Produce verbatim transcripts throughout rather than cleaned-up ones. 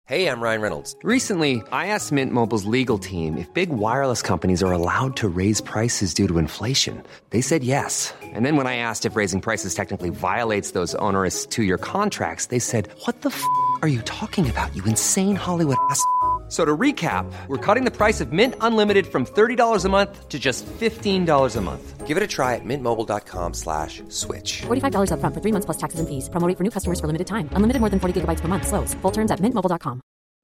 Hey, I'm Ryan Reynolds. Recently, I asked Mint Mobile's legal team if big wireless companies are allowed to raise prices due to inflation. They said yes. And then when I asked if raising prices technically violates those onerous two-year contracts, they said, what the f*** are you talking about, you insane Hollywood ass f- So to recap, we're cutting the price of Mint Unlimited from thirty dollars a month to just fifteen dollars a month. Give it a try at mintmobile.com slash switch. forty-five dollars up front for three months plus taxes and fees. Promo rate for new customers for limited time. Unlimited more than forty gigabytes per month. Slows full terms at mint mobile dot com.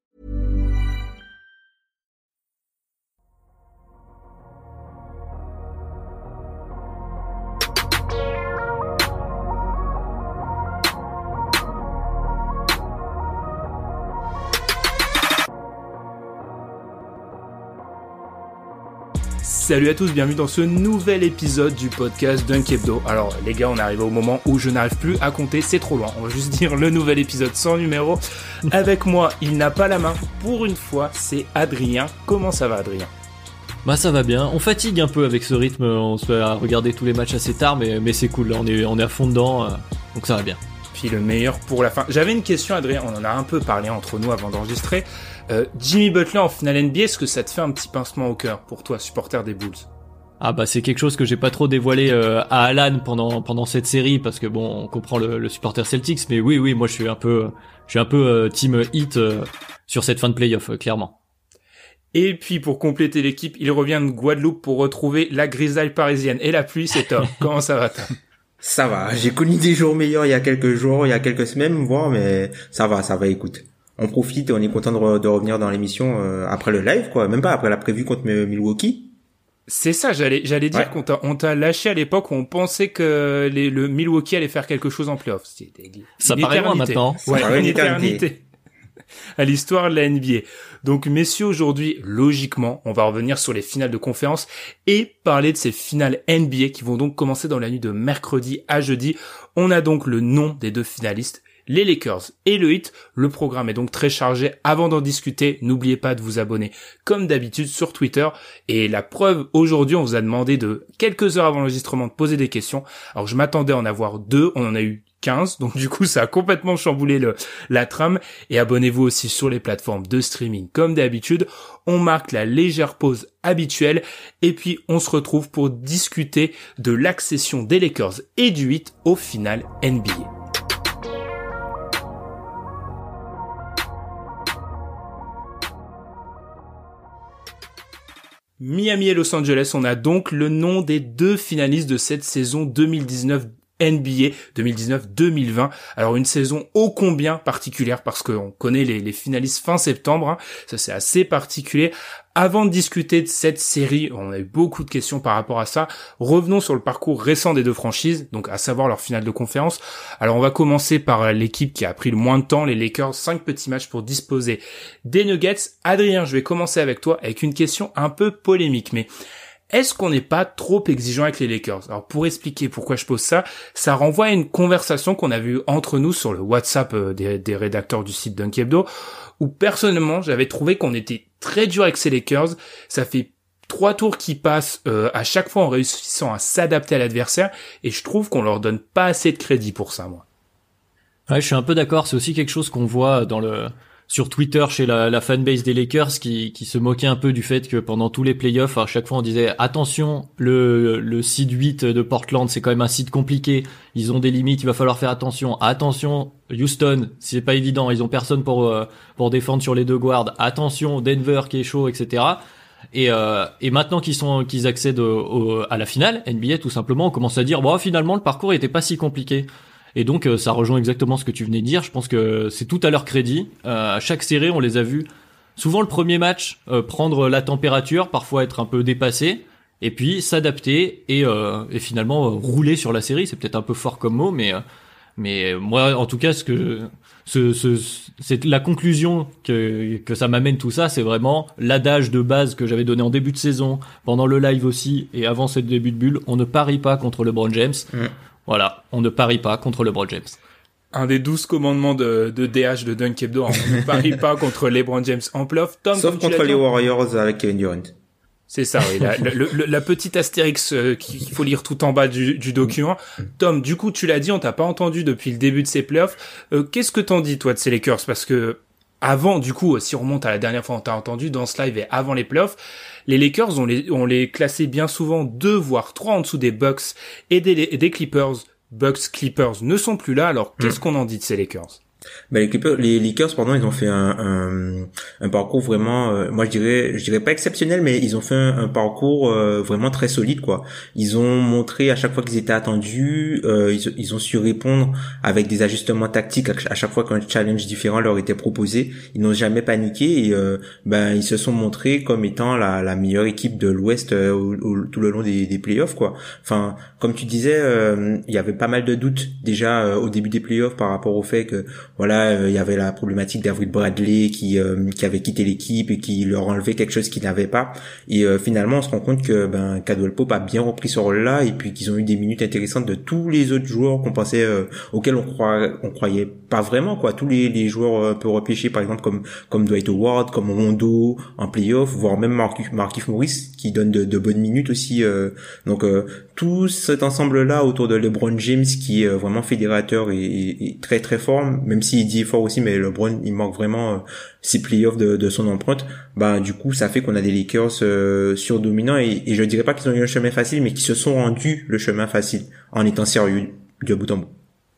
Salut à tous, bienvenue dans ce nouvel épisode du podcast Dunk Hebdo. Alors les gars, on est arrivé au moment où je n'arrive plus à compter, c'est trop loin. On va juste dire le nouvel épisode sans numéro. Avec moi, il n'a pas la main. Pour une fois, c'est Adrien. Comment ça va, Adrien ? Bah ça va bien, on fatigue un peu avec ce rythme, on se fait regarder tous les matchs assez tard, mais, mais c'est cool, là, on est, on est à fond dedans, euh, donc ça va bien. Puis le meilleur pour la fin. J'avais une question, Adrien, on en a un peu parlé entre nous avant d'enregistrer. Euh, Jimmy Butler en finale N B A, est-ce que ça te fait un petit pincement au cœur pour toi, supporter des Bulls ? Ah bah c'est quelque chose que j'ai pas trop dévoilé euh, à Alan pendant pendant cette série, parce que bon, on comprend le, le supporter Celtics, mais oui oui, moi je suis un peu je suis un peu euh, team Heat euh, sur cette fin de playoff, euh, clairement. Et puis pour compléter l'équipe, il revient de Guadeloupe pour retrouver la grisaille parisienne et la pluie, c'est Tom. Comment ça va, Tom ? Ça va, j'ai connu des jours meilleurs il y a quelques jours, il y a quelques semaines, voire, mais ça va, ça va, écoute. On profite et on est content de, re- de revenir dans l'émission euh, après le live, quoi. Même pas après la prévue contre Milwaukee. C'est ça, j'allais, j'allais dire ouais. qu'on t'a, on t'a lâché à l'époque où on pensait que les, le Milwaukee allait faire quelque chose en playoff. C'était ça paraît loin maintenant. Ouais, ça une éternité. éternité. À l'histoire de la N B A. Donc, messieurs, aujourd'hui, logiquement, on va revenir sur les finales de conférence et parler de ces finales N B A qui vont donc commencer dans la nuit de mercredi à jeudi. On a donc le nom des deux finalistes, les Lakers et le Heat. Le programme est donc très chargé. Avant d'en discuter, n'oubliez pas de vous abonner comme d'habitude sur Twitter. Et la preuve, aujourd'hui, on vous a demandé de, quelques heures avant l'enregistrement, de poser des questions. Alors, je m'attendais à en avoir deux. On en a eu quinze, donc du coup ça a complètement chamboulé le, la trame. Et abonnez-vous aussi sur les plateformes de streaming comme d'habitude. On marque la légère pause habituelle et puis on se retrouve pour discuter de l'accession des Lakers et du Heat au final N B A. Miami et Los Angeles, on a donc le nom des deux finalistes de cette saison deux mille dix-neuf N B A deux mille dix-neuf deux mille vingt. Alors une saison ô combien particulière parce qu'on connaît les, les finalistes fin septembre, hein. Ça c'est assez particulier. Avant de discuter de cette série, on a eu beaucoup de questions par rapport à ça. Revenons sur le parcours récent des deux franchises, donc à savoir leur finale de conférence. Alors on va commencer par l'équipe qui a pris le moins de temps, les Lakers, cinq petits matchs pour disposer des Nuggets. Adrien, je vais commencer avec toi avec une question un peu polémique, mais est-ce qu'on n'est pas trop exigeant avec les Lakers ? Alors pour expliquer pourquoi je pose ça, ça renvoie à une conversation qu'on a vue entre nous sur le WhatsApp des, des rédacteurs du site Dunk Hebdo, où personnellement j'avais trouvé qu'on était très dur avec ces Lakers. Ça fait trois tours qui passent euh, à chaque fois en réussissant à s'adapter à l'adversaire, et je trouve qu'on leur donne pas assez de crédit pour ça, moi. Ouais, je suis un peu d'accord. C'est aussi quelque chose qu'on voit dans le sur Twitter chez la, la fanbase des Lakers qui, qui se moquait un peu du fait que pendant tous les playoffs, à chaque fois on disait attention, le, le seed huit de Portland c'est quand même un site compliqué, ils ont des limites, il va falloir faire attention. Attention, Houston, c'est pas évident, ils ont personne pour euh, pour défendre sur les deux guards. Attention, Denver qui est chaud, et cetera. Et, euh, et maintenant qu'ils sont qu'ils accèdent au, au, à la finale N B A, tout simplement, on commence à dire bon finalement le parcours était pas si compliqué. Et donc euh, ça rejoint exactement ce que tu venais de dire. Je pense que c'est tout à leur crédit. Euh, à chaque série, on les a vus souvent le premier match euh, prendre la température, parfois être un peu dépassé, et puis s'adapter et, euh, et finalement euh, rouler sur la série. C'est peut-être un peu fort comme mot, mais euh, mais moi en tout cas ce que ce, ce c'est la conclusion que que ça m'amène tout ça, c'est vraiment l'adage de base que j'avais donné en début de saison, pendant le live aussi et avant ce début de bulle. On ne parie pas contre LeBron James. Mmh. Voilà, on ne parie pas contre LeBron James. Un des douze commandements de, de D H de Dunk Hebdo, on ne parie pas contre LeBron James en playoff. Tom, sauf contre les Warriors avec Kevin Durant. C'est ça, oui. La, le, le, la petite astérix euh, qu'il faut lire tout en bas du, du document. Tom, du coup, tu l'as dit, on t'a pas entendu depuis le début de ces playoffs. Euh, qu'est-ce que t'en dis, toi, de ces Lakers ? Parce que avant, du coup, si on remonte à la dernière fois on t'a entendu dans ce live et avant les playoffs, les Lakers, on les, on les classait bien souvent deux voire trois en dessous des Bucks et des, des Clippers. Bucks, Clippers ne sont plus là, alors qu'est-ce mmh. qu'on en dit de ces Lakers? Bah, les Clippers, les Lakers, pardon, ils ont fait un, un, un parcours vraiment, euh, moi je dirais, je dirais pas exceptionnel, mais ils ont fait un, un parcours euh, vraiment très solide, quoi. Ils ont montré à chaque fois qu'ils étaient attendus, euh, ils, ils ont su répondre avec des ajustements tactiques à chaque fois qu'un challenge différent leur était proposé. Ils n'ont jamais paniqué et euh, ben ils se sont montrés comme étant la, la meilleure équipe de l'Ouest euh, au, au, tout le long des, des playoffs, quoi. Enfin, comme tu disais, euh, il y avait pas mal de doutes déjà euh, au début des playoffs par rapport au fait que voilà, il euh, y avait la problématique d'Avery Bradley qui euh, qui avait quitté l'équipe et qui leur enlevait quelque chose qu'ils n'avaient pas. Et euh, finalement, on se rend compte que ben Caldwell Pope a bien repris ce rôle-là et puis qu'ils ont eu des minutes intéressantes de tous les autres joueurs qu'on pensait euh, auxquels on croit on croyait pas vraiment, quoi. Tous les les joueurs un peu repêchés, par exemple comme comme Dwight Howard, comme Rondo en playoff, voire même Markieff Markieff Morris qui donne de, de bonnes minutes aussi. Euh, donc euh, tout cet ensemble-là autour de LeBron James qui est vraiment fédérateur et, et, et très très fort, même s'il dit fort aussi, mais LeBron il manque vraiment euh, ses playoffs de, de son empreinte. Bah du coup ça fait qu'on a des Lakers euh, surdominants et, et je dirais pas qu'ils ont eu un chemin facile, mais qui se sont rendus le chemin facile en étant sérieux du bout en bout.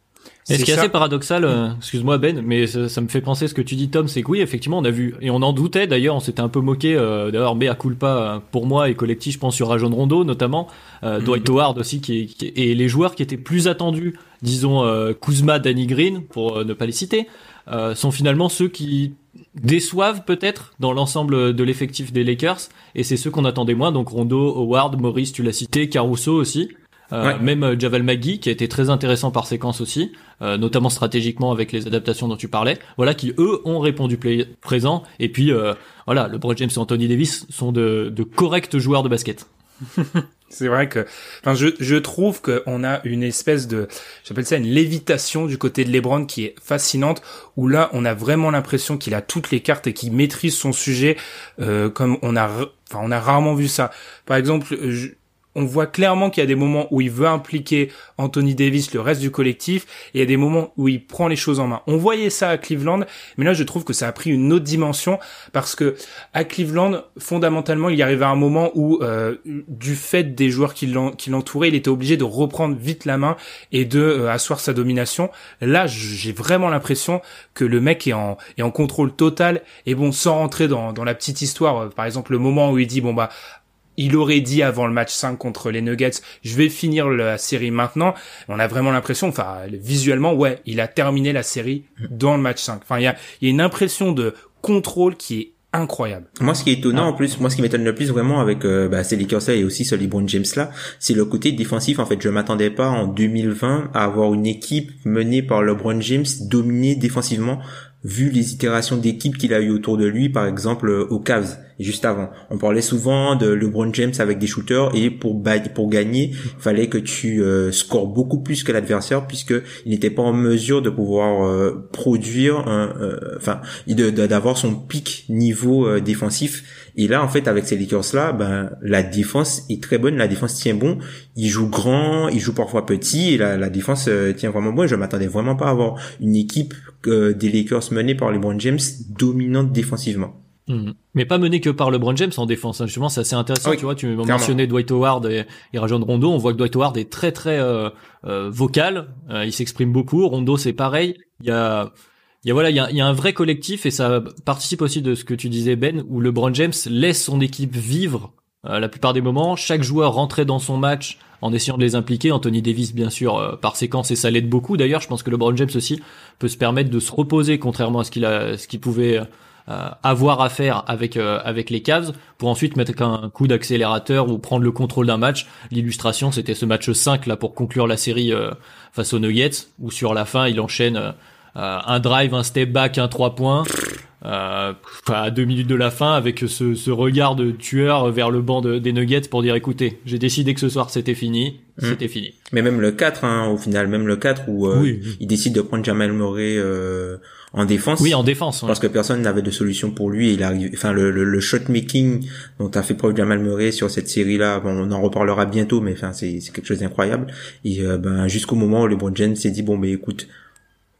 Et ce qui est assez paradoxal, euh, excuse-moi Ben, mais ça, ça me fait penser ce que tu dis Tom, c'est que oui, effectivement, on a vu, et on en doutait d'ailleurs, on s'était un peu moqué, euh, d'ailleurs, mea culpa pour moi et collectif, je pense sur Rajon Rondo notamment, euh, mm-hmm. Dwight Howard aussi, qui, qui et les joueurs qui étaient plus attendus, disons euh, Kuzma, Danny Green, pour euh, ne pas les citer, euh, sont finalement ceux qui déçoivent peut-être dans l'ensemble de l'effectif des Lakers, et c'est ceux qu'on attendait moins, donc Rondo, Howard, Morris, tu l'as cité, Caruso aussi. Euh, ouais. Même euh, Javel McGee qui a été très intéressant par séquence aussi, euh, notamment stratégiquement avec les adaptations dont tu parlais, voilà, qui eux ont répondu play- présent, et puis euh, voilà, LeBron James et Anthony Davis sont de, de corrects joueurs de basket. C'est vrai que, enfin, je, je trouve qu'on a une espèce de, j'appelle ça une lévitation du côté de LeBron qui est fascinante, où là, on a vraiment l'impression qu'il a toutes les cartes et qu'il maîtrise son sujet, euh, comme on a, enfin, on a rarement vu ça. Par exemple, je, on voit clairement qu'il y a des moments où il veut impliquer Anthony Davis, le reste du collectif, et il y a des moments où il prend les choses en main. On voyait ça à Cleveland, mais là je trouve que ça a pris une autre dimension, parce que à Cleveland, fondamentalement, il y arrivait à un moment où, euh, du fait des joueurs qui, l'en, qui l'entouraient, il était obligé de reprendre vite la main et de euh, asseoir sa domination. Là, j'ai vraiment l'impression que le mec est en, est en contrôle total, et bon, sans rentrer dans, dans la petite histoire, euh, par exemple le moment où il dit, bon bah, il aurait dit avant le match cinq contre les Nuggets, je vais finir la série maintenant. On a vraiment l'impression, enfin, visuellement, ouais, il a terminé la série dans le match cinq. Enfin, il y a, il y a une impression de contrôle qui est incroyable. Moi, ce qui est étonnant, ah. en plus, moi, ce qui m'étonne le plus vraiment avec euh, bah, ces Lakers-là et aussi ce LeBron James-là, c'est le côté défensif. En fait, je m'attendais pas en deux mille vingt à avoir une équipe menée par LeBron James dominée défensivement, vu les itérations d'équipe qu'il a eu autour de lui, par exemple aux Cavs, juste avant. On parlait souvent de LeBron James avec des shooters, et pour ba- pour gagner, il fallait que tu euh, scores beaucoup plus que l'adversaire, puisque il n'était pas en mesure de pouvoir euh, produire, un, euh, enfin, de, de, d'avoir son pic niveau euh, défensif. Et là, en fait, avec ces Lakers-là, ben la défense est très bonne, la défense tient bon. Il joue grand, il joue parfois petit, et la, la défense euh, tient vraiment bon. Je m'attendais vraiment pas à avoir une équipe euh, des Lakers menée par LeBron James dominante défensivement. Mmh. Mais pas mené que par LeBron James en défense, hein. Justement, c'est assez intéressant. Oui, tu vois, tu mentionnais Dwight Howard et, et Rajon Rondo. On voit que Dwight Howard est très très euh, euh, vocal. Euh, il s'exprime beaucoup. Rondo, c'est pareil. Il y a, il y a voilà, il y a, il y a un vrai collectif, et ça participe aussi de ce que tu disais Ben, où LeBron James laisse son équipe vivre euh, la plupart des moments. Chaque joueur rentrait dans son match en essayant de les impliquer. Anthony Davis, bien sûr, euh, par séquence, et ça l'aide beaucoup. D'ailleurs, je pense que LeBron James aussi peut se permettre de se reposer, contrairement à ce qu'il a, ce qu'il pouvait Euh, avoir à faire avec euh, avec les Cavs, pour ensuite mettre un coup d'accélérateur ou prendre le contrôle d'un match. L'illustration, c'était ce match cinq là pour conclure la série euh, face aux Nuggets, où sur la fin il enchaîne euh, un drive, un step back, un trois points euh, à deux minutes de la fin, avec ce, ce regard de tueur vers le banc de, des Nuggets pour dire écoutez, j'ai décidé que ce soir c'était fini, mmh. c'était fini. Mais même le quatre, hein, au final, même le quatre où euh, oui. il décide de prendre Jamal Murray euh, en défense. Oui, en défense. Parce ouais. que personne n'avait de solution pour lui. Et il arrive, enfin, le, le, le shot making dont a fait preuve Jamal Murray sur cette série-là, bon, on en reparlera bientôt, mais enfin, c'est, c'est quelque chose d'incroyable. Et euh, ben, jusqu'au moment où LeBron James s'est dit bon, ben écoute,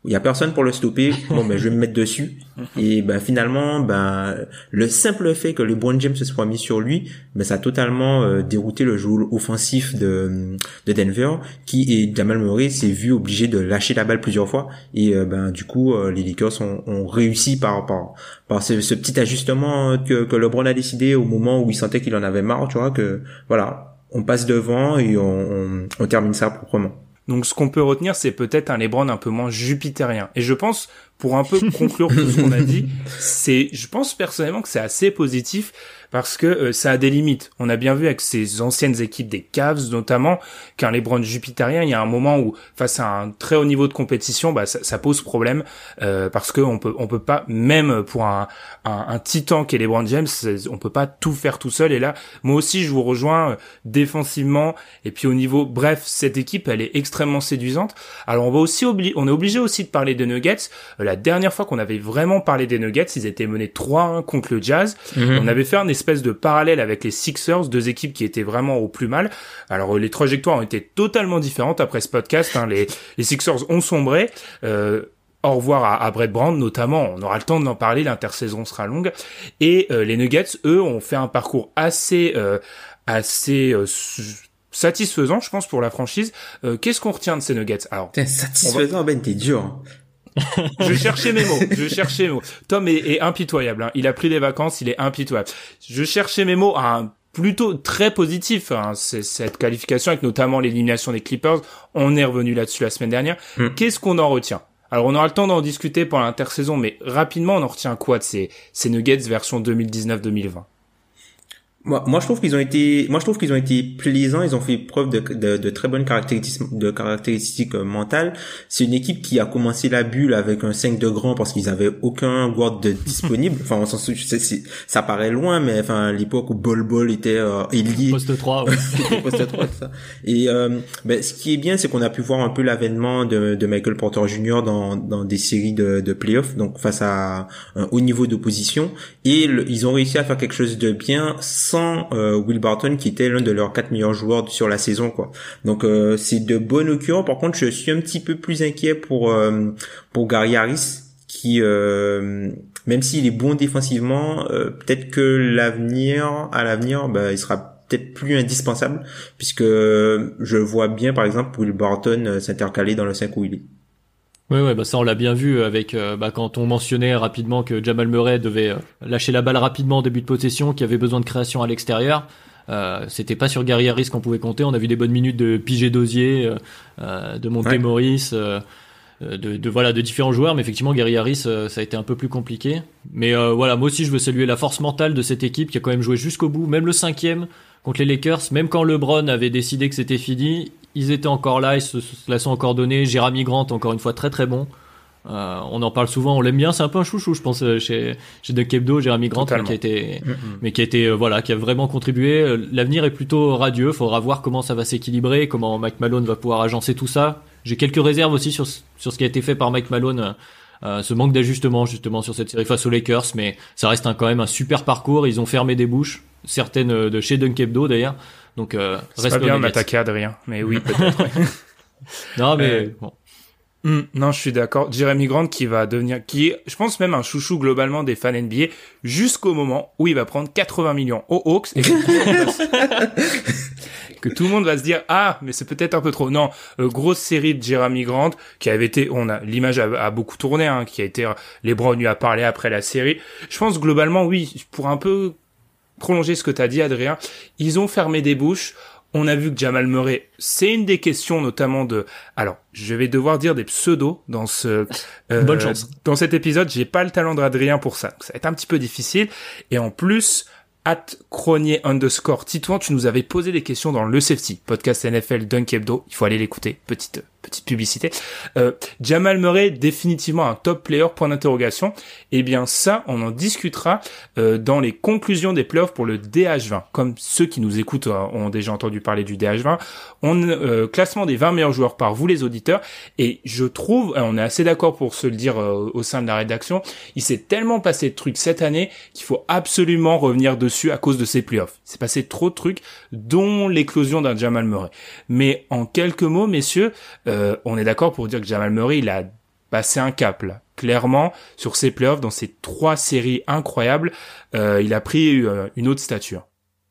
il y a personne pour le stopper. Bon, ben, je vais me mettre dessus. Et, ben, finalement, ben, le simple fait que LeBron James se soit mis sur lui, ben, ça a totalement euh, dérouté le jeu offensif de, de Denver, qui, et Jamal Murray s'est vu obligé de lâcher la balle plusieurs fois. Et, euh, ben, du coup, euh, les Lakers ont, ont réussi par, par, par ce, ce petit ajustement que, que LeBron a décidé au moment où il sentait qu'il en avait marre, tu vois, que, voilà, on passe devant et on, on, on termine ça proprement. Donc ce qu'on peut retenir, c'est peut-être un LeBron un peu moins jupitérien. Et je pense, pour un peu conclure tout ce qu'on a dit, c'est, je pense personnellement que c'est assez positif parce que euh, ça a des limites. On a bien vu avec ces anciennes équipes des Cavs notamment qu'un LeBron jupitérien, il y a un moment où face à un très haut niveau de compétition, bah ça, ça pose problème euh, parce que on peut on peut pas, même pour un un, un titan qui est LeBron James, on peut pas tout faire tout seul. Et là, moi aussi, je vous rejoins euh, défensivement et puis au niveau, bref, cette équipe, elle est extrêmement séduisante. Alors on va aussi obli- on est obligé aussi de parler des Nuggets. Euh, la dernière fois qu'on avait vraiment parlé des Nuggets, ils étaient menés trois un contre le Jazz. Mm-hmm. On avait fait un espèce de parallèle avec les Sixers, deux équipes qui étaient vraiment au plus mal. Alors les trajectoires ont été totalement différentes après ce podcast, hein. les, les Sixers ont sombré. Euh, au revoir à, à Brett Brown notamment, on aura le temps d'en parler, l'intersaison sera longue. Et euh, les Nuggets, eux, ont fait un parcours assez euh, assez euh, satisfaisant, je pense, pour la franchise. Euh, qu'est-ce qu'on retient de ces Nuggets? Alors, T'es satisfaisant, va... Ben, t'es dur. Hein. je cherchais mes mots, je cherchais mes mots. Tom est, est impitoyable, hein. Il a pris les vacances, il est impitoyable. Je cherchais mes mots à un plutôt très positif, hein. C'est cette qualification avec notamment l'élimination des Clippers. On est revenu là-dessus la semaine dernière. Mm. Qu'est-ce qu'on en retient? Alors on aura le temps d'en discuter pendant l'intersaison, mais rapidement on en retient quoi de ces, ces Nuggets version deux mille dix-neuf deux mille vingt? Moi, moi, je trouve qu'ils ont été, moi, je trouve qu'ils ont été plaisants. Ils ont fait preuve de, de, de très bonnes caractéristiques, de caractéristiques mentales. C'est une équipe qui a commencé la bulle avec un cinq de grand parce qu'ils avaient aucun guard de disponible. Enfin, on s'en souvient, c'est, c'est, ça paraît loin, mais enfin, à l'époque où Bol Bol était euh, ailier. Poste trois, ouais. Poste trois, ça. Et, euh, ben, ce qui est bien, c'est qu'on a pu voir un peu l'avènement de, de Michael Porter Junior dans, dans des séries de, de playoffs, donc face à un haut niveau d'opposition. Et le, ils ont réussi à faire quelque chose de bien sans euh, Will Barton qui était l'un de leurs quatre meilleurs joueurs sur la saison, quoi. Donc euh, c'est de bonnes occurrences. Par contre, je suis un petit peu plus inquiet pour euh, pour Gary Harris qui euh, même s'il est bon défensivement, euh, peut-être que l'avenir à l'avenir bah il sera peut-être plus indispensable puisque je vois bien par exemple Will Barton euh, s'intercaler dans le cinq où il est. Oui, ouais, bah ça on l'a bien vu avec euh, bah quand on mentionnait rapidement que Jamal Murray devait euh, lâcher la balle rapidement en début de possession, qu'il y avait besoin de création à l'extérieur. Euh, c'était pas sur Gary Harris qu'on pouvait compter. On a vu des bonnes minutes de P J Dozier, euh, euh, de Monte ouais. Morris, euh, de, de voilà de différents joueurs. Mais effectivement, Gary Harris, euh, ça a été un peu plus compliqué. Mais euh, voilà, moi aussi je veux saluer la force mentale de cette équipe qui a quand même joué jusqu'au bout, même le cinquième contre les Lakers, même quand LeBron avait décidé que c'était fini. Ils étaient encore là, ils se, se la sont encore donnés. Jeremy Grant, encore une fois, très très bon. Euh, on en parle souvent, on l'aime bien. C'est un peu un chouchou, je pense, chez chez Dunk Hebdo, Jeremy Grant, mais qui a été, mm-hmm. mais qui a été, euh, voilà, qui a vraiment contribué. L'avenir est plutôt radieux. Faudra voir comment ça va s'équilibrer, comment Mike Malone va pouvoir agencer tout ça. J'ai quelques réserves aussi sur sur ce qui a été fait par Mike Malone. Euh, ce manque d'ajustement justement sur cette série face aux Lakers, mais ça reste un, quand même un super parcours. Ils ont fermé des bouches, certaines de chez Dunk Hebdo d'ailleurs. Donc, euh, c'est pas bien de m'attaquer Adrien, mais oui, peut-être. Ouais. Non, mais euh, bon. Hmm, non, je suis d'accord. Jeremy Grant qui va devenir, qui est, je pense même un chouchou globalement des fans N B A jusqu'au moment où il va prendre quatre-vingts millions aux Hawks et que, tout le monde va se... que tout le monde va se dire ah mais c'est peut-être un peu trop. Non, euh, grosse série de Jeremy Grant qui avait été, on a l'image a, a beaucoup tourné, hein, qui a été LeBron lui a parlé après la série. Je pense globalement oui, pour un peu prolonger ce que t'as dit Adrien, ils ont fermé des bouches. On a vu que Jamal Murray, c'est une des questions notamment de... Alors, je vais devoir dire des pseudos dans ce... Euh, Bonne chance. Dans cet épisode, j'ai pas le talent d'Adrien pour ça. Donc, ça va être un petit peu difficile. Et en plus, at Cronier underscore Titouan, tu nous avais posé des questions dans le Safety, podcast N F L Dunk Hebdo. Il faut aller l'écouter. Petite, petite publicité. Euh, Jamal Murray, définitivement un top player, point d'interrogation. Eh bien, ça, on en discutera euh, dans les conclusions des playoffs pour le D H vingt. Comme ceux qui nous écoutent euh, ont déjà entendu parler du D H vingt. On euh, classement des vingt meilleurs joueurs par vous, les auditeurs. Et je trouve, on est assez d'accord pour se le dire euh, au sein de la rédaction, il s'est tellement passé de trucs cette année qu'il faut absolument revenir dessus à cause de ces playoffs. Il s'est passé trop de trucs, dont l'éclosion d'un Jamal Murray. Mais en quelques mots, messieurs, euh, on est d'accord pour dire que Jamal Murray, il a bah c'est un cap là. Clairement, sur ces playoffs, dans ces trois séries incroyables, euh, il a pris euh, une autre stature.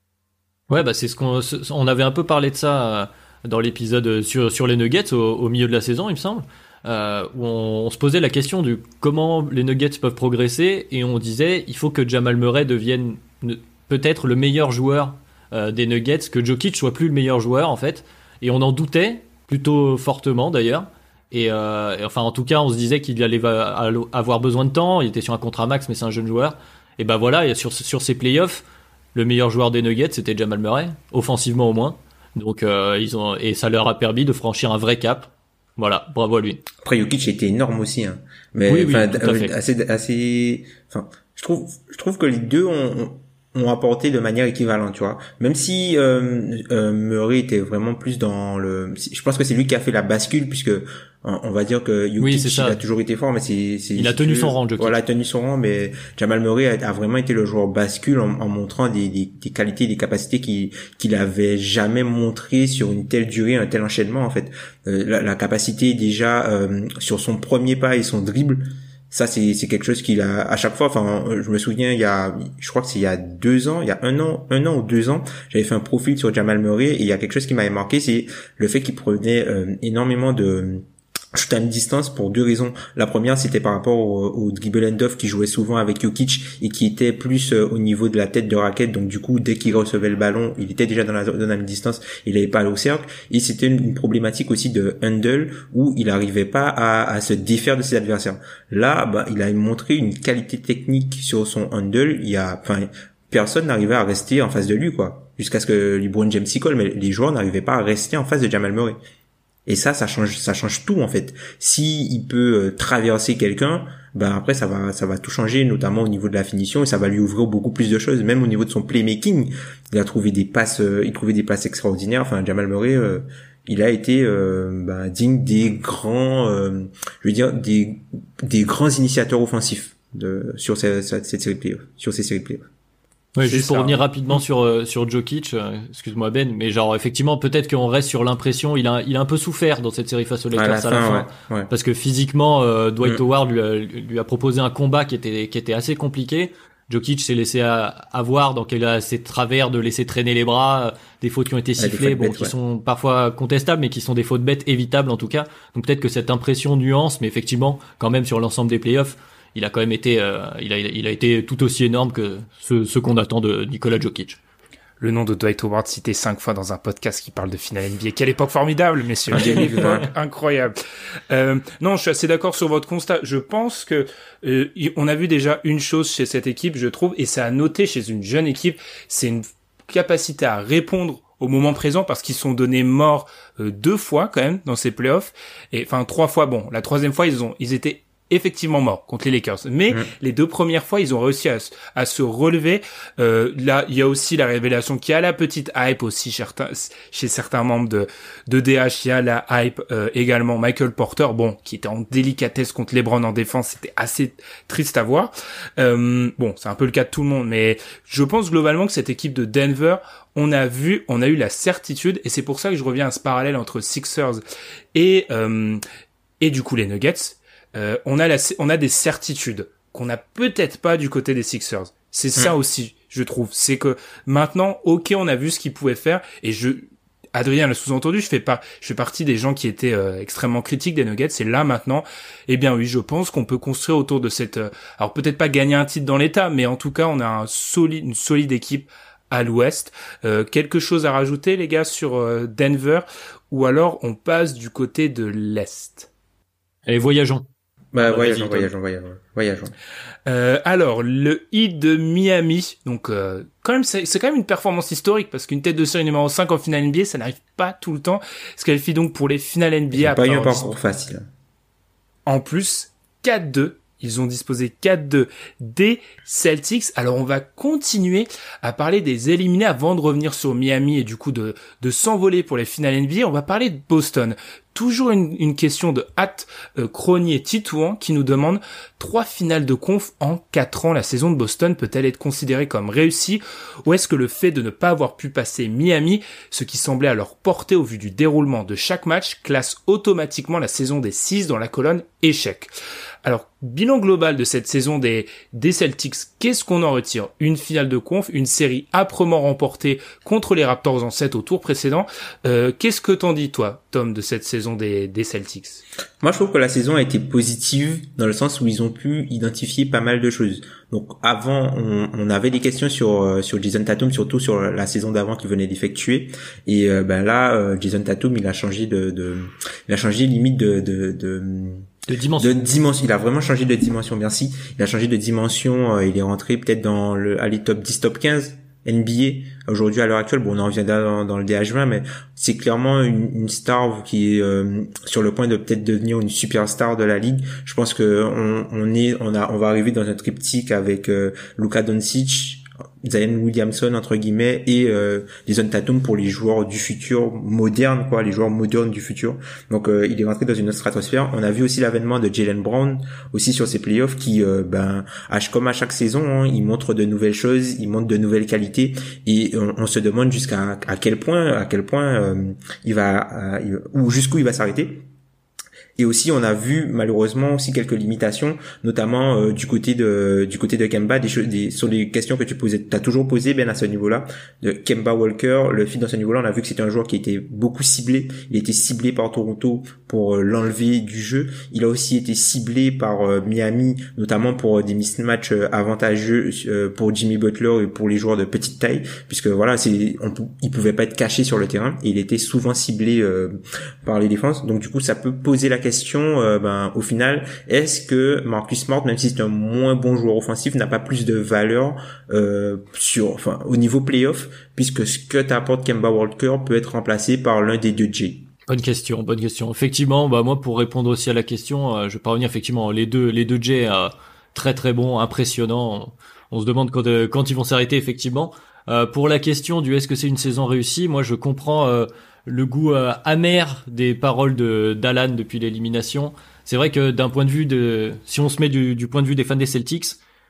Ouais, bah c'est ce qu'on on avait un peu parlé de ça euh, dans l'épisode sur sur les Nuggets au, au milieu de la saison, il me semble, euh, où on, on se posait la question du comment les Nuggets peuvent progresser et on disait il faut que Jamal Murray devienne peut-être le meilleur joueur euh, des Nuggets, que Jokic soit plus le meilleur joueur en fait, et on en doutait plutôt fortement d'ailleurs. Et, euh, et enfin en tout cas on se disait qu'il allait va, avoir besoin de temps, il était sur un contrat max mais c'est un jeune joueur. Et ben voilà, et sur sur ces playoffs, le meilleur joueur des Nuggets, c'était Jamal Murray, offensivement au moins. Donc euh, ils ont et ça leur a permis de franchir un vrai cap. Voilà, bravo à lui. Après Jokic était énorme aussi, hein. Mais oui, oui, euh, assez, assez. Enfin, je trouve, je trouve que les deux ont, ont apporté de manière équivalente, tu vois. Même si euh, euh, Murray était vraiment plus dans le. Je pense que c'est lui qui a fait la bascule, puisque on va dire que Jokic oui, il a toujours été fort, mais c'est, c'est il a tenu son rang, Jokic. Voilà, a tenu son rang, mais Jamal Murray a, a vraiment été le joueur bascule en, en montrant des, des, des qualités, des capacités qu'il qu'il avait jamais montré sur une telle durée, un tel enchaînement en fait. Euh, la, la capacité déjà euh, sur son premier pas et son dribble, ça c'est c'est quelque chose qu'il a à chaque fois. Enfin, je me souviens, il y a, je crois que c'est il y a deux ans, il y a un an, un an ou deux ans, j'avais fait un profil sur Jamal Murray et il y a quelque chose qui m'avait marqué, c'est le fait qu'il prenait euh, énormément de shoot à mi-distance pour deux raisons. La première, c'était par rapport au, au dribble end-off qui jouait souvent avec Jokic et qui était plus euh, au niveau de la tête de raquette. Donc du coup, dès qu'il recevait le ballon, il était déjà dans la zone à mi-distance, il n'avait pas aller au cercle. Et c'était une, une problématique aussi de handle où il n'arrivait pas à, à se défaire de ses adversaires. Là, bah, il a montré une qualité technique sur son handle. Il y a, enfin, personne n'arrivait à rester en face de lui, quoi. Jusqu'à ce que LeBron James s'y colle, mais les joueurs n'arrivaient pas à rester en face de Jamal Murray. Et ça, ça change, ça change tout en fait. Si il peut euh, traverser quelqu'un, ben après ça va, ça va tout changer, notamment au niveau de la finition, et ça va lui ouvrir beaucoup plus de choses, même au niveau de son playmaking. Il a trouvé des passes, euh, il trouvait des passes extraordinaires. Enfin, Jamal Murray, euh, il a été euh, ben, digne des grands, euh, je veux dire des des grands initiateurs offensifs de sur cette, cette série de playoffs, sur ces séries de playoffs. Ouais, juste pour revenir rapidement sur euh, sur Jokic, euh, excuse-moi Ben, mais genre effectivement peut-être qu'on reste sur l'impression, il a il a un peu souffert dans cette série face aux Lakers à la fin, à la fin ouais, ouais. Parce que physiquement euh, Dwight mm. Howard lui a, lui a proposé un combat qui était qui était assez compliqué. Jokic s'est laissé à, avoir, donc il a ces travers de laisser traîner les bras, des fautes qui ont été sifflées, ouais, bon bêtes, qui ouais. sont parfois contestables, mais qui sont des fautes bêtes évitables en tout cas. Donc peut-être que cette impression nuance, mais effectivement quand même sur l'ensemble des playoffs, il a quand même été, euh, il a, il a été tout aussi énorme que ce, ce qu'on attend de Nikola Jokic. Le nom de Dwight Howard cité cinq fois dans un podcast qui parle de finale N B A. Quelle époque formidable, messieurs. Quelle époque incroyable. Euh, non, je suis assez d'accord sur votre constat. Je pense que euh, on a vu déjà une chose chez cette équipe, je trouve, et c'est à noter chez une jeune équipe, c'est une capacité à répondre au moment présent, parce qu'ils sont donnés morts euh, deux fois quand même dans ces playoffs, et enfin trois fois. Bon, la troisième fois ils ont, ils étaient effectivement mort contre les Lakers, mais mmh. les deux premières fois ils ont réussi à, à se relever. Euh, là il y a aussi la révélation qu'il y a la petite hype aussi chez certains, chez certains membres de, de D H. Il y a la hype euh, également Michael Porter, bon, qui était en délicatesse contre LeBron en défense, c'était assez triste à voir. Euh, bon, c'est un peu le cas de tout le monde, mais je pense globalement que cette équipe de Denver, on a vu, on a eu la certitude, et c'est pour ça que je reviens à ce parallèle entre Sixers et euh, et du coup les Nuggets. Euh, on a la, on a des certitudes qu'on n'a peut-être pas du côté des Sixers. C'est mmh. ça aussi, je trouve. C'est que maintenant, ok, on a vu ce qu'ils pouvaient faire, et je, Adrien l'a sous-entendu, je fais pas, je fais partie des gens qui étaient euh, extrêmement critiques des Nuggets. Et là maintenant, eh bien oui, je pense qu'on peut construire autour de cette, euh, alors peut-être pas gagner un titre dans l'état, mais en tout cas, on a un solide, une solide équipe à l'ouest. Euh, quelque chose à rajouter, les gars, sur euh, Denver, ou alors on passe du côté de l'est. Allez, voyageons. Bah, voyageons, voyageons, voyageons, voyageons. Euh, alors, le Heat de Miami, donc, euh, quand même, c'est, c'est quand même une performance historique, parce qu'une tête de série numéro cinq en finale N B A, ça n'arrive pas tout le temps. Ce qu'elle fit donc pour les finales N B A. C'est pas eu un parcours facile. En plus, quatre deux. Ils ont disposé quatre deux des Celtics. Alors on va continuer à parler des éliminés avant de revenir sur Miami et du coup de, de s'envoler pour les finales N B A. On va parler de Boston. Toujours une, une question de Hat euh, Cronier Titouan qui nous demande trois finales de conf en quatre ans. La saison de Boston peut-elle être considérée comme réussie ou est-ce que le fait de ne pas avoir pu passer Miami, ce qui semblait à leur portée au vu du déroulement de chaque match, classe automatiquement la saison des six dans la colonne échec? Alors, bilan global de cette saison des, des Celtics, qu'est-ce qu'on en retire? Une finale de conf, une série âprement remportée contre les Raptors en sept au tour précédent. Euh, qu'est-ce que t'en dis, toi, Tom, de cette saison des, des Celtics? Moi, je trouve que la saison a été positive dans le sens où ils ont pu identifier pas mal de choses. Donc, avant, on, on avait des questions sur sur Jason Tatum, surtout sur la saison d'avant qu'il venait d'effectuer. Et euh, ben là, euh, Jason Tatum, il a changé de, de il a changé limite de de, de De dimension. De dimension. Il a vraiment changé de dimension, merci. Il a changé de dimension, euh, il est rentré peut-être dans le, allez, top dix, top quinze N B A. Aujourd'hui, à l'heure actuelle, bon, on en revient dans, dans le D H vingt, mais c'est clairement une, une star qui est euh, sur le point de peut-être devenir une superstar de la ligue. Je pense que on, on est, on a, on va arriver dans un triptyque avec euh, Luka Doncic, Zion Williamson entre guillemets et euh, Jason Tatum pour les joueurs du futur modernes, quoi, les joueurs modernes du futur. Donc euh, il est rentré dans une autre stratosphère. On a vu aussi l'avènement de Jaylen Brown aussi sur ses playoffs qui euh, ben comme à chaque saison, hein, il montre de nouvelles choses, il montre de nouvelles qualités et on, on se demande jusqu'à à quel point à quel point euh, il va euh, ou jusqu'où il va s'arrêter. Et aussi, on a vu malheureusement aussi quelques limitations, notamment euh, du côté de du côté de Kemba, des, des sur les questions que tu posais, t'as toujours posé Ben à ce niveau-là, de Kemba Walker, le fit dans ce niveau-là, on a vu que c'était un joueur qui était beaucoup ciblé. Il a été ciblé par Toronto pour euh, l'enlever du jeu. Il a aussi été ciblé par euh, Miami, notamment pour euh, des mismatchs euh, avantageux euh, pour Jimmy Butler et pour les joueurs de petite taille, puisque voilà, c'est on, il pouvait pas être caché sur le terrain et il était souvent ciblé euh, par les défenses. Donc du coup, ça peut poser la question, euh, ben au final, est-ce que Marcus Smart, même si c'est un moins bon joueur offensif, n'a pas plus de valeur euh, sur, enfin, au niveau playoff, puisque ce que t'apporte Kemba Walker peut être remplacé par l'un des deux J. Bonne question, bonne question. Effectivement, bah moi pour répondre aussi à la question, euh, je vais pas revenir effectivement les deux les deux J euh, très très bons, impressionnants. On, on se demande quand euh, quand ils vont s'arrêter effectivement. Euh, pour la question du est-ce que c'est une saison réussie, moi je comprends euh, le goût euh, amer des paroles de d'Alan depuis l'élimination. C'est vrai que d'un point de vue de, si on se met du, du point de vue des fans des Celtics,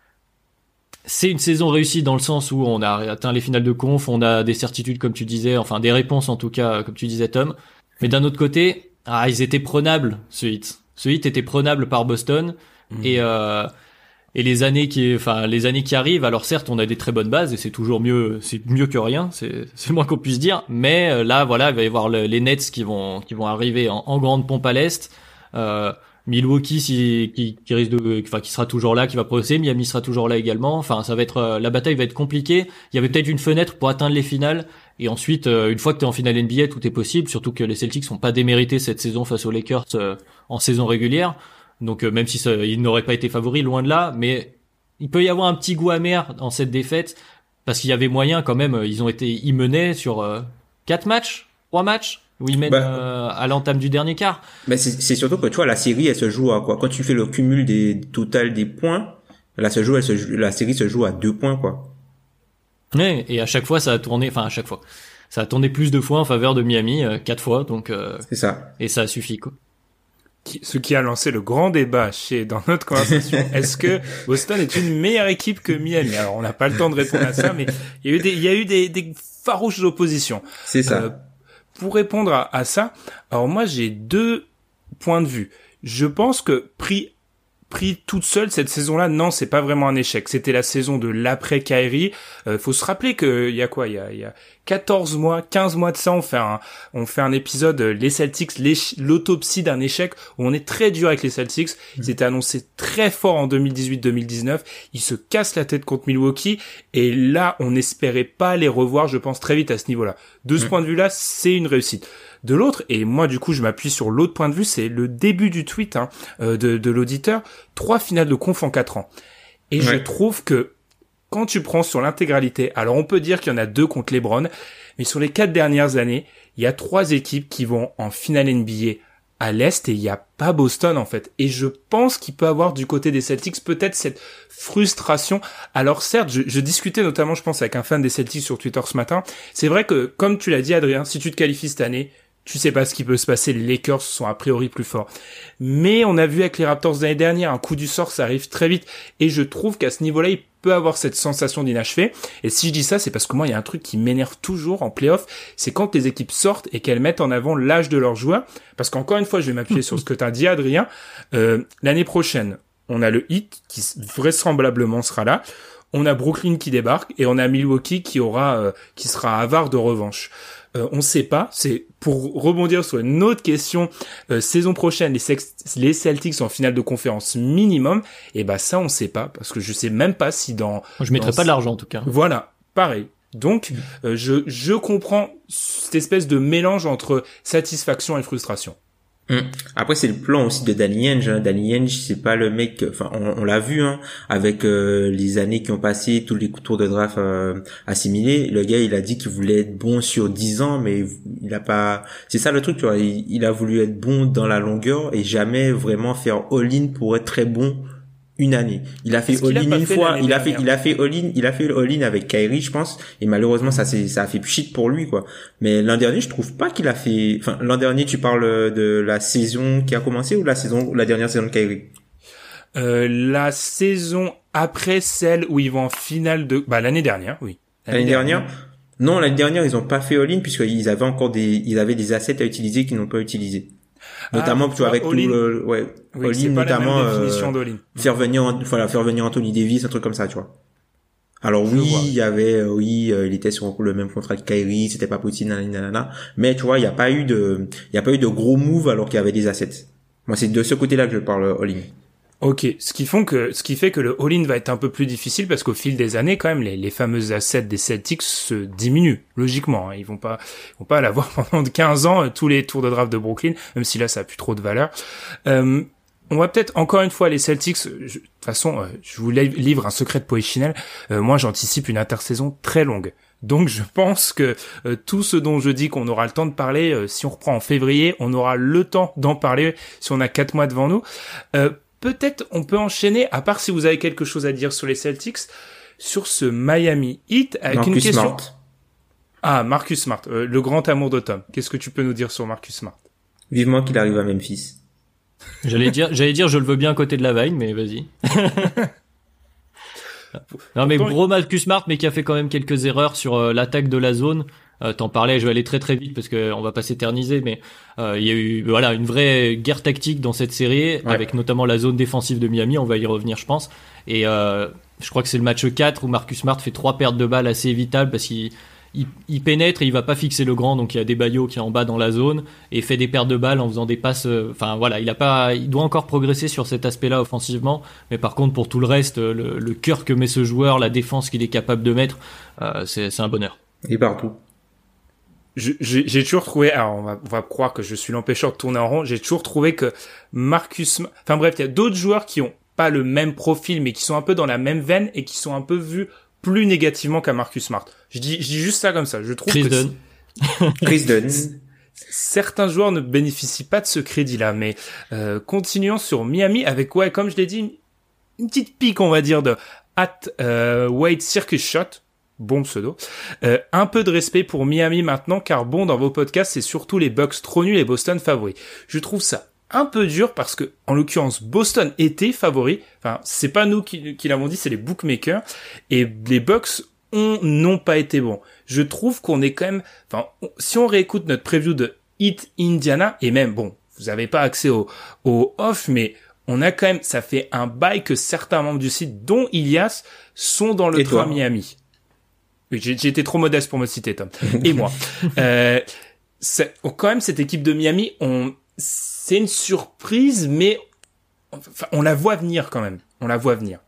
c'est une saison réussie dans le sens où on a atteint les finales de conf, on a des certitudes comme tu disais, enfin des réponses en tout cas comme tu disais Tom. Mais d'un autre côté, ah ils étaient prenables ce hit. Ce hit était prenable par Boston mmh. et euh, et les années qui, enfin les années qui arrivent. Alors certes, on a des très bonnes bases et c'est toujours mieux, c'est mieux que rien. C'est, c'est le moins qu'on puisse dire. Mais là, voilà, il va y avoir le, les Nets qui vont, qui vont arriver en, en grande pompe à l'est. Euh, Milwaukee, si, qui, qui risque de, enfin qui sera toujours là, qui va progresser. Miami sera toujours là également. Enfin, ça va être, la bataille va être compliquée. Il y avait peut-être une fenêtre pour atteindre les finales. Et ensuite, une fois que t'es en finale N B A, tout est possible. Surtout que les Celtics sont pas démérités cette saison face aux Lakers en saison régulière. Donc euh, même si ça, il n'aurait pas été favori, loin de là, mais il peut y avoir un petit goût amer dans cette défaite parce qu'il y avait moyen quand même. Ils ont été, ils menaient sur euh, quatre matchs, trois matchs où ils mènent bah, euh, à l'entame du dernier quart. Mais c'est, c'est surtout que tu vois la série, elle se joue à quoi? Quand tu fais le cumul des total des points, là se joue, elle se joue, la série se joue à deux points quoi. Ouais, et à chaque fois ça a tourné, enfin à chaque fois, ça a tourné plus de fois en faveur de Miami, euh, quatre fois, donc. Euh, c'est ça. Et ça a suffi quoi. Ce qui a lancé le grand débat chez dans notre conversation. Est-ce que Boston est une meilleure équipe que Miami? Alors on n'a pas le temps de répondre à ça, mais il y a eu des, il y a eu des, des farouches oppositions. C'est ça. Euh, pour répondre à, à ça, alors moi j'ai deux points de vue. Je pense que pris pris toute seule cette saison-là, non, c'est pas vraiment un échec. C'était la saison de l'après Kyrie. Euh, faut se rappeler que il y a quoi, il y a, il y a quatorze mois, quinze mois de ça, on fait un, on fait un épisode les Celtics, l'autopsie d'un échec où on est très dur avec les Celtics. Ils étaient annoncés très fort en deux mille dix-huit deux mille dix-neuf. Ils se cassent la tête contre Milwaukee et là, on n'espérait pas les revoir, je pense, très vite à ce niveau-là. De ce mmh. point de vue-là, c'est une réussite. De l'autre, et moi du coup je m'appuie sur l'autre point de vue, c'est le début du tweet hein, euh, de, de l'auditeur, trois finales de conf en quatre ans. Et ouais. je trouve que quand tu prends sur l'intégralité, alors on peut dire qu'il y en a deux contre LeBron, mais sur les quatre dernières années, il y a trois équipes qui vont en finale N B A à l'Est et il y a pas Boston en fait. Et je pense qu'il peut avoir du côté des Celtics peut-être cette frustration. Alors certes, je, je discutais notamment, je pense, avec un fan des Celtics sur Twitter ce matin. C'est vrai que, comme tu l'as dit, Adrien, si tu te qualifies cette année, tu sais pas ce qui peut se passer. Les Lakers sont a priori plus forts. Mais on a vu avec les Raptors l'année dernière, un coup du sort, ça arrive très vite. Et je trouve qu'à ce niveau-là, il peut avoir cette sensation d'inachevé. Et si je dis ça, c'est parce que moi, il y a un truc qui m'énerve toujours en playoff, c'est quand les équipes sortent et qu'elles mettent en avant l'âge de leurs joueurs. Parce qu'encore une fois, je vais m'appuyer sur ce que t'as dit, Adrien. Euh, l'année prochaine, on a le Heat qui vraisemblablement sera là. On a Brooklyn qui débarque et on a Milwaukee qui aura, euh, qui sera avare de revanche. Euh, on sait pas. C'est pour rebondir sur une autre question. Euh, saison prochaine, les, sex- les Celtics sont en finale de conférence minimum. Et bah ça, on sait pas parce que je sais même pas si dans. Moi, je mettrais dans... pas de l'argent en tout cas. Voilà, pareil. Donc, euh, je je comprends cette espèce de mélange entre satisfaction et frustration. Hum. Après c'est le plan aussi de Danny Ainge. Hein. Danny Ainge c'est pas le mec. Enfin on, on l'a vu hein, avec euh, les années qui ont passé, tous les tours de draft euh, assimilés. Le gars il a dit qu'il voulait être bon sur dix ans, mais il a pas. C'est ça le truc, tu vois. Il, il a voulu être bon dans la longueur et jamais vraiment faire all-in pour être très bon une année. Il a fait all-in une fois. Il a fait, il a fait all-in. Il a fait all-in avec Kyrie, je pense. Et malheureusement, ça c'est, ça a fait shit pour lui, quoi. Mais l'an dernier, je trouve pas qu'il a fait. Enfin, l'an dernier, tu parles de la saison qui a commencé ou la saison, la dernière saison de Kyrie? Euh, la saison après celle où ils vont en finale de, bah l'année dernière, oui. L'année, l'année dernière. dernière Non, l'année dernière, ils ont pas fait all-in puisqu'ils avaient encore des, ils avaient des assets à utiliser qu'ils n'ont pas utilisés. Notamment, ah, tu vois, avec tout le, ouais, oui, all-in, notamment, euh, d'all-in. faire venir, voilà, faire venir Anthony Davis, un truc comme ça, tu vois. Alors oui, il y avait, euh, oui, euh, il était sur le même contrat que Kyrie, c'était pas possible, nanana, mais tu vois, il y a pas eu de, il y a pas eu de gros moves alors qu'il y avait des assets. Moi, c'est de ce côté-là que je parle all-in. Ok, ce qui font que, ce qui fait que le all-in va être un peu plus difficile parce qu'au fil des années, quand même, les, les fameux assets des Celtics se diminuent, logiquement, hein. Ils vont pas, ils vont pas l'avoir pendant quinze ans, euh, tous les tours de draft de Brooklyn, même si là, ça a plus trop de valeur. Euh, on va peut-être, encore une fois, les Celtics, je, de toute façon, euh, je vous livre un secret de Polichinelle, euh, moi, j'anticipe une intersaison très longue. Donc je pense que euh, tout ce dont je dis qu'on aura le temps de parler, euh, si on reprend en février, on aura le temps d'en parler si on a quatre mois devant nous. Euh, Peut-être on peut enchaîner, à part si vous avez quelque chose à dire sur les Celtics, sur ce Miami Heat avec Marcus une question. Smart. Ah, Marcus Smart, euh, le grand amour de Tom. Qu'est-ce que tu peux nous dire sur Marcus Smart? Vivement qu'il arrive à Memphis. J'allais dire, j'allais dire, je le veux bien à côté de la Vine, mais vas-y. Non mais gros Marcus Smart, mais qui a fait quand même quelques erreurs sur euh, l'attaque de la zone. Euh, t'en parlais, je vais aller très très vite parce que on va pas s'éterniser, mais euh, il y a eu voilà une vraie guerre tactique dans cette série, ouais. Avec notamment la zone défensive de Miami. On va y revenir, je pense. Et euh, je crois que c'est le match quatre où Marcus Smart fait trois pertes de balles assez évitables parce qu'il il, il pénètre et il va pas fixer le grand, donc il y a des Bayo qui est en bas dans la zone et fait des pertes de balles en faisant des passes. Enfin euh, voilà, il a pas, il doit encore progresser sur cet aspect-là offensivement, mais par contre pour tout le reste, le, le cœur que met ce joueur, la défense qu'il est capable de mettre, euh, c'est, c'est un bonheur. Et partout. Je, j'ai, j'ai toujours trouvé, alors on va, on va croire que je suis l'empêcheur de tourner en rond, j'ai toujours trouvé que Marcus, enfin bref, il y a d'autres joueurs qui ont pas le même profil, mais qui sont un peu dans la même veine et qui sont un peu vus plus négativement qu'à Marcus Smart. Je dis, je dis juste ça comme ça. Je trouve Chris que Dunn. Chris Dunn. Certains joueurs ne bénéficient pas de ce crédit-là, mais euh, continuons sur Miami avec, ouais, comme je l'ai dit, une, une petite pique, on va dire, de at euh, Wade Circus Shot. Bon pseudo. Euh, un peu de respect pour Miami maintenant, car bon, dans vos podcasts, c'est surtout les Bucks trop nuls et Boston favoris. Je trouve ça un peu dur parce que, en l'occurrence, Boston était favori. Enfin, c'est pas nous qui, qui l'avons dit, c'est les bookmakers. Et les Bucks ont, n'ont pas été bons. Je trouve qu'on est quand même, enfin, on, si on réécoute notre preview de Heat Indiana, et même, bon, vous avez pas accès au, au off, mais on a quand même, ça fait un bail que certains membres du site, dont Ilias, sont dans le et train toi Miami. Oui, j'ai, j'ai été trop modeste pour me citer, Tom. Et moi. euh, c'est, quand même, cette équipe de Miami, on, c'est une surprise, mais enfin, on la voit venir quand même. On la voit venir.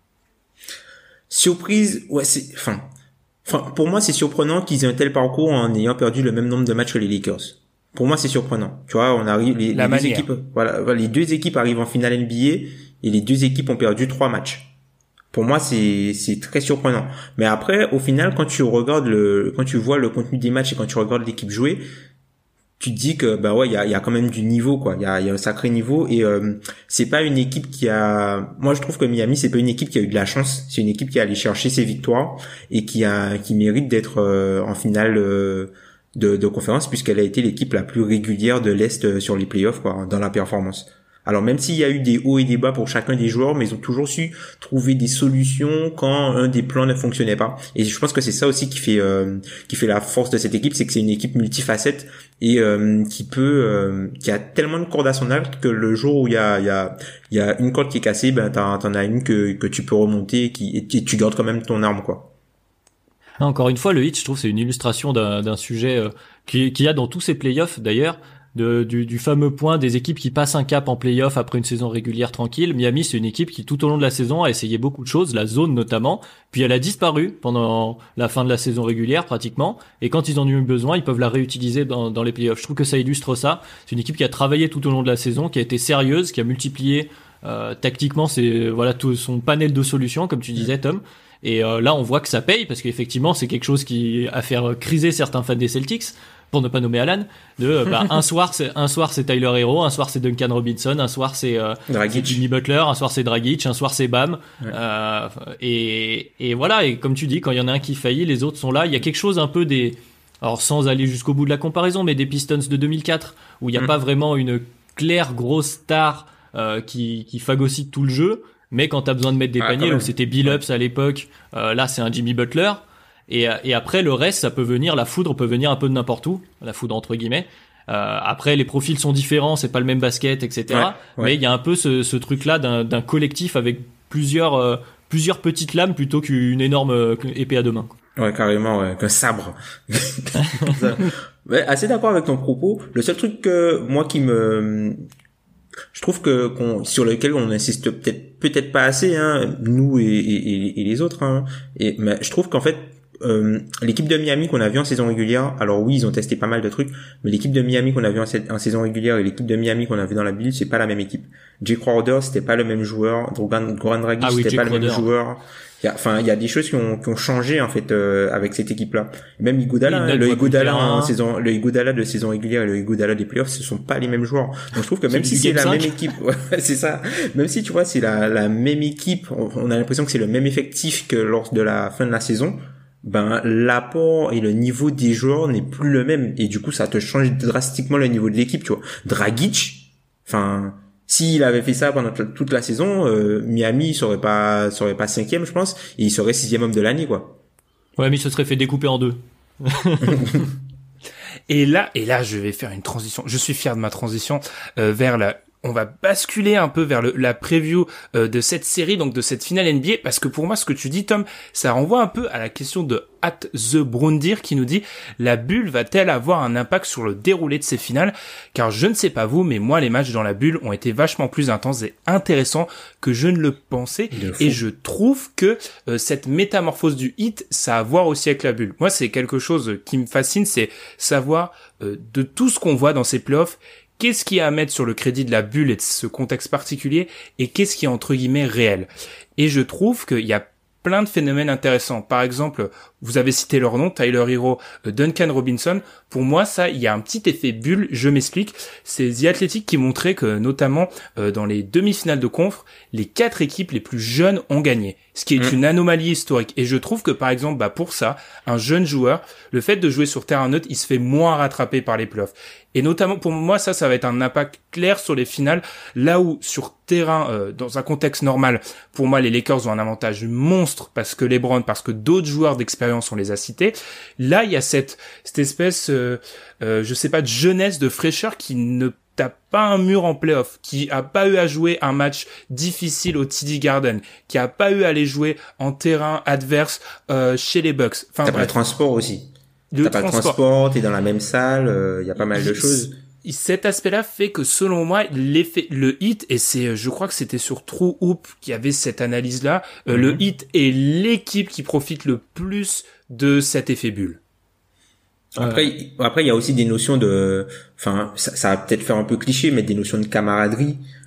Surprise, ouais, c'est, enfin, enfin, pour moi, c'est surprenant qu'ils aient un tel parcours en ayant perdu le même nombre de matchs que les Lakers. Pour moi, c'est surprenant. Tu vois, on arrive, les, les deux équipes, voilà, les deux équipes arrivent en finale N B A et les deux équipes ont perdu trois matchs. Pour moi, c'est, c'est très surprenant. Mais après, au final, quand tu regardes le, quand tu vois le contenu des matchs et quand tu regardes l'équipe jouer, tu te dis que bah ouais, il y a, y a quand même du niveau, quoi. Il y a, y a un sacré niveau et euh, c'est pas une équipe qui a. Moi, je trouve que Miami, c'est pas une équipe qui a eu de la chance. C'est une équipe qui a allé chercher ses victoires et qui a, qui mérite d'être euh, en finale euh, de, de conférence puisqu'elle a été l'équipe la plus régulière de l'Est sur les playoffs, quoi, dans la performance. Alors même s'il y a eu des hauts et des bas pour chacun des joueurs, mais ils ont toujours su trouver des solutions quand un des plans ne fonctionnait pas. Et je pense que c'est ça aussi qui fait euh, qui fait la force de cette équipe, c'est que c'est une équipe multifacette et euh, qui peut euh, qui a tellement de cordes à son arc que le jour où il y a il y a il y a une corde qui est cassée, ben t'en t'en as une que que tu peux remonter et qui et tu gardes quand même ton arme, quoi. Encore une fois, le hit, je trouve, c'est une illustration d'un, d'un sujet euh, qui qu'il y a dans tous ces playoffs d'ailleurs. De, du, du fameux point des équipes qui passent un cap en play-off après une saison régulière tranquille. Miami, c'est une équipe qui tout au long de la saison a essayé beaucoup de choses, la zone notamment, puis elle a disparu pendant la fin de la saison régulière pratiquement, et quand ils en ont eu besoin, ils peuvent la réutiliser dans, dans les play-offs. Je trouve que ça illustre ça. C'est une équipe qui a travaillé tout au long de la saison, qui a été sérieuse, qui a multiplié euh, tactiquement c'est voilà tout son panel de solutions, comme tu disais Tom. Et euh, là, on voit que ça paye, parce qu'effectivement, c'est quelque chose qui a fait criser certains fans des Celtics, pour ne pas nommer Alan, de bah, un soir c'est un soir c'est Tyler Hero, un soir c'est Duncan Robinson, un soir c'est, euh, c'est Jimmy Butler, un soir c'est Dragic, un soir c'est Bam, ouais. euh, et et voilà, et comme tu dis, quand il y en a un qui faillit, les autres sont là. Il y a quelque chose un peu des, alors sans aller jusqu'au bout de la comparaison, mais des Pistons de deux mille quatre où il n'y a mmh. pas vraiment une claire grosse star euh, qui qui phagocyte tout le jeu, mais quand t'as besoin de mettre des ah, paniers, où c'était Billups à l'époque, euh, là c'est un Jimmy Butler. Et, et après le reste, ça peut venir, la foudre peut venir un peu de n'importe où, la foudre entre guillemets. Euh, après les profils sont différents, c'est pas le même basket, et cetera. Ouais, ouais. Mais il y a un peu ce, ce truc-là d'un, d'un collectif avec plusieurs euh, plusieurs petites lames plutôt qu'une énorme euh, épée à deux mains. Ouais, carrément, ouais, qu'un sabre. Ouais, assez d'accord avec ton propos. Le seul truc que moi qui me je trouve que qu'on, sur lequel on insiste peut-être peut-être pas assez, hein, nous et, et, et les autres, hein. Et mais je trouve qu'en fait Euh, l'équipe de Miami qu'on a vu en saison régulière, alors oui, ils ont testé pas mal de trucs, mais l'équipe de Miami qu'on a vu en, en saison régulière et l'équipe de Miami qu'on a vu dans la bulle, c'est pas la même équipe. Jay Crowder, c'était pas le même joueur. Goran, Goran Dragic, ah oui, c'était Jay pas Crowder. Le même joueur. Il y a, enfin, il y a des choses qui ont, qui ont changé en fait euh, avec cette équipe-là. Même Iguodala, hein, le Iguodala en saison, le Iguodala de saison régulière et le Iguodala des playoffs, ce sont pas les mêmes joueurs. Donc je trouve que même si c'est la même équipe, ouais, c'est ça. Même si tu vois, c'est la, la même équipe, on, on a l'impression que c'est le même effectif que lors de la fin de la saison. Ben l'apport et le niveau des joueurs n'est plus le même et du coup ça te change drastiquement le niveau de l'équipe, tu vois. Dragic, enfin s'il avait fait ça pendant toute la saison, euh, Miami serait pas serait pas cinquième, je pense, et il serait sixième homme de l'année, quoi. Ouais, mais il se serait fait découper en deux. et là et là je vais faire une transition. Je suis fier de ma transition euh, vers la on va basculer un peu vers le, la preview euh, de cette série, donc de cette finale N B A, parce que pour moi, ce que tu dis, Tom, ça renvoie un peu à la question de at the Browndir qui nous dit « La bulle va-t-elle avoir un impact sur le déroulé de ces finales ?» Car je ne sais pas vous, mais moi, les matchs dans la bulle ont été vachement plus intenses et intéressants que je ne le pensais. Et je trouve que euh, cette métamorphose du hit, ça a à voir aussi avec la bulle. Moi, c'est quelque chose qui me fascine, c'est savoir euh, de tout ce qu'on voit dans ces playoffs, qu'est-ce qui est à mettre sur le crédit de la bulle et de ce contexte particulier, et qu'est-ce qui est entre guillemets réel. Et je trouve qu'il y a plein de phénomènes intéressants. Par exemple, vous avez cité leur nom, Tyler Hero, Duncan Robinson. Pour moi, ça, il y a un petit effet bulle. Je m'explique. C'est The Athletic qui montrait que, notamment, euh, dans les demi-finales de conf, les quatre équipes les plus jeunes ont gagné. Ce qui est mmh. une anomalie historique. Et je trouve que, par exemple, bah, pour ça, un jeune joueur, le fait de jouer sur terrain neutre, il se fait moins rattraper par les playoffs. Et notamment, pour moi, ça, ça va être un impact clair sur les finales. Là où, sur terrain, euh, dans un contexte normal, pour moi, les Lakers ont un avantage monstre parce que LeBron, parce que d'autres joueurs d'expérience, on les a cités. Là, il y a cette, cette espèce, euh, euh, je sais pas, de jeunesse, de fraîcheur qui ne tape pas un mur en playoff, qui a pas eu à jouer un match difficile au T D Garden, qui a pas eu à aller jouer en terrain adverse euh, chez les Bucks. Enfin, t'as bref. Pas le transport aussi. Le t'as transport. Pas le transport, t'es dans la même salle, il euh, y a pas mal de choses. Cet aspect-là fait que, selon moi, l'effet, le hit, et c'est, je crois que c'était sur True Hoop qui avait cette analyse-là, euh, mm-hmm. le hit est l'équipe qui profite le plus de cet effet bulle. Après, après, il y a aussi des notions de, enfin, ça, ça va peut-être faire un peu cliché, mais des notions de camaraderie.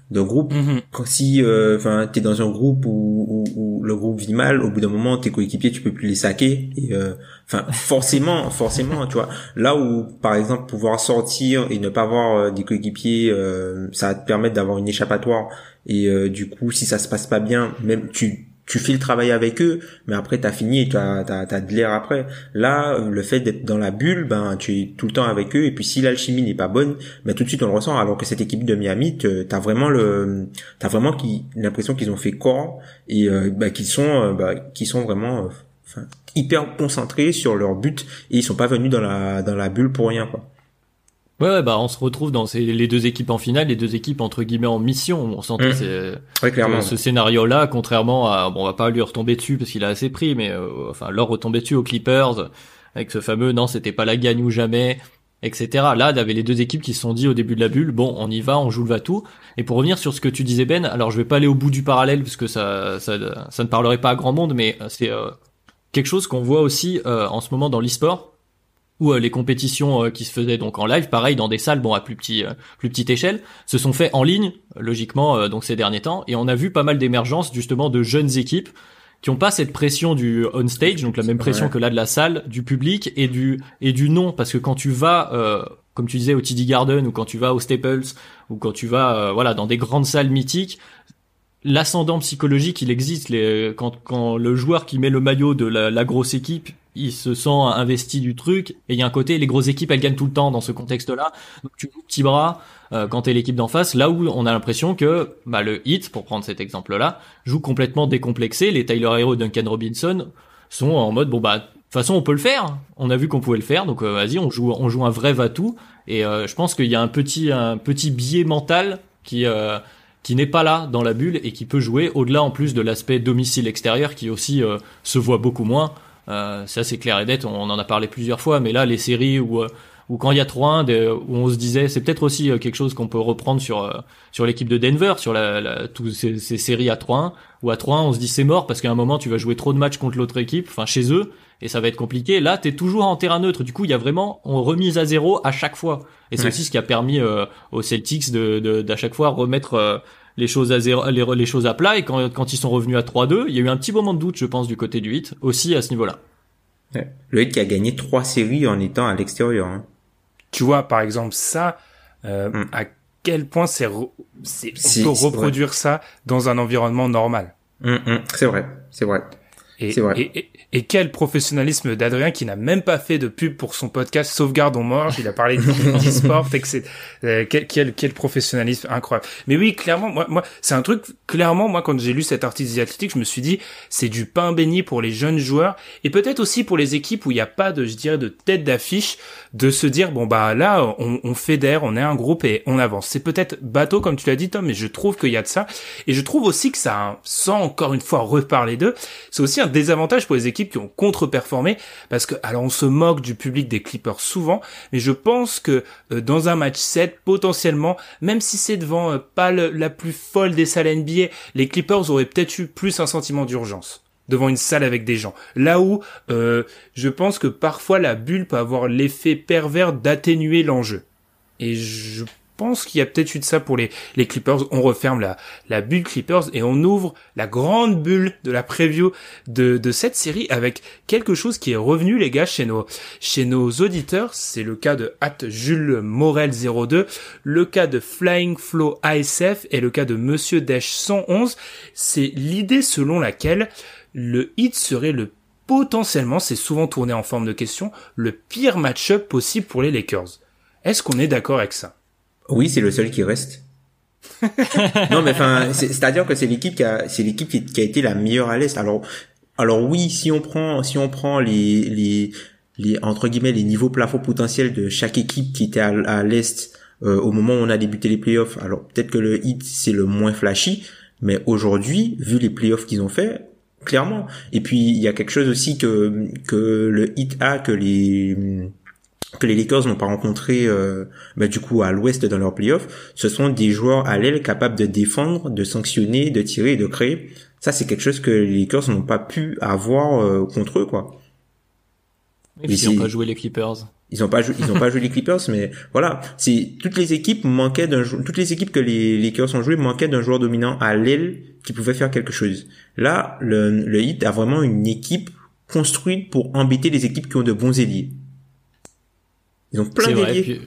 de groupe. Mm-hmm. Quand si enfin euh, t'es dans un groupe où, où, où le groupe vit mal, au bout d'un moment tes coéquipiers tu peux plus les saquer et enfin euh, forcément forcément tu vois, là où par exemple pouvoir sortir et ne pas avoir euh, des coéquipiers euh, ça va te permettre d'avoir une échappatoire et euh, du coup si ça se passe pas bien, même tu tu fais le travail avec eux, mais après t'as fini et t'as t'as t'as de l'air après. Là, le fait d'être dans la bulle, ben tu es tout le temps avec eux et puis si l'alchimie n'est pas bonne, ben tout de suite on le ressent. Alors que cette équipe de Miami, t'as vraiment le t'as vraiment qui l'impression qu'ils ont fait corps et euh, ben qu'ils sont euh, ben, qu'ils sont vraiment euh, enfin hyper concentrés sur leur but et ils sont pas venus dans la dans la bulle pour rien quoi. Ouais, ouais, bah on se retrouve dans ces, les deux équipes en finale, les deux équipes entre guillemets en mission. On sentait mmh. c'est, ouais, clairement. ce scénario-là, contrairement à, bon, on va pas lui retomber dessus parce qu'il a assez pris, mais euh, enfin leur retomber dessus aux Clippers avec ce fameux non, c'était pas la gagne ou jamais, et cetera. Là, il y avait les deux équipes qui se sont dit au début de la bulle, bon, on y va, on joue le va-tout. Et pour revenir sur ce que tu disais Ben, alors je vais pas aller au bout du parallèle parce que ça, ça, ça ne parlerait pas à grand monde, mais c'est euh, quelque chose qu'on voit aussi euh, en ce moment dans l'e-sport. Où euh, les compétitions euh, qui se faisaient donc en live, pareil dans des salles, bon à plus petit, euh, plus petite échelle, se sont faits en ligne, logiquement euh, donc ces derniers temps, et on a vu pas mal d'émergence justement de jeunes équipes qui ont pas cette pression du on stage, donc la même pression ouais. que là de la salle, du public et du et du nom, parce que quand tu vas, euh, comme tu disais au T D Garden ou quand tu vas au Staples ou quand tu vas, euh, voilà, dans des grandes salles mythiques. L'ascendant psychologique, il existe. Les, quand, quand le joueur qui met le maillot de la, la grosse équipe, il se sent investi du truc. Et il y a un côté, les grosses équipes, elles gagnent tout le temps dans ce contexte-là. Donc tu joues petit bras euh, quand t'es l'équipe d'en face. Là où on a l'impression que bah, le Heat, pour prendre cet exemple-là, joue complètement décomplexé. Les Tyler Hero et Duncan Robinson sont en mode bon bah de toute façon on peut le faire. On a vu qu'on pouvait le faire, donc euh, vas-y, on joue, on joue un vrai va-tout. Et euh, je pense qu'il y a un petit, un petit biais mental qui euh, qui n'est pas là dans la bulle et qui peut jouer au-delà en plus de l'aspect domicile extérieur qui aussi euh, se voit beaucoup moins. Euh, ça c'est clair et net, on, on en a parlé plusieurs fois, mais là les séries où, euh, où quand il y a trois un, des, où on se disait, c'est peut-être aussi euh, quelque chose qu'on peut reprendre sur euh, sur l'équipe de Denver, sur la, la toutes ces, ces séries à trois un, où à trois un on se dit c'est mort parce qu'à un moment tu vas jouer trop de matchs contre l'autre équipe, enfin chez eux, et ça va être compliqué. Là t'es toujours en terrain neutre, du coup il y a vraiment on remise à zéro à chaque fois, et c'est ouais. aussi ce qui a permis euh, aux Celtics de, de d'à chaque fois remettre euh, les choses à zéro, les, les choses à plat, et quand, quand ils sont revenus à trois deux, il y a eu un petit moment de doute, je pense, du côté du Heat, aussi à ce niveau-là. Ouais. Le Heat qui a gagné trois séries en étant à l'extérieur. Hein. Tu vois, par exemple, ça, euh, mm. à quel point c'est, re- c'est on si, peut reproduire ouais. ça dans un environnement normal. Mm, mm, c'est vrai, c'est vrai. Et, c'est vrai. Et, et, et quel professionnalisme d'Adrien qui n'a même pas fait de pub pour son podcast Sauvegarde on mange. Il a parlé d'e-sport, et que c'est euh, quel, quel quel professionnalisme incroyable. Mais oui, clairement, moi moi c'est un truc clairement moi quand j'ai lu cet article The Athletic, je me suis dit c'est du pain béni pour les jeunes joueurs et peut-être aussi pour les équipes où il n'y a pas de je dirais de tête d'affiche, de se dire bon bah là on, on fédère, on est un groupe et on avance. C'est peut-être bateau comme tu l'as dit Tom, mais je trouve qu'il y a de ça et je trouve aussi que ça, sans encore une fois reparler d'eux, c'est aussi un désavantage pour les équipes qui ont contre-performé parce que alors on se moque du public des Clippers souvent, mais je pense que euh, dans un match sept potentiellement, même si c'est devant euh, pas le, la plus folle des salles N B A, les Clippers auraient peut-être eu plus un sentiment d'urgence devant une salle avec des gens. Là où euh, je pense que parfois la bulle peut avoir l'effet pervers d'atténuer l'enjeu. Et je Je pense qu'il y a peut-être eu de ça pour les, les Clippers. On referme la, la bulle Clippers et on ouvre la grande bulle de la preview de, de cette série avec quelque chose qui est revenu, les gars, chez nos, chez nos auditeurs. C'est le cas de at Jules Morel zéro deux, le cas de Flying Flow A S F et le cas de Monsieur Dash cent onze. C'est l'idée selon laquelle le Heat serait le potentiellement, c'est souvent tourné en forme de question, le pire match-up possible pour les Lakers. Est-ce qu'on est d'accord avec ça? Oui, c'est le seul qui reste. Non, mais enfin, c'est, c'est-à-dire que c'est l'équipe qui a, c'est l'équipe qui, qui a été la meilleure à l'est. Alors, alors oui, si on prend, si on prend les, les, les entre guillemets les niveaux plafond potentiels de chaque équipe qui était à, à l'est euh, au moment où on a débuté les playoffs. Alors peut-être que le Heat c'est le moins flashy, mais aujourd'hui, vu les playoffs qu'ils ont fait, clairement. Et puis il y a quelque chose aussi que que le Heat a que les que les Lakers n'ont pas rencontré euh, bah, du coup à l'ouest dans leurs playoffs, ce sont des joueurs à l'aile capables de défendre, de sanctionner, de tirer et de créer. Ça c'est quelque chose que les Lakers n'ont pas pu avoir euh, contre eux quoi. Et puis ils n'ont pas joué les Clippers. Ils ont pas joué, ils ont pas joué les Clippers, mais voilà, c'est toutes les équipes manquaient d'un jou- toutes les équipes que les Lakers ont joué manquaient d'un joueur dominant à l'aile qui pouvait faire quelque chose. Là, le, le Heat a vraiment une équipe construite pour embêter les équipes qui ont de bons ailiers. Ils ont plein d'ailiers. Puis...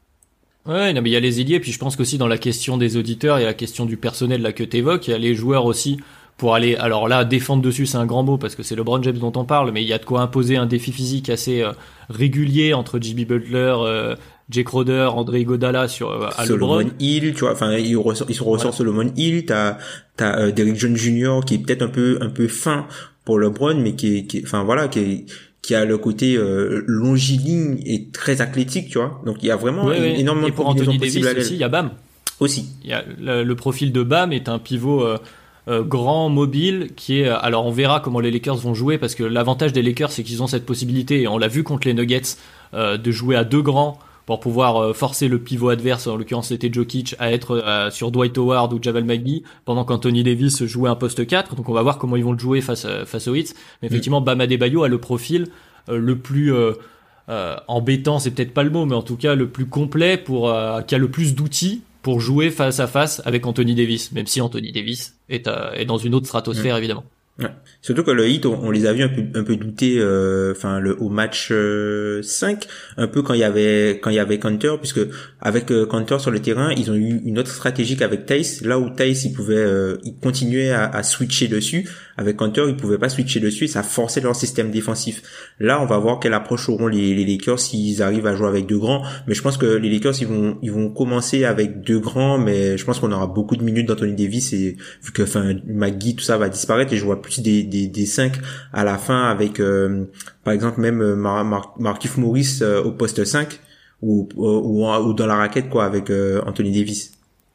Ouais, non, mais il y a les ailiers, puis je pense qu'aussi dans la question des auditeurs, il y a la question du personnel là que t'évoques, il y a les joueurs aussi pour aller, alors là, défendre dessus, c'est un grand mot parce que c'est LeBron James dont on parle, mais il y a de quoi imposer un défi physique assez euh, régulier entre Jimmy Butler, euh, Jay Crowder, André Iguodala sur euh, à Solomon LeBron. Hill, tu vois, enfin il ressort, il se ressort voilà. Solomon Hill, t'as t'as euh, Derrick Jones junior qui est peut-être un peu un peu fin pour LeBron, mais qui est, qui est, enfin voilà, qui est qui a le côté euh, longiligne et très athlétique, tu vois. Donc il y a vraiment ouais, ouais. énormément et de pour combinaisons Anthony possibles Davis à aussi, il y a Bam. Aussi. Il y a le, le profil de Bam est un pivot euh, euh, grand, mobile, qui est. Alors on verra comment les Lakers vont jouer parce que l'avantage des Lakers c'est qu'ils ont cette possibilité et on l'a vu contre les Nuggets euh, de jouer à deux grands pour pouvoir euh, forcer le pivot adverse, en l'occurrence c'était Jokic, à être euh, sur Dwight Howard ou Jamal McGee pendant qu'Anthony Davis jouait un poste quatre. Donc on va voir comment ils vont le jouer face à, face aux Heat. Mais effectivement, Bam Adebayo a le profil euh, le plus euh, euh, embêtant, c'est peut-être pas le mot, mais en tout cas le plus complet pour euh, qui a le plus d'outils pour jouer face à face avec Anthony Davis, même si Anthony Davis est, euh, est dans une autre stratosphère mmh. évidemment. Ouais. Surtout que le Heat, on, on les a vus un peu, un peu douter, enfin euh, le au match euh, cinq, un peu quand il y avait quand il y avait Kanter, puisque avec euh, Kanter sur le terrain, ils ont eu une autre stratégie qu'avec Theis. Là où Theis, il pouvait, euh, il continuait à, à switcher dessus. Avec Kanter, ils pouvaient pas switcher dessus et ça forçait leur système défensif. Là, on va voir quelle approche auront les, les Lakers s'ils arrivent à jouer avec deux grands. Mais je pense que les Lakers, ils vont, ils vont commencer avec deux grands, mais je pense qu'on aura beaucoup de minutes d'Anthony Davis et vu que, enfin, McGee, tout ça va disparaître et je vois plus des, des, des cinq à la fin avec, euh, par exemple, même Mar- Mar- Markieff Morris euh, au poste cinq ou, ou, ou dans la raquette, quoi, avec euh, Anthony Davis.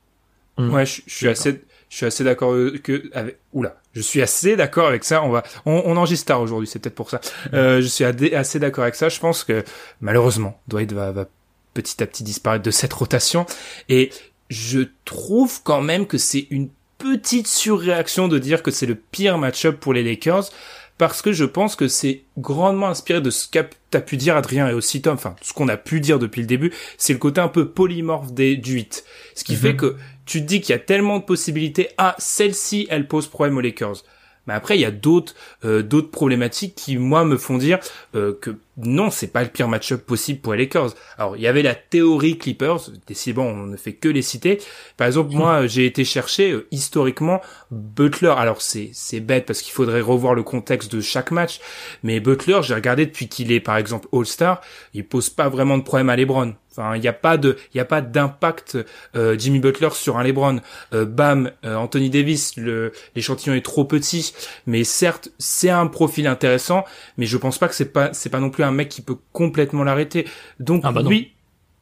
Ouais, je, je suis assez... Je suis assez d'accord que avec oula, je suis assez d'accord avec ça. On va, on, on enregistre tard aujourd'hui, c'est peut-être pour ça. Euh, je suis adé, assez d'accord avec ça. Je pense que malheureusement, Dwight va, va petit à petit disparaître de cette rotation. Et je trouve quand même que c'est une petite surréaction de dire que c'est le pire match-up pour les Lakers, parce que je pense que c'est grandement inspiré de ce qu'a t'as pu dire Adrien et aussi Tom, enfin ce qu'on a pu dire depuis le début, c'est le côté un peu polymorphe des, du Heat. Ce qui mm-hmm. fait que tu te dis qu'il y a tellement de possibilités. Ah, celle-ci, elle pose problème aux Lakers. Mais après, il y a d'autres euh, d'autres problématiques qui, moi, me font dire euh, que non, c'est pas le pire match-up possible pour les Lakers. Alors, il y avait la théorie Clippers, décidément, on ne fait que les citer. Par exemple, moi, j'ai été chercher euh, historiquement Butler. Alors, c'est c'est bête parce qu'il faudrait revoir le contexte de chaque match. Mais Butler, j'ai regardé depuis qu'il est, par exemple, All-Star, il pose pas vraiment de problème à LeBron. Enfin, il y a pas de, il y a pas d'impact euh, Jimmy Butler sur un LeBron. Euh, Bam, euh, Anthony Davis, le l'échantillon est trop petit, mais certes, c'est un profil intéressant, mais je pense pas que c'est pas, c'est pas non plus un mec qui peut complètement l'arrêter. Donc ah bah oui,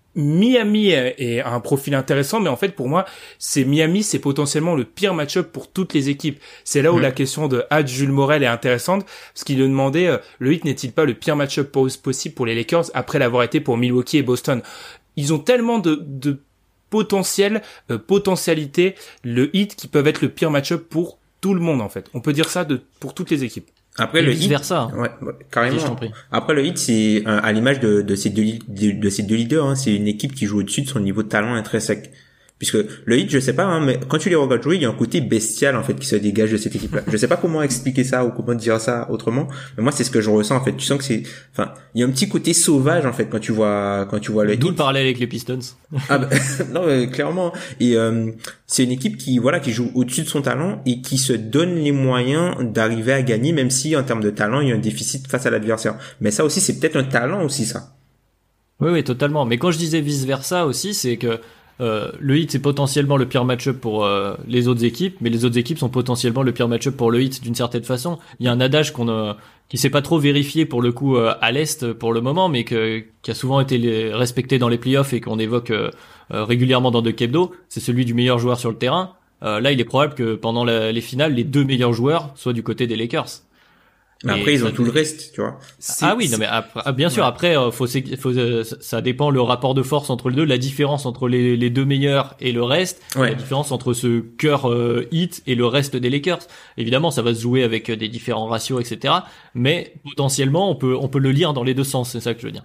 Miami est, est un profil intéressant, mais en fait pour moi, c'est Miami, c'est potentiellement le pire match-up pour toutes les équipes. C'est là où mmh. la question de Had Jules Morel est intéressante, parce qu'il lui demandait euh, le Heat n'est-il pas le pire match-up possible pour les Lakers après l'avoir été pour Milwaukee et Boston. Ils ont tellement de, de potentiel, euh, potentialité, le Heat qui peuvent être le pire match-up pour tout le monde en fait. On peut dire ça de pour toutes les équipes. Après et le vice Heat, versa. ouais, ouais carrément. Après le Heat, c'est euh, à l'image de, de ces deux de, de ces deux leaders, hein, c'est une équipe qui joue au-dessus de son niveau de talent intrinsèque. Puisque le Heat, je sais pas, hein, mais quand tu les regardes jouer, il y a un côté bestial en fait qui se dégage de cette équipe-là. Je sais pas comment expliquer ça ou comment dire ça autrement, mais moi c'est ce que je ressens en fait. Tu sens que c'est, enfin, il y a un petit côté sauvage en fait quand tu vois quand tu vois le Heat. D'où le parallèle avec les Pistons. Ah bah, non, euh, clairement. Et euh, c'est une équipe qui voilà qui joue au-dessus de son talent et qui se donne les moyens d'arriver à gagner, même si en termes de talent il y a un déficit face à l'adversaire. Mais ça aussi c'est peut-être un talent aussi ça. Oui oui totalement. Mais quand je disais vice versa aussi, c'est que Euh, le Heat c'est potentiellement le pire match-up pour euh, les autres équipes, mais les autres équipes sont potentiellement le pire match-up pour le Heat d'une certaine façon. Il y a un adage qu'on a, qui s'est pas trop vérifié pour le coup euh, à l'est pour le moment, mais que, qui a souvent été les, respecté dans les playoffs et qu'on évoque euh, euh, régulièrement dans Duck Hebdo, c'est celui du meilleur joueur sur le terrain. Euh, là, il est probable que pendant la, les finales, les deux meilleurs joueurs soient du côté des Lakers. Mais après, et ils ont tout le reste, tu vois. Ah oui, non mais après, bien sûr, ouais. après, faut, faut, ça dépend le rapport de force entre les deux, la différence entre les, les deux meilleurs et le reste, ouais. la différence entre ce cœur euh, Heat et le reste des Lakers. Évidemment, ça va se jouer avec des différents ratios, et cetera. Mais potentiellement, on peut, on peut le lire dans les deux sens, c'est ça que je veux dire.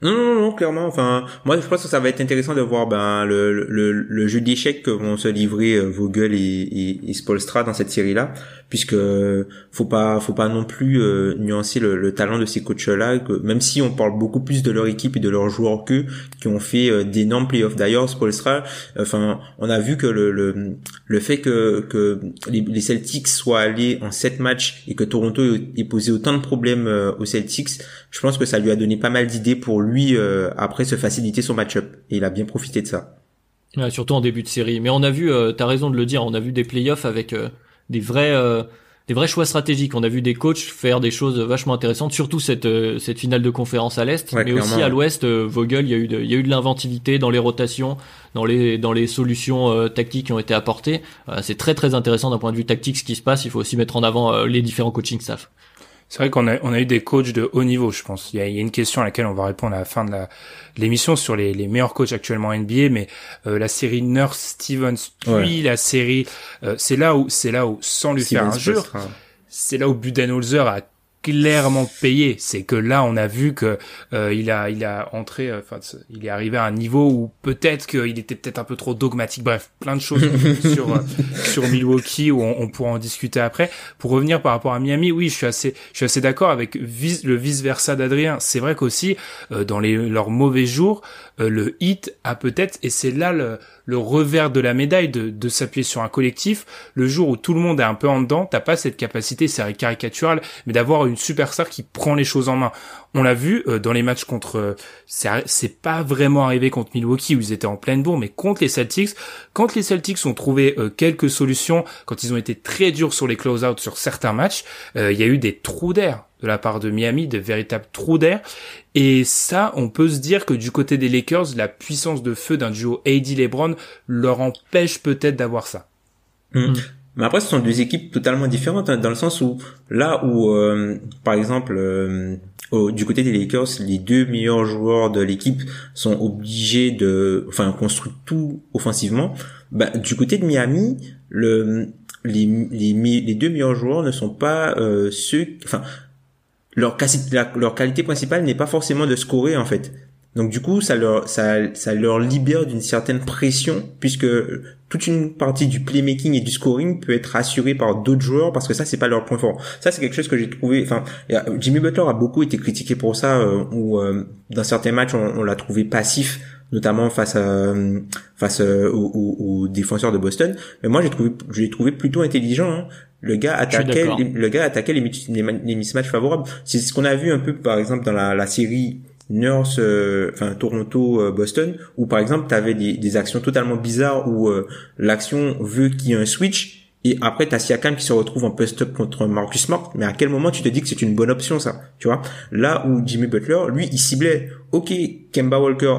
Non, non, non, clairement. Enfin, moi, je pense que ça va être intéressant de voir ben le le, le jeu d'échecs que vont se livrer euh, Vogel et, et, et Spoelstra dans cette série-là, puisque faut pas faut pas non plus euh, nuancer le, le talent de ces coachs-là. Que, même si on parle beaucoup plus de leur équipe et de leurs joueurs qu'eux, qui ont fait euh, d'énormes playoffs. D'ailleurs, Spoelstra, enfin, on a vu que le le le fait que que les, les Celtics soient allés en sept matchs et que Toronto ait posé autant de problèmes euh, aux Celtics, je pense que ça lui a donné pas mal d'idées pour lui. lui euh, après se faciliter son match-up et il a bien profité de ça. Ouais, surtout en début de série. Mais on a vu, euh, t'as raison de le dire, on a vu des playoffs avec euh, des vrais euh, des vrais choix stratégiques. On a vu des coachs faire des choses vachement intéressantes, surtout cette euh, cette finale de conférence à l'est, ouais, mais aussi à l'ouest. Euh, Vogel, il y a eu de, il y a eu de l'inventivité dans les rotations, dans les dans les solutions euh, tactiques qui ont été apportées. Euh, c'est très très intéressant d'un point de vue tactique ce qui se passe. Il faut aussi mettre en avant euh, les différents coaching staff. C'est vrai qu'on a, on a eu des coachs de haut niveau, je pense. Il y a, il y a une question à laquelle on va répondre à la fin de la, de l'émission sur les, les meilleurs coachs actuellement en N B A, mais euh, la série Nurse Stevens, puis ouais. la série, euh, c'est là où, c'est là où, sans lui Stevens faire injure, c'est là où Budenholzer a clairement payé. C'est que là, on a vu que euh, il a, il a entré, enfin, euh, il est arrivé à un niveau où peut-être qu'il était peut-être un peu trop dogmatique. Bref, plein de choses sur euh, sur Milwaukee où on, on pourra en discuter après. Pour revenir par rapport à Miami, oui, je suis assez, je suis assez d'accord avec vice, le vice versa d'Adrien. C'est vrai qu'aussi euh, dans les leurs mauvais jours, euh, le Heat a peut-être, et c'est là le le revers de la médaille de, de s'appuyer sur un collectif. Le jour où tout le monde est un peu en dedans, t'as pas cette capacité, c'est caricatural, mais d'avoir une superstar qui prend les choses en main. On l'a vu euh, dans les matchs contre, euh, c'est, c'est pas vraiment arrivé contre Milwaukee où ils étaient en pleine bourre, mais contre les Celtics, quand les Celtics ont trouvé euh, quelques solutions, quand ils ont été très durs sur les close-out sur certains matchs, euh, il y a eu des trous d'air de la part de Miami, de véritables trous d'air. Et ça, on peut se dire que du côté des Lakers, la puissance de feu d'un duo A D-LeBron leur empêche peut-être d'avoir ça. Mmh. Mais après, ce sont deux équipes totalement différentes, hein, dans le sens où, là où, euh, par exemple, euh, au, du côté des Lakers, les deux meilleurs joueurs de l'équipe sont obligés de, enfin, construire tout offensivement, bah, du côté de Miami, le, les, les, les deux meilleurs joueurs ne sont pas euh, ceux, enfin, leur, leur qualité principale n'est pas forcément de scorer, en fait. Donc du coup, ça leur ça ça leur libère d'une certaine pression, puisque toute une partie du playmaking et du scoring peut être assurée par d'autres joueurs, parce que ça c'est pas leur point fort. Ça c'est quelque chose que j'ai trouvé, enfin Jimmy Butler a beaucoup été critiqué pour ça, euh, où euh, dans certains matchs on, on l'a trouvé passif, notamment face à face euh, aux, aux, aux défenseurs de Boston. Mais moi j'ai trouvé je l'ai trouvé plutôt intelligent, hein. Le gars attaquait les, le gars attaquait les, les, les mismatchs favorables. C'est ce qu'on a vu un peu par exemple dans la, la série Nurse, euh, enfin Toronto, euh, Boston, où par exemple t'avais des, des actions totalement bizarres où euh, l'action veut qu'il y ait un switch et après t'as Siakam qui se retrouve en post-up contre Marcus Smart. Mais à quel moment tu te dis que c'est une bonne option ça, tu vois? Là où Jimmy Butler, lui, il ciblait, ok, Kemba Walker,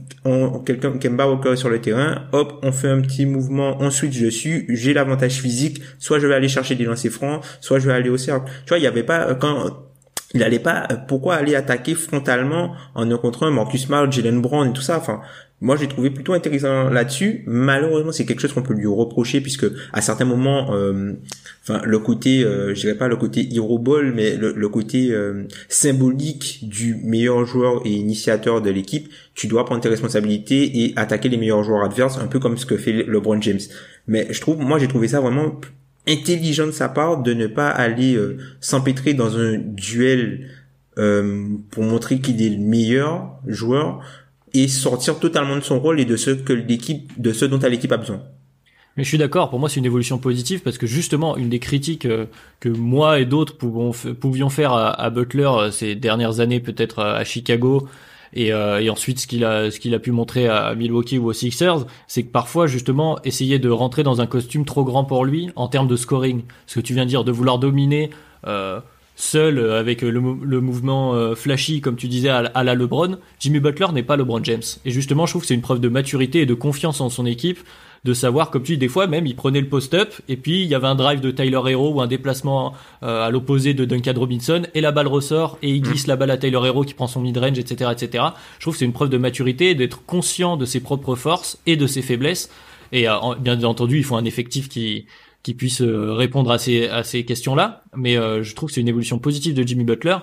on, quelqu'un Kemba Walker sur le terrain, hop, on fait un petit mouvement, on switch dessus, j'ai l'avantage physique, soit je vais aller chercher des lancers francs, soit je vais aller au cercle. Tu vois, il y avait pas quand il allait pas, pourquoi aller attaquer frontalement en un contre un Marcus Smart, Jaylen Brown et tout ça. Enfin, moi j'ai trouvé plutôt intéressant là-dessus. Malheureusement, c'est quelque chose qu'on peut lui reprocher, puisque à certains moments, euh, enfin le côté, euh, je dirais pas le côté hero ball, mais le, le côté euh, symbolique du meilleur joueur et initiateur de l'équipe, tu dois prendre tes responsabilités et attaquer les meilleurs joueurs adverses, un peu comme ce que fait LeBron James. Mais je trouve, moi j'ai trouvé ça vraiment intelligent de sa part de ne pas aller euh, s'empêtrer dans un duel euh, pour montrer qu'il est le meilleur joueur et sortir totalement de son rôle et de ce que l'équipe, de ce dont l'équipe a besoin. Mais je suis d'accord, pour moi c'est une évolution positive, parce que justement une des critiques euh, que moi et d'autres pouvons, pouvions faire à, à Butler euh, ces dernières années, peut-être à, à Chicago, et, euh, et ensuite ce qu'il a ce qu'il a pu montrer à Milwaukee ou aux Sixers, c'est que parfois justement essayer de rentrer dans un costume trop grand pour lui en termes de scoring, ce que tu viens de dire, de vouloir dominer euh, seul avec le, le mouvement euh, flashy comme tu disais à, à la LeBron. Jimmy Butler n'est pas LeBron James, et justement je trouve que c'est une preuve de maturité et de confiance en son équipe, de savoir, comme tu dis, des fois même il prenait le post-up et puis il y avait un drive de Tyler Hero ou un déplacement euh, à l'opposé de Duncan Robinson et la balle ressort et il glisse la balle à Tyler Hero qui prend son mid-range, etc., etc. Je trouve que c'est une preuve de maturité, d'être conscient de ses propres forces et de ses faiblesses, et euh, bien entendu il faut un effectif qui qui puisse euh, répondre à ces à ces questions-là, mais euh, je trouve que c'est une évolution positive de Jimmy Butler.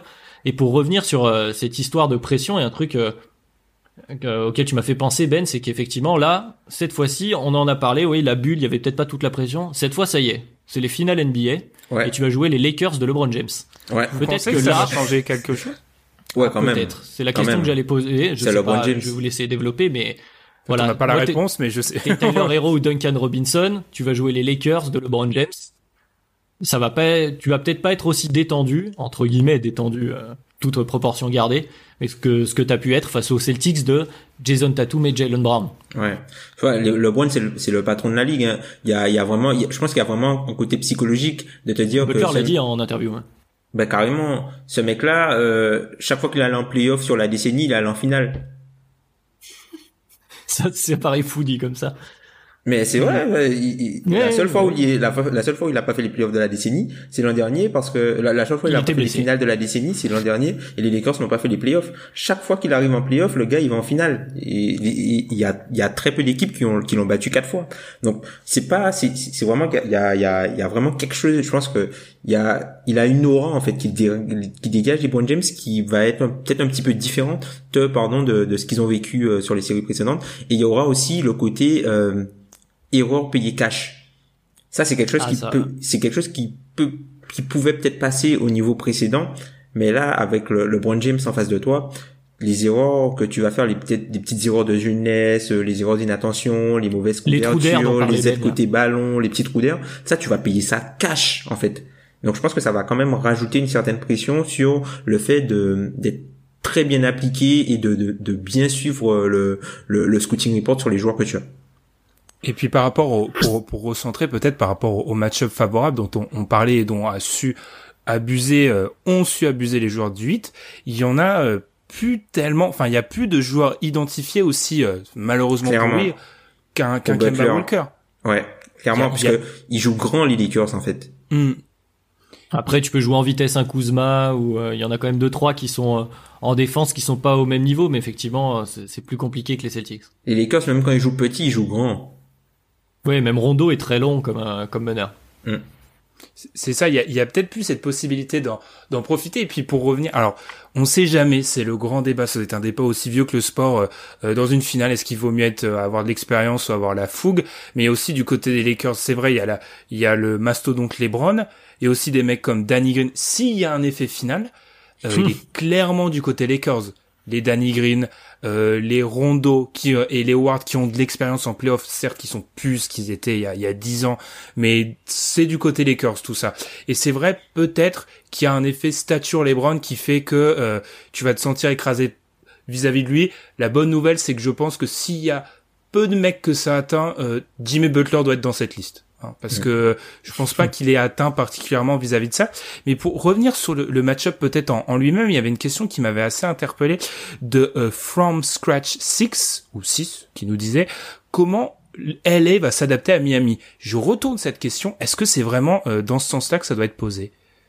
Et pour revenir sur euh, cette histoire de pression, il y a un truc euh, euh, auquel tu m'as fait penser, Ben, c'est qu'effectivement là, cette fois-ci, on en a parlé. Oui, la bulle, il y avait peut-être pas toute la pression. Cette fois, ça y est, c'est les finales N B A Ouais. et tu vas jouer les Lakers de LeBron James. Ouais. Vous Peut-être pensez que que ça là, va changer quelque chose? Ouais, quand même. peut-être. C'est la Quand question même. que j'allais poser. Je C'est sais LeBron pas, James. je vais vous laisser développer, mais Voilà. On voilà. n'a pas la Moi, t'es- réponse, mais je sais. T'es Tyler Hero ou Duncan Robinson, tu vas jouer les Lakers de LeBron James. Ça va pas, tu vas peut-être pas être aussi détendu, entre guillemets détendu, euh, toute proportion gardée, mais ce que ce que t'as pu être face aux Celtics de Jason Tatum et Jaylen Brown. Ouais. Tu vois, le- LeBron, c'est le, c'est le patron de la ligue, hein. Il y a, il y a vraiment, il y a- je pense qu'il y a vraiment un côté psychologique de te dire que Butler ce- l'a dit en interview. Hein. ben, carrément, ce mec-là, euh, chaque fois qu'il allait en playoff sur la décennie, il allait en finale. Ça, c'est pareil fou dit comme ça. Mais c'est vrai, ouais, il- il- Ouais, la seule ouais, fois où ouais. il est, la, fois- la seule fois où il a pas fait les playoffs de la décennie, c'est l'an dernier, parce que la, la seule fois où il, Il a pas était fait les blessé. finales de la décennie, c'est l'an dernier, et les Lakers n'ont pas fait les playoffs. Chaque fois qu'il arrive en playoff, le gars, il va en finale. Et il il y a, il y a très peu d'équipes qui ont, qui l'ont battu quatre fois. Donc, c'est pas, c'est, c'est vraiment qu'il y a, il y a, il y a vraiment quelque chose, je pense que il y a, il a une aura, en fait, qui, dé, qui dégage LeBron James, qui va être un- peut-être un petit peu différente, de, pardon, de, de ce qu'ils ont vécu euh, sur les séries précédentes. Et il y aura aussi le côté, euh, erreur payée cash. Ça, c'est quelque chose Ah, qui ça. peut, c'est quelque chose qui peut, qui pouvait peut-être passer au niveau précédent, mais là, avec le, le LeBron James en face de toi, les erreurs que tu vas faire, les peut-être des petites erreurs de jeunesse, euh, les erreurs d'inattention, les mauvaises Les trous d'air dont couvertures, parlait les aides Ben, côté ballon, les petits trous d'air, ça, tu vas payer ça cash, en fait. Donc, je pense que ça va quand même rajouter une certaine pression sur le fait de, d'être très bien appliqué et de, de, de bien suivre le, le, le scouting report sur les joueurs que tu as. Et puis par rapport au, pour, pour recentrer peut-être par rapport au, au match-up favorable dont on, on parlait et dont a su abuser, euh, ont su abuser les joueurs du huit, il y en a euh, plus tellement, enfin il y a plus de joueurs identifiés aussi euh, malheureusement Clairement. pour lui qu'un qu'un Pour Kemba Butler. Walker. Ouais, clairement, Y a- parce y a- que ils jouent grand les Lakers en fait. Hmm. Après, tu peux jouer en vitesse un Kuzma, ou euh, il y en a quand même deux trois qui sont euh, en défense, qui sont pas au même niveau, mais effectivement, euh, c'est, c'est plus compliqué que les Celtics. Les Lakers, même quand ils jouent petit, ils jouent grand. Oui, même Rondo est très long comme un, comme meneur. C'est- C'est ça, il y a, il y a peut-être plus cette possibilité d'en, d'en profiter. Et puis pour revenir, alors on sait jamais, c'est le grand débat, ça doit être un débat aussi vieux que le sport. euh, euh, dans une finale, est-ce qu'il vaut mieux être, euh, avoir de l'expérience ou avoir la fougue? Mais aussi du côté des Lakers, c'est vrai, il y a la, il y a le mastodonte LeBron et aussi des mecs comme Danny Green. S'il y a un effet final, euh, il est clairement du côté Lakers. Les Danny Green, euh, les Rondo qui, euh, et les Ward qui ont de l'expérience en playoff, certes qui sont plus ce qu'ils étaient il y a, il y a dix ans, mais c'est du côté Lakers tout ça. Et c'est vrai peut-être qu'il y a un effet stature LeBron qui fait que euh, tu vas te sentir écrasé vis-à-vis de lui. La bonne nouvelle, c'est que je pense que s'il y a peu de mecs que ça atteint, euh, Jimmy Butler doit être dans cette liste. Hein, parce que je pense pas qu'il ait atteint particulièrement vis-à-vis de ça. Mais pour revenir sur le, le match-up peut-être en, en lui-même, il y avait une question qui m'avait assez interpellé de euh, From Scratch six ou six qui nous disait comment L A va s'adapter à Miami. Je retourne cette question. Est-ce que c'est vraiment euh, dans ce sens-là que ça doit être posé?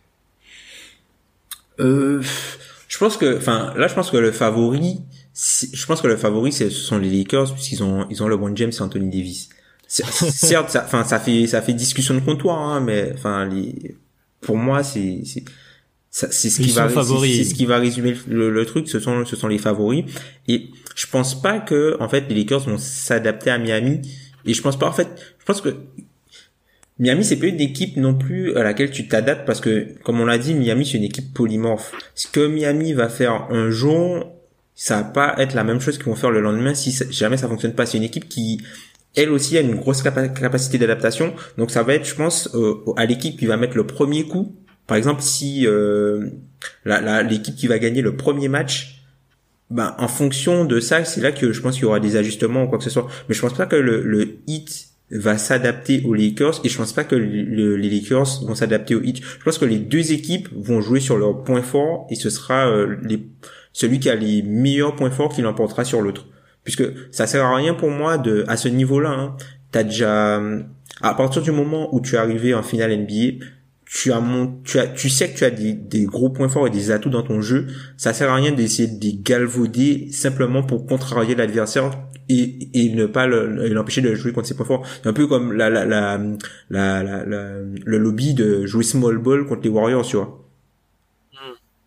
Euh, je pense que, enfin, là, je pense que le favori, c'est- je pense que le favori, c'est, ce sont les Lakers puisqu'ils ont, ils ont LeBron James et Anthony Davis. C'est- Certes, ça, enfin, ça fait, ça fait discussion de comptoir, hein, mais, enfin, les, pour moi, c'est, c'est, ça, c'est ce Ils qui va, sont favoris. c'est, c'est ce qui va résumer le, le truc. Ce sont, ce sont les favoris. Et je pense pas que, en fait, les Lakers vont s'adapter à Miami. Et je pense pas, en fait, je pense que Miami, c'est pas une équipe non plus à laquelle tu t'adaptes parce que, comme on l'a dit, Miami, c'est une équipe polymorphe. Ce que Miami va faire un jour, ça va pas être la même chose qu'ils vont faire le lendemain si ça- jamais ça fonctionne pas. C'est une équipe qui, elle aussi, a une grosse capa- capacité d'adaptation. Donc, ça va être, je pense, euh, à l'équipe qui va mettre le premier coup. Par exemple, si euh, la, la, l'équipe qui va gagner le premier match, ben, en fonction de ça, c'est là que je pense qu'il y aura des ajustements ou quoi que ce soit. Mais je pense pas que le, le Heat va s'adapter aux Lakers et je pense pas que le- le- les Lakers vont s'adapter aux Heat. Je pense que les deux équipes vont jouer sur leurs points forts et ce sera euh, les, celui qui a les meilleurs points forts qui l'emportera sur l'autre. Puisque ça sert à rien pour moi de, à ce niveau-là, hein, t'as déjà, à partir du moment où tu es arrivé en finale N B A, tu as mon, tu as, tu sais que tu as des, des gros points forts et des atouts dans ton jeu. Ça sert à rien d'essayer de les galvauder simplement pour contrarier l'adversaire et, et ne pas le, l'empêcher de jouer contre ses points forts. C'est un peu comme la, la, la, la, la, la- le lobby de jouer small ball contre les Warriors, tu vois.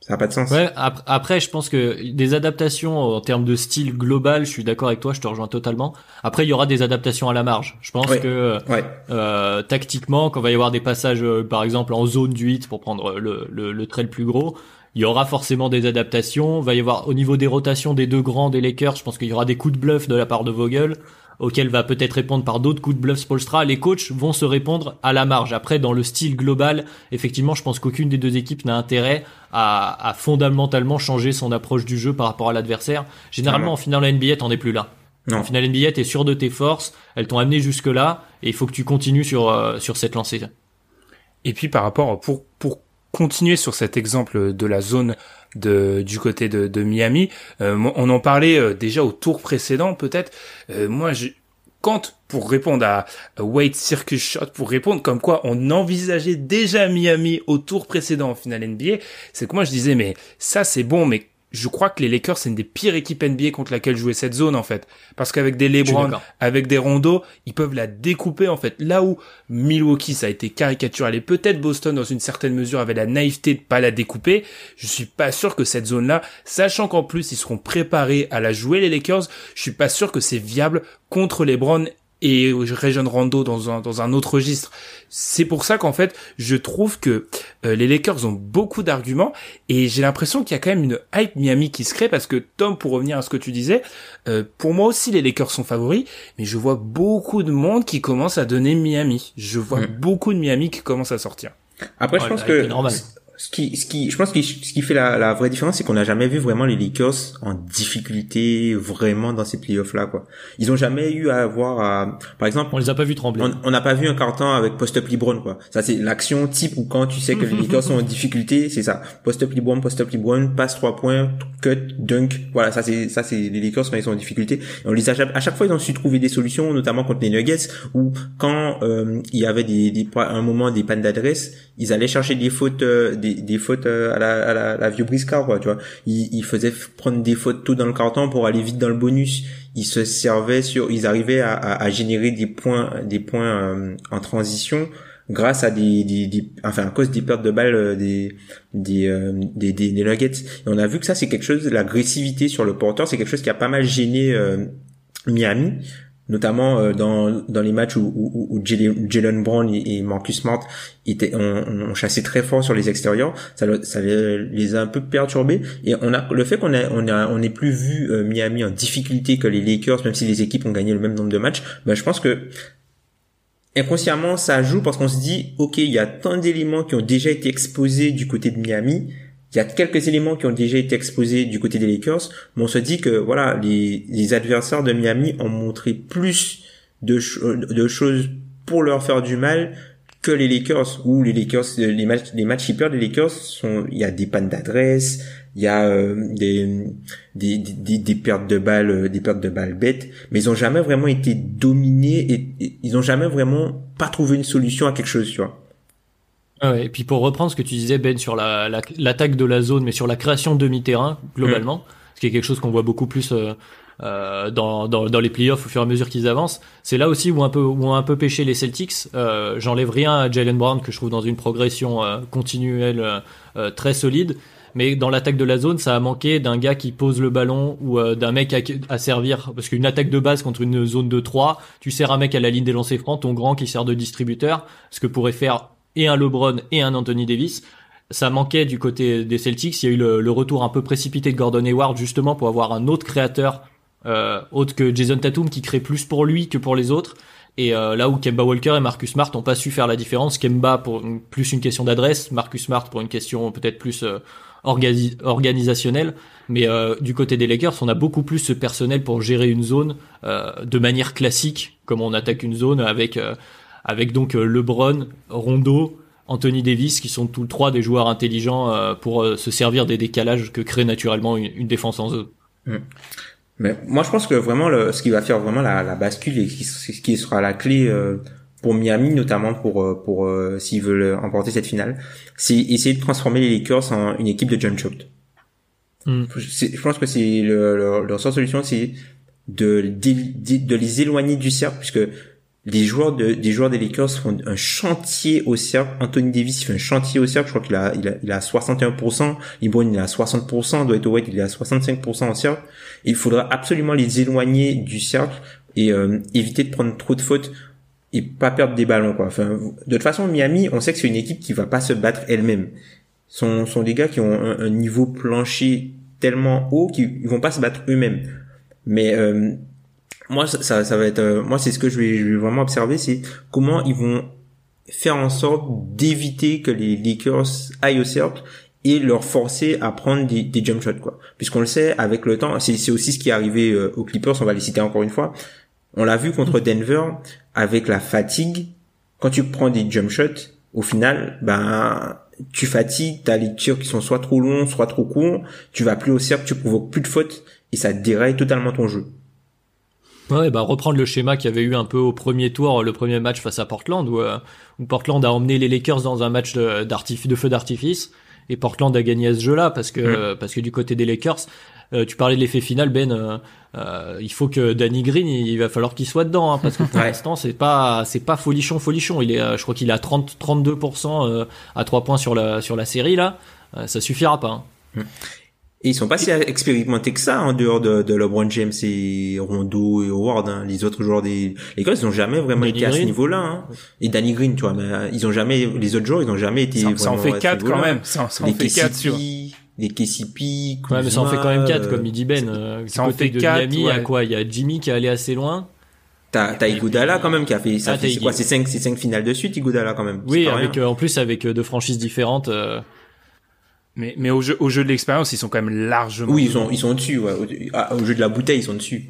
Ça a pas de sens. Ouais, ap- après, je pense que des adaptations en termes de style global, je suis d'accord avec toi, je te rejoins totalement. Après, il y aura des adaptations à la marge. Je pense Ouais. que Ouais. euh, tactiquement, quand il va y avoir des passages, euh, par exemple en zone du huit pour prendre le, le, le trait le plus gros, il y aura forcément des adaptations. Il va y avoir au niveau des rotations des deux grands des Lakers, je pense qu'il y aura des coups de bluff de la part de Vogel, auxquels va peut-être répondre par d'autres coups de bluff Spoelstra. Les coachs vont se répondre à la marge. Après, dans le style global, effectivement, je pense qu'aucune des deux équipes n'a intérêt à, à fondamentalement changer son approche du jeu par rapport à l'adversaire. Généralement, Vraiment. en finale N B A, t'en es plus là. Non. En finale N B A, t'es sûr de tes forces, elles t'ont amené jusque là, et il faut que tu continues sur euh, sur cette lancée. Et puis par rapport, pour pour continuer sur cet exemple de la zone de du côté de, de Miami, euh, on en parlait euh, déjà au tour précédent peut-être. Euh, moi, je, quand pour répondre à euh, Wade Circus Shot, pour répondre comme quoi on envisageait déjà Miami au tour précédent en finale N B A, c'est que moi je disais mais ça c'est bon, mais je crois que les Lakers, c'est une des pires équipes N B A contre laquelle jouer cette zone, en fait. Parce qu'avec des LeBron, avec des Rondo, ils peuvent la découper, en fait. Là où Milwaukee, ça a été caricatural, et peut-être Boston, dans une certaine mesure, avait la naïveté de pas la découper, je suis pas sûr que cette zone-là, sachant qu'en plus, ils seront préparés à la jouer, les Lakers, je suis pas sûr que c'est viable contre LeBron et Rajon Rondo dans un dans un autre registre. C'est pour ça qu'en fait, je trouve que euh, les Lakers ont beaucoup d'arguments et j'ai l'impression qu'il y a quand même une hype Miami qui se crée parce que Tom, pour revenir à ce que tu disais, euh, pour moi aussi les Lakers sont favoris, mais je vois beaucoup de monde qui commence à donner Miami. Je vois mmh. beaucoup de Miami qui commencent à sortir. Après, je ouais, pense que normal. ce qui, ce qui, je pense que ce qui fait la, la vraie différence, c'est qu'on n'a jamais vu vraiment les Lakers en difficulté vraiment dans ces playoffs-là, quoi. Ils ont jamais eu à avoir à, par exemple. On les a pas vus trembler. On n'a pas vu un carton avec post-up LeBron, quoi. Ça, c'est l'action type où quand tu sais que les Lakers sont en difficulté, c'est ça. Post-up LeBron, post-up LeBron, passe trois points, cut, dunk. Voilà, ça, c'est, ça, c'est les Lakers quand ils sont en difficulté. Et on les a, à chaque fois, ils ont su trouver des solutions, notamment contre les Nuggets, où quand, euh, il y avait des, des, à un moment des pannes d'adresse, ils allaient chercher des fautes, euh, des, des fautes euh, à la, à la, à la vieux briscard, quoi, tu vois. Ils, ils faisaient prendre des fautes tout dans le carton pour aller vite dans le bonus. Ils se servaient sur, ils arrivaient à, à, à générer des points, des points euh, en transition grâce à des, des, des, enfin à cause des pertes de balles euh, des, des, euh, des, des, des Nuggets. Et on a vu que ça c'est quelque chose, l'agressivité sur le porteur, c'est quelque chose qui a pas mal gêné euh, Miami. Notamment euh, dans dans les matchs où où, où Jaylen Brown et, et Marcus Smart étaient ont, ont chassé très fort sur les extérieurs, ça ça les a un peu perturbés. Et on a le fait qu'on a on a on ait plus vu euh, Miami en difficulté que les Lakers, même si les équipes ont gagné le même nombre de matchs, ben je pense que inconsciemment ça joue parce qu'on se dit ok, il y a tant d'éléments qui ont déjà été exposés du côté de Miami. Il y a quelques éléments qui ont déjà été exposés du côté des Lakers, mais on se dit que voilà, les, les adversaires de Miami ont montré plus de, de choses pour leur faire du mal que les Lakers. Ou les Lakers, les matchs, les matchs qui perdent les Lakers sont, il y a des pannes d'adresse, il y a euh, des, des, des, des pertes de balles, des pertes de balles bêtes, mais ils ont jamais vraiment été dominés et, et ils ont jamais vraiment pas trouvé une solution à quelque chose, tu vois. Ah ouais, et puis pour reprendre ce que tu disais Ben sur la, la l'attaque de la zone, mais sur la création de demi-terrain globalement, mmh. ce qui est quelque chose qu'on voit beaucoup plus euh, euh, dans, dans dans les playoffs au fur et à mesure qu'ils avancent. C'est là aussi où un peu où ont un peu pêché les Celtics. Euh, j'enlève rien à Jaylen Brown que je trouve dans une progression euh, continuelle euh, très solide, mais dans l'attaque de la zone, ça a manqué d'un gars qui pose le ballon ou euh, d'un mec à, à servir, parce qu'une attaque de base contre une zone de trois, tu sers un mec à la ligne des lancers francs, ton grand qui sert de distributeur, ce que pourrait faire et un LeBron et un Anthony Davis. Ça manquait du côté des Celtics. Il y a eu le, le retour un peu précipité de Gordon Hayward justement pour avoir un autre créateur euh, autre que Jason Tatum qui crée plus pour lui que pour les autres. Et euh, là où Kemba Walker et Marcus Smart n'ont pas su faire la différence, Kemba pour une, plus une question d'adresse, Marcus Smart pour une question peut-être plus euh, organi- organisationnelle. Mais euh, du côté des Lakers, on a beaucoup plus ce personnel pour gérer une zone euh, de manière classique, comme on attaque une zone avec euh, avec donc euh, LeBron, Rondo, Anthony Davis, qui sont tous trois des joueurs intelligents euh, pour euh, se servir des décalages que crée naturellement une, une défense en zone. Mmh. Mais moi, je pense que vraiment, le, ce qui va faire vraiment la, la bascule et qui, ce qui sera la clé euh, pour Miami, notamment pour pour, pour euh, s'ils veulent emporter cette finale, c'est essayer de transformer les Lakers en une équipe de jump shot. Mmh. C'est, je pense que c'est le, le, leur seule solution, c'est de, de de les éloigner du cercle, puisque les joueurs de, des joueurs des Lakers font un chantier au cercle. Anthony Davis, il fait un chantier au cercle. Je crois qu'il a, il a, il a soixante et un pour cent. LeBron, il est à soixante pour cent. Dwight Howard, il est à soixante-cinq pour cent au cercle. Et il faudra absolument les éloigner du cercle et euh, éviter de prendre trop de fautes et pas perdre des ballons, quoi. Enfin, de toute façon, Miami, on sait que c'est une équipe qui va pas se battre elle-même. Sont, sont des gars qui ont un, un niveau plancher tellement haut qu'ils vont pas se battre eux-mêmes. Mais euh, moi, ça, ça, ça va être, euh, moi, c'est ce que je vais, je vais vraiment observer, c'est comment ils vont faire en sorte d'éviter que les Lakers aillent au cercle et leur forcer à prendre des, des jump shots, quoi. Puisqu'on le sait, avec le temps, c'est, c'est aussi ce qui est arrivé euh, aux Clippers. On va les citer encore une fois. On l'a vu contre Denver, avec la fatigue. Quand tu prends des jump shots, au final, ben, tu fatigues, t'as les tirs qui sont soit trop longs, soit trop courts, tu vas plus au cercle, tu provoques plus de fautes, et ça déraille totalement ton jeu. Ouais, bah, reprendre le schéma qu'il y avait eu un peu au premier tour, le premier match face à Portland, où, euh, où Portland a emmené les Lakers dans un match de, d'artifice, de feu d'artifice, et Portland a gagné à ce jeu-là, parce que, mmh. euh, parce que du côté des Lakers, euh, tu parlais de l'effet final, Ben, euh, euh, il faut que Danny Green, il va falloir qu'il soit dedans, hein, parce que pour ouais. l'instant, c'est pas, c'est pas folichon, folichon. Il est, euh, je crois qu'il est à trente, trente-deux pour cent euh, à trois points sur la, sur la série, là. Euh, ça suffira pas. Hein. Et ils sont pas si expérimentés que ça en dehors de, de LeBron James et Rondo et Howard. Hein. Les autres joueurs des Lakers, ils ont jamais vraiment Danny été Green. À ce niveau-là. Hein. Et Danny Green, tu vois, mais ils ont jamais, les autres joueurs, ils ont jamais été. Ça, vraiment ça en fait quatre quand même. Ça, ça en fait quatre sur. Les K C P, Kuzma, ouais, mais ça en fait quand même quatre, comme il dit Ben. Euh, ça en fait de quatre. Miami, il ouais. y a quoi? Il y a Jimmy qui est allé assez loin. T'as, t'as Iguodala quand même qui a fait, ça ah, fait, c'est quoi, c'est cinq, c'est cinq finales de suite, Iguodala quand même. Oui, avec, euh, en plus avec euh, deux franchises différentes. Euh... Mais, mais au jeu, au jeu de l'expérience, ils sont quand même largement. Oui, ils sont, ils sont dessus, ouais. Au, ah, au jeu de la bouteille, ils sont dessus.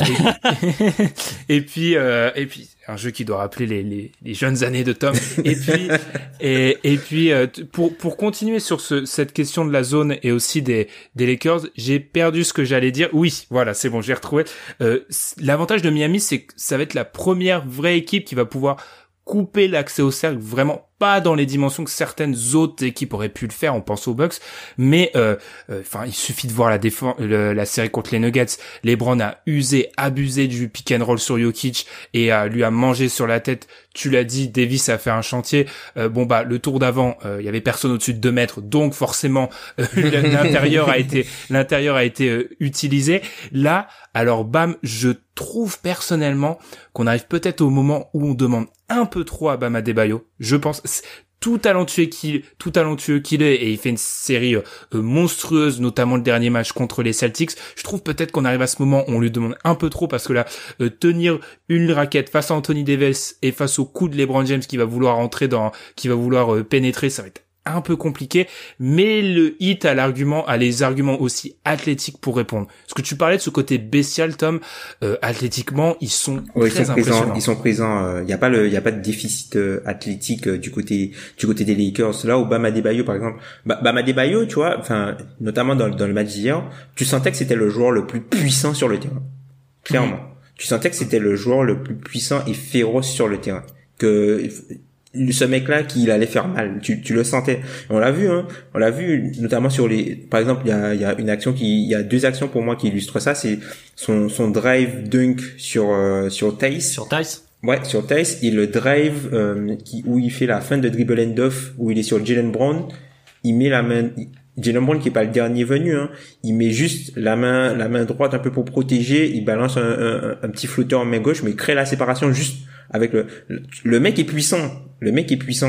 et puis, euh, et puis, un jeu qui doit rappeler les, les, les jeunes années de Tom. Et puis, et, et puis, euh, pour, pour continuer sur ce, cette question de la zone et aussi des, des Lakers, j'ai perdu ce que j'allais dire. Oui, voilà, c'est bon, j'ai retrouvé. Euh, l'avantage de Miami, c'est que ça va être la première vraie équipe qui va pouvoir couper l'accès au cercle, vraiment pas dans les dimensions que certaines autres équipes auraient pu le faire, on pense aux Bucks, mais euh, euh, enfin il suffit de voir la défense, le, la série contre les Nuggets. LeBron a usé, abusé du pick and roll sur Jokic et a, lui a mangé sur la tête. Tu l'as dit, Davis a fait un chantier. Euh, bon bah le tour d'avant, il euh, y avait personne au-dessus de deux mètres, donc forcément euh, l'intérieur a été l'intérieur a été euh, utilisé. Là, alors bam, je trouve personnellement qu'on arrive peut-être au moment où on demande un peu trop à Bam Adebayo. Je pense tout talentueux qu'il tout talentueux qu'il est, et il fait une série euh, monstrueuse, notamment le dernier match contre les Celtics. Je trouve peut-être qu'on arrive à ce moment où on lui demande un peu trop, parce que là euh, tenir une raquette face à Anthony Davis et face au coup de LeBron James qui va vouloir entrer dans qui va vouloir euh, pénétrer, ça va être un peu compliqué, mais le Heat a l'argument, a les arguments aussi athlétiques pour répondre. Parce que tu parlais de ce côté bestial, Tom, euh, athlétiquement, ils sont ouais, très ils sont impressionnants. Présents, ils sont présents. Il euh, y a pas le, il y a pas de déficit euh, athlétique euh, du côté, du côté des Lakers. Là, où Bam Adebayo, par exemple, bah, Bam Adebayo, tu vois, enfin, notamment dans, dans le match d'hier, tu sentais que c'était le joueur le plus puissant sur le terrain. Clairement, mmh. Tu sentais que c'était le joueur le plus puissant et féroce sur le terrain. Que ce mec-là, qu'il allait faire mal, tu, tu le sentais. On l'a vu, hein. On l'a vu, notamment sur les, par exemple, il y a, il y a une action qui, il y a deux actions pour moi qui illustrent ça. C'est son, son drive dunk sur, euh, sur Tice. Sur Tice. Ouais, sur Tice. Et le drive, euh, qui, où il fait la fin de dribble end off, où il est sur Jaylen Brown. Il met la main, Jaylen Brown qui est pas le dernier venu, hein. Il met juste la main, la main droite un peu pour protéger. Il balance un, un, un petit flotteur en main gauche, mais il crée la séparation juste avec le, le, le mec est puissant. Le mec est puissant.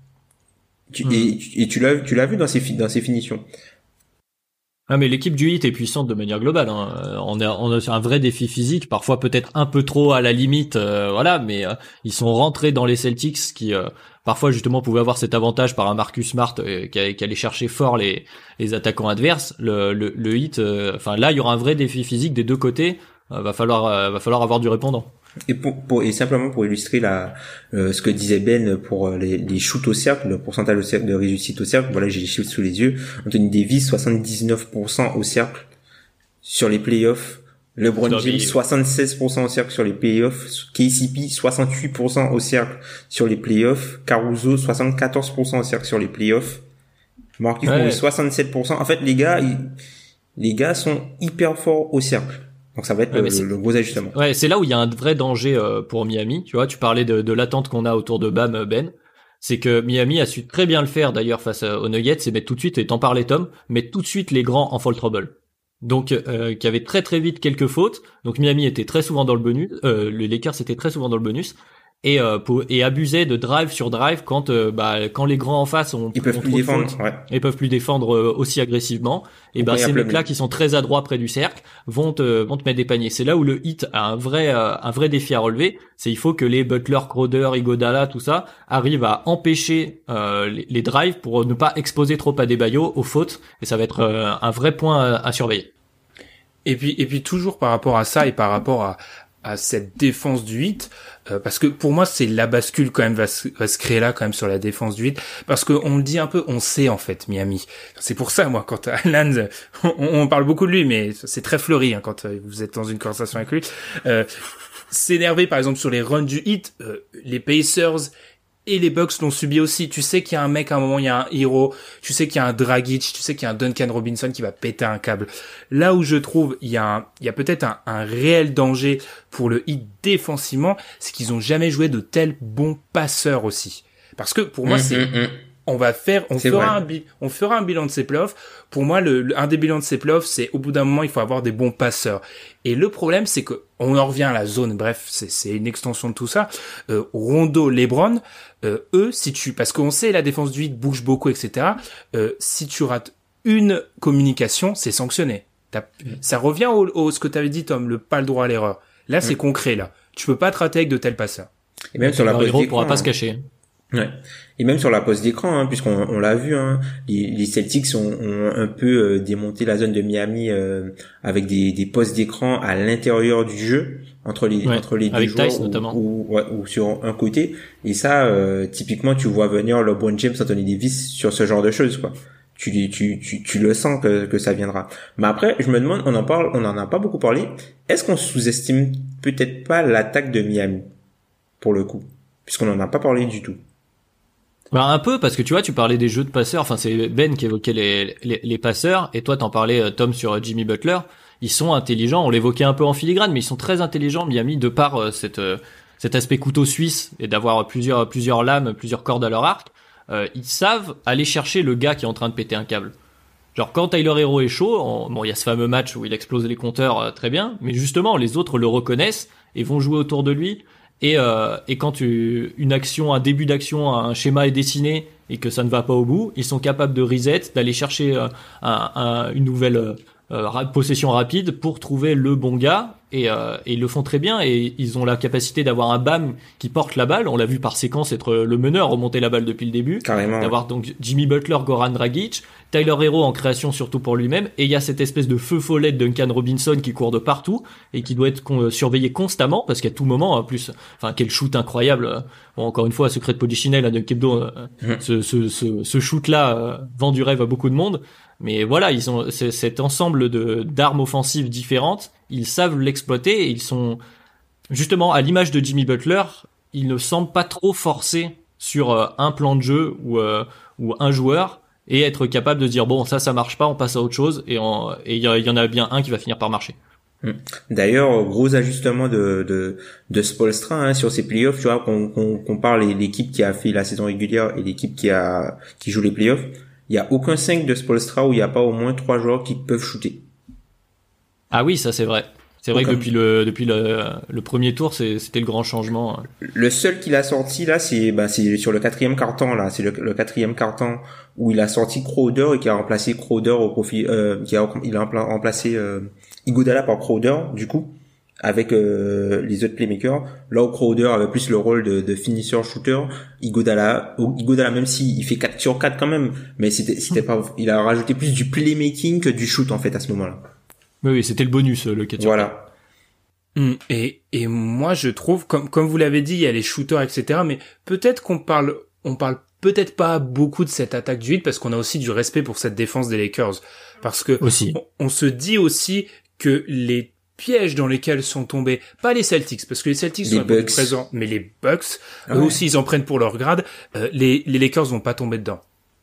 Tu, mmh. Et, et tu l'as, tu l'as vu dans ses, dans ses finitions. Ah, mais l'équipe du Heat est puissante de manière globale, hein. On a, on a un vrai défi physique, parfois peut-être un peu trop à la limite, euh, voilà, mais euh, ils sont rentrés dans les Celtics qui, euh, parfois justement pouvaient avoir cet avantage par un Marcus Smart euh, qui, qui allait chercher fort les, les attaquants adverses. Le, le, le Heat, enfin euh, là, il y aura un vrai défi physique des deux côtés. Euh, va falloir, euh, va falloir avoir du répondant. Et pour, pour et simplement pour illustrer la euh, ce que disait Ben pour les, les shoots au cercle, le pourcentage au cercle, de réussite au cercle, voilà, j'ai les chiffres sous les yeux. Anthony Davis soixante-dix-neuf pour cent au cercle sur les playoffs. LeBron James soixante-seize pour cent au cercle sur les playoffs. K C P soixante-huit pour cent au cercle sur les playoffs. Caruso soixante-quatorze pour cent au cercle sur les playoffs. Marcus Morris ouais. soixante-sept pour cent. En fait, les gars, ils, les gars sont hyper forts au cercle. Donc ça va être Ouais, le, mais le gros ajustement. Ouais, c'est là où il y a un vrai danger euh, pour Miami. Tu vois, tu parlais de, de l'attente qu'on a autour de Bam, Ben. C'est que Miami a su très bien le faire d'ailleurs face aux Nuggets, c'est mettre tout de suite, et t'en parlais Tom, mettre tout de suite les grands en foul trouble. Donc, euh, qui avait très très vite quelques fautes. Donc Miami était très souvent dans le bonus, euh, les Lakers étaient très souvent dans le bonus. Et, euh, pour, et abusait de drive sur drive quand euh, bah quand les grands en face ont ils peuvent ont plus trop de défendre, fautes, ouais. ils peuvent plus défendre euh, aussi agressivement. Et Ou bah quand il y a ces plein mecs-là de- qui sont très adroits près du cercle vont te vont te mettre des paniers. C'est là où le Heat a un vrai euh, un vrai défi à relever. C'est il faut que les Butler, Crowder, Iguodala, tout ça arrivent à empêcher euh, les, les drives pour ne pas exposer trop Adebayo aux fautes. Et ça va être euh, un vrai point à, à surveiller. Et puis, et puis toujours par rapport à ça et par rapport à, à cette défense du Heat, euh, parce que pour moi c'est la bascule quand même va se, va se créer là quand même sur la défense du Heat, parce que on le dit un peu, on sait en fait Miami. C'est pour ça moi quand Alan, on, on parle beaucoup de lui, mais c'est très fleuri hein, quand vous êtes dans une conversation avec lui. Euh, s'énerver par exemple sur les runs du Heat, euh, les Pacers et les Bucks l'ont subi aussi. Tu sais qu'il y a un mec, à un moment, il y a un Hero, tu sais qu'il y a un Dragic, tu sais qu'il y a un Duncan Robinson qui va péter un câble. Là où je trouve, il y a un, il y a peut-être un, un réel danger pour le Heat défensivement, c'est qu'ils ont jamais joué de tels bons passeurs aussi. Parce que, pour moi, Mmh, c'est, mmh, mmh. on va faire, on C'est fera vrai. un bi- on fera un bilan de ces playoffs. Pour moi, le, le- un des bilans de ces playoffs, c'est au bout d'un moment, il faut avoir des bons passeurs. Et le problème, c'est que on en revient à la zone. Bref, c'est, c'est une extension de tout ça. Euh, Rondo, LeBron, euh, eux, si tu, parce qu'on sait la défense du Heat bouge beaucoup, et cetera. Euh, si tu rates une communication, c'est sanctionné. T'as, ça revient au, au ce que t'avais dit, Tom, le pas le droit à l'erreur. Là, c'est concret. Là, tu peux pas te rater avec de tels passeurs. Et même sur la Alors, pause Hero d'écran, pourra pas hein. se cacher. Ouais. Et même sur la pause d'écran, hein, puisqu'on on l'a vu, hein, les, les Celtics ont, ont un peu euh, démonté la zone de Miami euh, avec des, des postes d'écran à l'intérieur du jeu entre les Ouais, entre les deux avec joueurs Tice, ou, notamment. ou, ouais, ou sur un côté. Et ça, euh, typiquement, tu vois venir LeBron James, Anthony Davis sur ce genre de choses, quoi. Tu tu tu tu le sens que que ça viendra. Mais après, je me demande, on en parle, on en a pas beaucoup parlé. Est-ce qu'on sous-estime peut-être pas l'attaque de Miami pour le coup, puisqu'on en a pas parlé du tout. Bah un peu, parce que tu vois, tu parlais des jeux de passeurs, enfin c'est Ben qui évoquait les, les, les passeurs, et toi t'en parlais, euh, Tom, sur euh, Jimmy Butler. Ils sont intelligents, on l'évoquait un peu en filigrane, mais ils sont très intelligents, Miami, de par euh, cette, euh, cet aspect couteau suisse, et d'avoir plusieurs, plusieurs lames, plusieurs cordes à leur arc. Euh, ils savent aller chercher le gars qui est en train de péter un câble. Genre quand Tyler Hero est chaud, on, bon il y a ce fameux match où il explose les compteurs, euh, très bien, mais justement les autres le reconnaissent et vont jouer autour de lui. Et, euh, et quand tu, une action, un début d'action, un schéma est dessiné et que ça ne va pas au bout, ils sont capables de reset, d'aller chercher euh, un, un, une nouvelle euh, euh, possession rapide pour trouver le bon gars. Et, euh, et ils le font très bien et ils ont la capacité d'avoir un Bam qui porte la balle. On l'a vu par séquence être le meneur, remonter la balle depuis le début. Carrément. D'avoir donc Jimmy Butler, Goran Dragic, Tyler Hero en création surtout pour lui-même. Et il y a cette espèce de feu follet de Duncan Robinson qui court de partout et qui doit être con- surveillé constamment parce qu'à tout moment, en plus, enfin quel shoot incroyable. Bon, encore une fois, secret de Polichinelle à Dunkebdo, euh, Mmh. ce, ce, ce, ce shoot-là euh, vend du rêve à beaucoup de monde. Mais voilà, ils ont c'est, cet ensemble de d'armes offensives différentes. Ils savent l'exploiter et ils sont justement à l'image de Jimmy Butler. Ils ne semblent pas trop forcés sur euh, un plan de jeu ou euh, ou un joueur et être capable de dire bon ça ça marche pas, on passe à autre chose et on, et il y, y en a bien un qui va finir par marcher. D'ailleurs, gros ajustement de de de Spoelstra hein, sur ces playoffs, tu vois, qu'on qu'on compare les, l'équipe qui a fait la saison régulière et l'équipe qui a qui joue les playoffs. Il y a aucun cinq de Spoelstra où il y a pas au moins trois joueurs qui peuvent shooter. Ah oui, ça c'est vrai. C'est vrai Aucun. que depuis le depuis le, le premier tour, c'est, c'était le grand changement. Le seul qu'il a sorti là, c'est bah c'est sur le quatrième quart-temps là, c'est le, le quatrième quart-temps où il a sorti Crowder et qui a remplacé Crowder au profit, euh, qui a il a remplacé euh, Iguodala par Crowder du coup avec euh, les autres playmakers. Là où Crowder avait plus le rôle de, de finisher shooter, Iguodala, Iguodala même si il fait quatre sur quatre quand même, mais c'était c'était pas, il a rajouté plus du playmaking que du shoot en fait à ce moment-là. Oui, oui, c'était le bonus le quatre sur quatre. Voilà. Mm. Et, et moi, je trouve, comme, comme vous l'avez dit, il y a les shooters, et cetera. Mais peut-être qu'on parle, on parle peut-être pas beaucoup de cette attaque du Heat parce qu'on a aussi du respect pour cette défense des Lakers. Parce que Aussi. On, on se dit aussi que les pièges dans lesquels sont tombés, pas les Celtics, parce que les Celtics Les sont un peu plus Bucks. présents, mais les Bucks, Ah eux ouais. aussi, ils en prennent pour leur grade. Euh, les, les Lakers vont pas tomber dedans.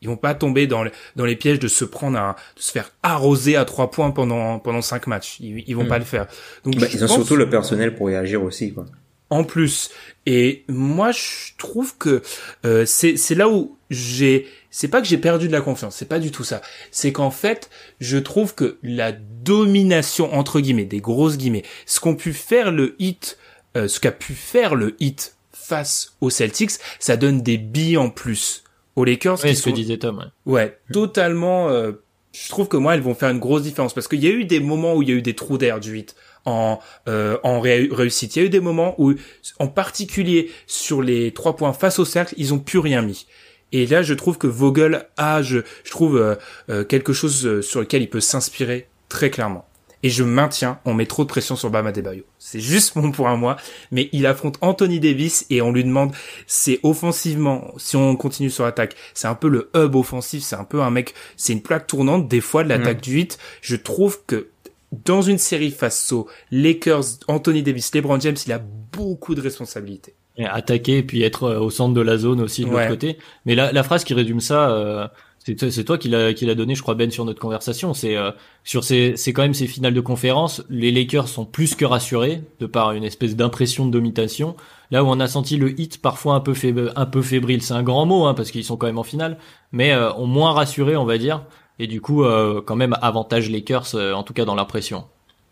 Ils vont pas tomber dans le, dans les pièges de se prendre un, de se faire arroser à trois points pendant pendant cinq matchs. Ils, ils vont mmh. pas le faire. Donc bah, ils ont pense, surtout le personnel pour réagir aussi, quoi. En plus, et moi je trouve que euh, c'est c'est là où j'ai c'est pas que j'ai perdu de la confiance, c'est pas du tout ça. C'est qu'en fait, je trouve que la domination entre guillemets, des grosses guillemets, ce qu'ont pu faire le Heat, euh, ce qu'a pu faire le Heat face aux Celtics, ça donne des billes en plus aux Lakers. Oui, qui ce sont que disait Tom. Ouais, ouais totalement. Euh, je trouve que moi, elles vont faire une grosse différence parce qu'il y a eu des moments où il y a eu des trous d'air du Heat en euh, en ré- réussite. Il y a eu des moments où, en particulier sur les trois points face au cercle, ils ont plus rien mis. Et là, je trouve que Vogel a, je, je trouve euh, euh, quelque chose sur lequel il peut s'inspirer très clairement. Et je maintiens, on met trop de pression sur Bam Adebayo. C'est juste mon point à moi, mais il affronte Anthony Davis et on lui demande, c'est offensivement, si on continue sur l'attaque, c'est un peu le hub offensif, c'est un peu un mec, c'est une plaque tournante des fois de l'attaque mmh. du Heat. Je trouve que dans une série face aux Lakers, Anthony Davis, LeBron James, il a beaucoup de responsabilités. Et attaquer et puis être au centre de la zone aussi de ouais. l'autre côté. Mais la, la phrase qui résume ça, euh, c'est, c'est toi qui l'a, qui l'a donné, je crois, Ben, sur notre conversation. C'est euh, sur ces, c'est quand même ces finales de conférence. Les Lakers sont plus que rassurés de par une espèce d'impression de domination. Là où on a senti le Heat parfois un peu fébrile, un peu fébrile, c'est un grand mot, hein, parce qu'ils sont quand même en finale, mais euh, ont moins rassuré, on va dire. Et du coup, euh, quand même avantage Lakers, euh, en tout cas dans l'impression.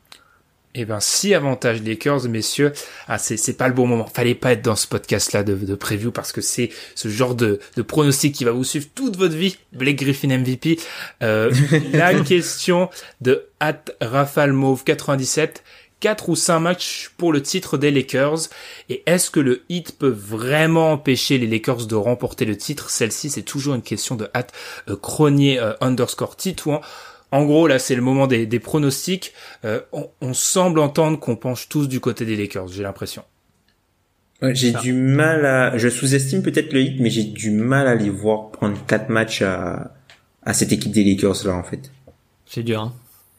Eh ben, si avantage Lakers, messieurs, ah, c'est, c'est pas le bon moment. Fallait pas être dans ce podcast-là de, de preview parce que c'est ce genre de, de pronostic qui va vous suivre toute votre vie. Blake Griffin M V P. Euh, la question de at Rafalmauve quatre-vingt-dix-sept. Quatre ou cinq matchs pour le titre des Lakers. Et est-ce que le Heat peut vraiment empêcher les Lakers de remporter le titre? Celle-ci, c'est toujours une question de at euh, Cronier euh, underscore Titouan. En gros, là, c'est le moment des, des pronostics. Euh, on, on semble entendre qu'on penche tous du côté des Lakers, j'ai l'impression. Ouais, j'ai ça. du mal à... Je sous-estime peut-être le Heat, mais j'ai du mal à les voir prendre quatre matchs à, à cette équipe des Lakers, là, en fait. C'est dur, hein.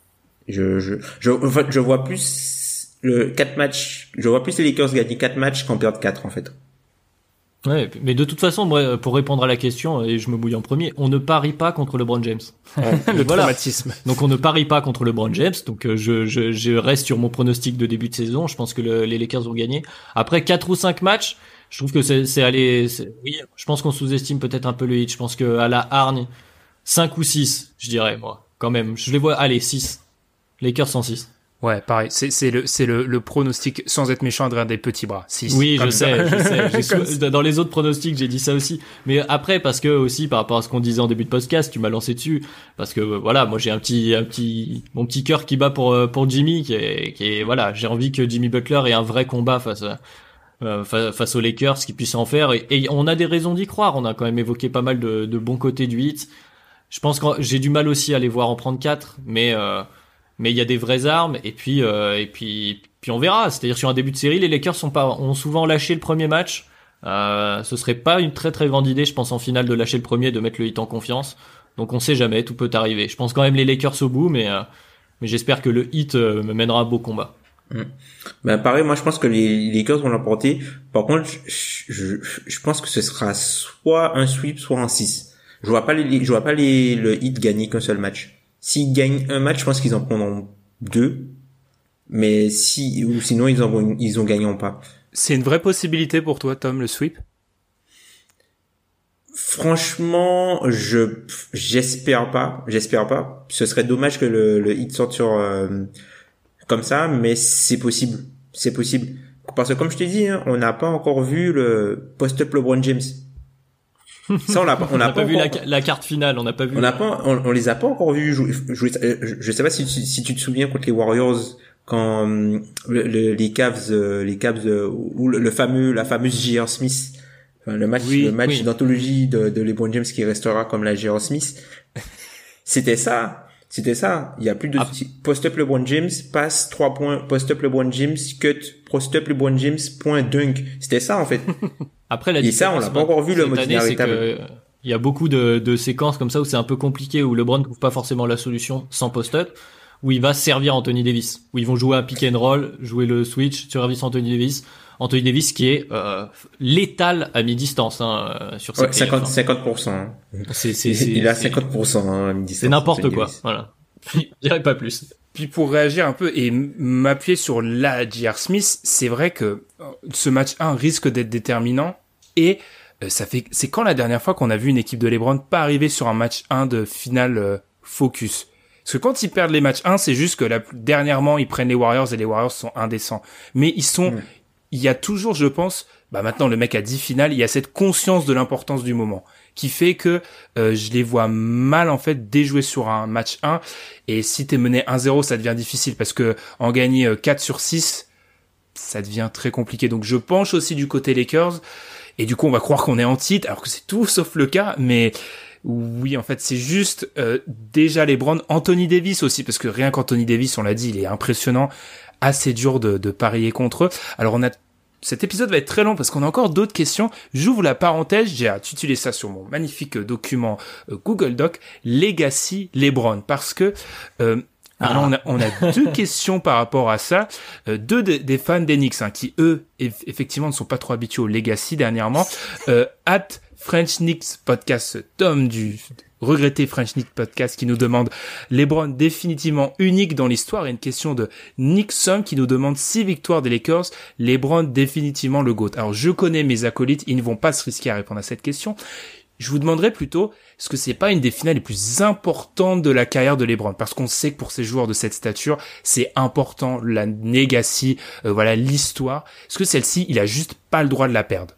Je, je, je, en fait, je vois plus le quatre matchs, je vois plus les Lakers gagner quatre matchs qu'en perdre quatre, en fait. Ouais, mais de toute façon, moi, pour répondre à la question, et je me mouille en premier, on ne parie pas contre LeBron James. le voilà. traumatisme. Donc on ne parie pas contre LeBron James. Donc euh, je, je, je reste sur mon pronostic de début de saison. Je pense que le, les Lakers vont gagner. Après quatre ou cinq matchs, je trouve que c'est, c'est aller. C'est, oui, je pense qu'on sous-estime peut-être un peu le Heat. Je pense que à la hargne, cinq ou six, je dirais moi, quand même. Je les vois. Allez, six. Lakers cent six. Ouais, pareil. C'est, c'est le, c'est le, le pronostic sans être méchant de des petits bras. six. Oui, je sais, je sais. J'ai sou... Dans les autres pronostics, j'ai dit ça aussi. Mais après, parce que aussi, par rapport à ce qu'on disait en début de podcast, tu m'as lancé dessus. Parce que, voilà, moi, j'ai un petit, un petit, mon petit cœur qui bat pour, pour Jimmy, qui est, qui est, voilà, j'ai envie que Jimmy Butler ait un vrai combat face à, euh, face aux Lakers, qu'il puisse en faire. Et, et on a des raisons d'y croire. On a quand même évoqué pas mal de, de bons côtés du Heat. Je pense que j'ai du mal aussi à les voir en prendre quatre, mais, euh, mais il y a des vraies armes et puis euh, et puis puis on verra. C'est-à-dire sur un début de série, les Lakers sont pas ont souvent lâché le premier match. Euh, ce serait pas une très très grande idée, je pense, en finale de lâcher le premier, de mettre le Heat en confiance. Donc on sait jamais, tout peut arriver. Je pense quand même les Lakers au bout, mais euh, mais j'espère que le Heat euh, me mènera un beau combat. Mmh. Ben pareil, moi je pense que les Lakers vont l'emporter. Par contre, je, je, je pense que ce sera soit un sweep, soit un six. Je vois pas les, je vois pas les le Heat gagner qu'un seul match. S'ils gagnent un match, je pense qu'ils en prendront deux. Mais si, ou sinon ils en, ils en gagneront pas. C'est une vraie possibilité pour toi, Tom, le sweep? Franchement, je, j'espère pas, j'espère pas. Ce serait dommage que le, le Heat sorte sur, euh, comme ça, mais c'est possible. C'est possible. Parce que comme je t'ai dit, hein, on n'a pas encore vu le post-up LeBron James. Ça, on n'a pas, on n'a pas, pas vu encore... la, la carte finale, on n'a pas vu. On n'a pas, on, on les a pas encore vus jouer. jouer je, je sais pas si, si tu te souviens contre les Warriors quand le, le, les Cavs, les Cavs ou le, le fameux, la fameuse J R. Smith, enfin, le match, oui, le match oui. d'anthologie de, de LeBron James qui restera comme la J R. Smith. C'était ça. C'était ça. Il y a plus de ah. post-up LeBron James, passe, trois points, post-up LeBron James, cut, post-up LeBron James, point, dunk. C'était ça, en fait. Après, la et ça, on l'a pas encore vu, le mode inévitable. Il y a beaucoup de, de séquences comme ça où c'est un peu compliqué, où LeBron ne trouve pas forcément la solution sans post-up, où il va servir Anthony Davis, où ils vont jouer un pick and roll, jouer le switch, service Anthony Davis. Anthony Davis qui est euh, létal à mi-distance hein, sur cette ouais, cinquante, cinquante pour cent. Hein. C'est, c'est, c'est, il a c'est, cinquante pour cent hein, à mi-distance. C'est n'importe quoi. Voilà. Je dirais pas plus. Puis pour réagir un peu et m'appuyer sur la J R. Smith, c'est vrai que ce match un risque d'être déterminant et euh, ça fait c'est quand la dernière fois qu'on a vu une équipe de LeBron pas arriver sur un match un de finale euh, focus. Parce que quand ils perdent les matchs un, c'est juste que la, dernièrement ils prennent les Warriors et les Warriors sont indécents. Mais ils sont mmh. il y a toujours, je pense, bah maintenant le mec a dix finales, il y a cette conscience de l'importance du moment qui fait que euh, je les vois mal en fait déjouer sur un match un et si t'es mené un zéro ça devient difficile parce que en gagner euh, quatre sur six ça devient très compliqué. Donc je penche aussi du côté Lakers et du coup on va croire qu'on est en titre alors que c'est tout sauf le cas, mais oui en fait c'est juste euh, déjà LeBron, Anthony Davis aussi parce que rien qu'Anthony Davis on l'a dit il est impressionnant, assez dur de, de parier contre eux. Alors on a Cet épisode va être très long parce qu'on a encore d'autres questions. J'ouvre la parenthèse, j'ai intitulé ça sur mon magnifique document euh, Google Doc, Legacy LeBron, parce que euh, ah. alors on a, on a deux questions par rapport à ça. Euh, deux de, des fans des Knicks hein, qui, eux, eff- effectivement, ne sont pas trop habitués au Legacy dernièrement. Euh, at French Knicks Podcast, Tom du regretté French Knicks Podcast qui nous demande LeBron définitivement unique dans l'histoire et une question de Nixon qui nous demande six victoires des Lakers, LeBron définitivement le GOAT. Alors je connais mes acolytes, ils ne vont pas se risquer à répondre à cette question. Je vous demanderai plutôt, est-ce que c'est pas une des finales les plus importantes de la carrière de LeBron? Parce qu'on sait que pour ces joueurs de cette stature, c'est important, la legacy, euh, voilà, l'histoire. Est-ce que celle-ci, il a juste pas le droit de la perdre?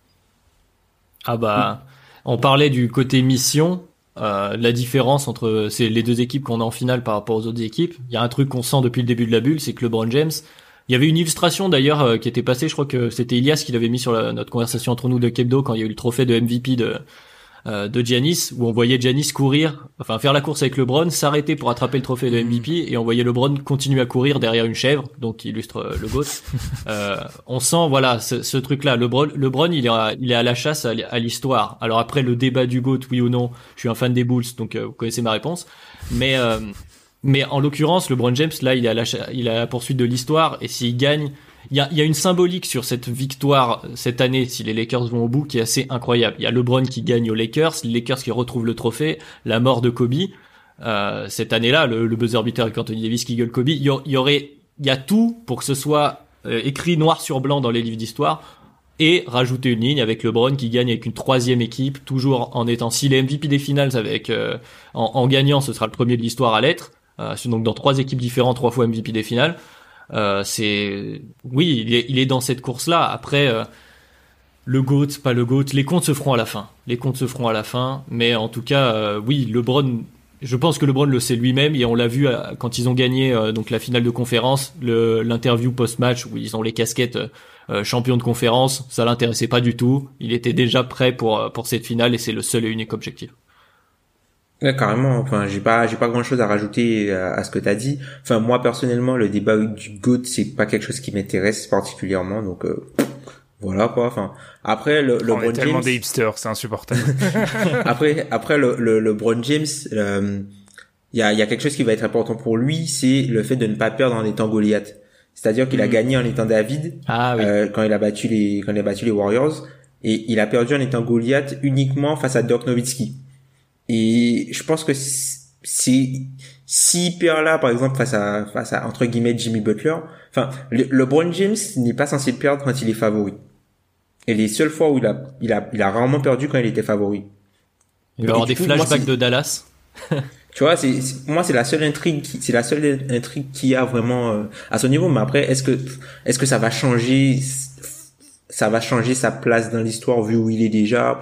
Ah bah, oui. On parlait du côté mission. Euh, la différence entre c'est les deux équipes qu'on a en finale par rapport aux autres équipes, il y a un truc qu'on sent depuis le début de la bulle, c'est que LeBron James, il y avait une illustration d'ailleurs euh, qui était passée, je crois que c'était Ilias qui l'avait mis sur la, notre conversation entre nous de Kebdo quand il y a eu le trophée de M V P de euh, de Giannis, où on voyait Giannis courir, enfin faire la course avec LeBron, s'arrêter pour attraper le trophée de M V P, et on voyait LeBron continuer à courir derrière une chèvre, donc qui illustre euh, le GOAT. euh, on sent voilà ce, ce truc-là. LeBron, LeBron, il est à, il est à la chasse à, à l'histoire. Alors après le débat du GOAT, oui ou non, je suis un fan des Bulls, donc euh, vous connaissez ma réponse. Mais euh, mais en l'occurrence, LeBron James, là, il est à la, il est à la poursuite de l'histoire, et s'il gagne, il y a, il y a une symbolique sur cette victoire cette année, si les Lakers vont au bout, qui est assez incroyable. Il y a LeBron qui gagne aux Lakers, les Lakers qui retrouvent le trophée, la mort de Kobe. Euh, cette année-là, le, le buzzer beater avec Anthony Davis qui gueule Kobe. Il y, y aurait, il y a tout pour que ce soit euh, écrit noir sur blanc dans les livres d'histoire. Et rajouter une ligne avec LeBron qui gagne avec une troisième équipe, toujours en étant, s'il est M V P des finales avec, euh, en, en gagnant, ce sera le premier de l'histoire à l'être. Euh, donc dans trois équipes différentes, trois fois M V P des finales. Euh, c'est, oui, il est, il est dans cette course-là. Après, euh, le GOAT, pas le GOAT, les comptes se feront à la fin. Les comptes se feront à la fin. Mais en tout cas, euh, oui, LeBron, je pense que LeBron le sait lui-même et on l'a vu euh, quand ils ont gagné euh, donc la finale de conférence, le, l'interview post-match où ils ont les casquettes euh, champion de conférence, ça l'intéressait pas du tout. Il était déjà prêt pour pour cette finale et c'est le seul et unique objectif. Ouais, carrément. Enfin, j'ai pas, j'ai pas grand chose à rajouter à, à ce que t'as dit. Enfin, moi, personnellement, le débat du GOAT, c'est pas quelque chose qui m'intéresse particulièrement, donc, euh, voilà, quoi. Enfin, après, le, le On est tellement des hipsters, c'est insupportable. après, après, le, le, le LeBron James, euh, il y a, il y a quelque chose qui va être important pour lui, c'est le fait de ne pas perdre en étant Goliath. C'est-à-dire qu'il mmh. a gagné en étant David, ah, oui. euh, quand il a battu les, quand il a battu les Warriors, et il a perdu en étant Goliath uniquement face à Dirk Nowitzki. Et je pense que si s'il perd là, par exemple, face à face à entre guillemets Jimmy Butler, enfin, le, LeBron James n'est pas censé perdre quand il est favori. Et les seules fois où il a il a il a rarement perdu quand il était favori. Il va y avoir des coup, flashbacks moi, de Dallas. Tu vois, c'est, c'est moi c'est la seule intrigue, qui, c'est la seule intrigue qu'il y a vraiment euh, à son niveau. Mais après, est-ce que est-ce que ça va changer, ça va changer sa place dans l'histoire vu où il est déjà?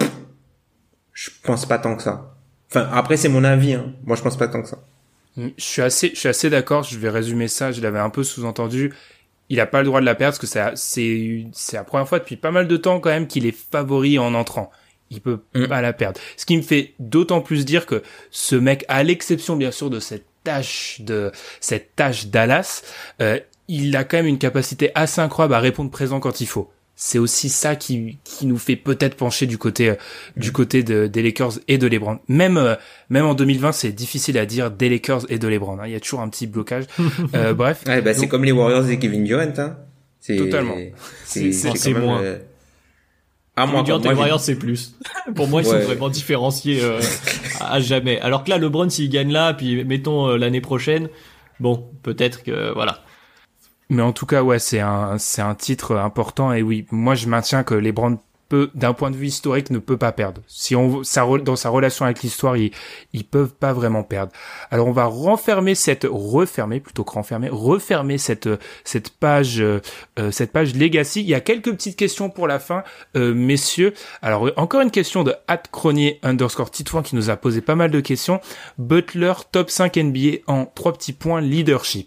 Je pense pas tant que ça. Enfin, après, c'est mon avis, hein. Moi, je pense pas tant que ça. Je suis assez, je suis assez d'accord. Je vais résumer ça. Je l'avais un peu sous-entendu. Il a pas le droit de la perdre parce que c'est, c'est, c'est la première fois depuis pas mal de temps quand même qu'il est favori en entrant. Il peut mmh. pas la perdre. Ce qui me fait d'autant plus dire que ce mec, à l'exception bien sûr de cette tâche de, cette tâche Dallas, euh, il a quand même une capacité assez incroyable à répondre présent quand il faut. C'est aussi ça qui qui nous fait peut-être pencher du côté euh, mmh. du côté de, des Lakers et de LeBron. Même euh, même en deux mille vingt, c'est difficile à dire des Lakers et de LeBron. Hein. Il y a toujours un petit blocage. euh, bref. Ouais, bah donc, c'est comme les Warriors et Kevin Durant. Hein. C'est, Totalement. C'est, c'est, c'est, c'est quand même, moins. euh... Ah, moi, Median moi, moi, Warriors, c'est plus. Pour moi, ils Ouais. sont vraiment différenciés euh, à jamais. Alors que là, LeBron, s'il gagne là, puis mettons euh, l'année prochaine, bon, peut-être que voilà. Mais en tout cas, ouais, c'est un, c'est un titre important. Et oui, moi, je maintiens que LeBron peut, d'un point de vue historique, ne peut pas perdre. Si on, sa, dans sa relation avec l'histoire, ils, ils peuvent pas vraiment perdre. Alors, on va renfermer cette, refermer, plutôt que renfermer, refermer cette, cette page, euh, cette page Legacy. Il y a quelques petites questions pour la fin, euh, messieurs. Alors, encore une question de @cronier underscore Titouan qui nous a posé pas mal de questions. Butler, top cinq N B A en trois petits points, leadership.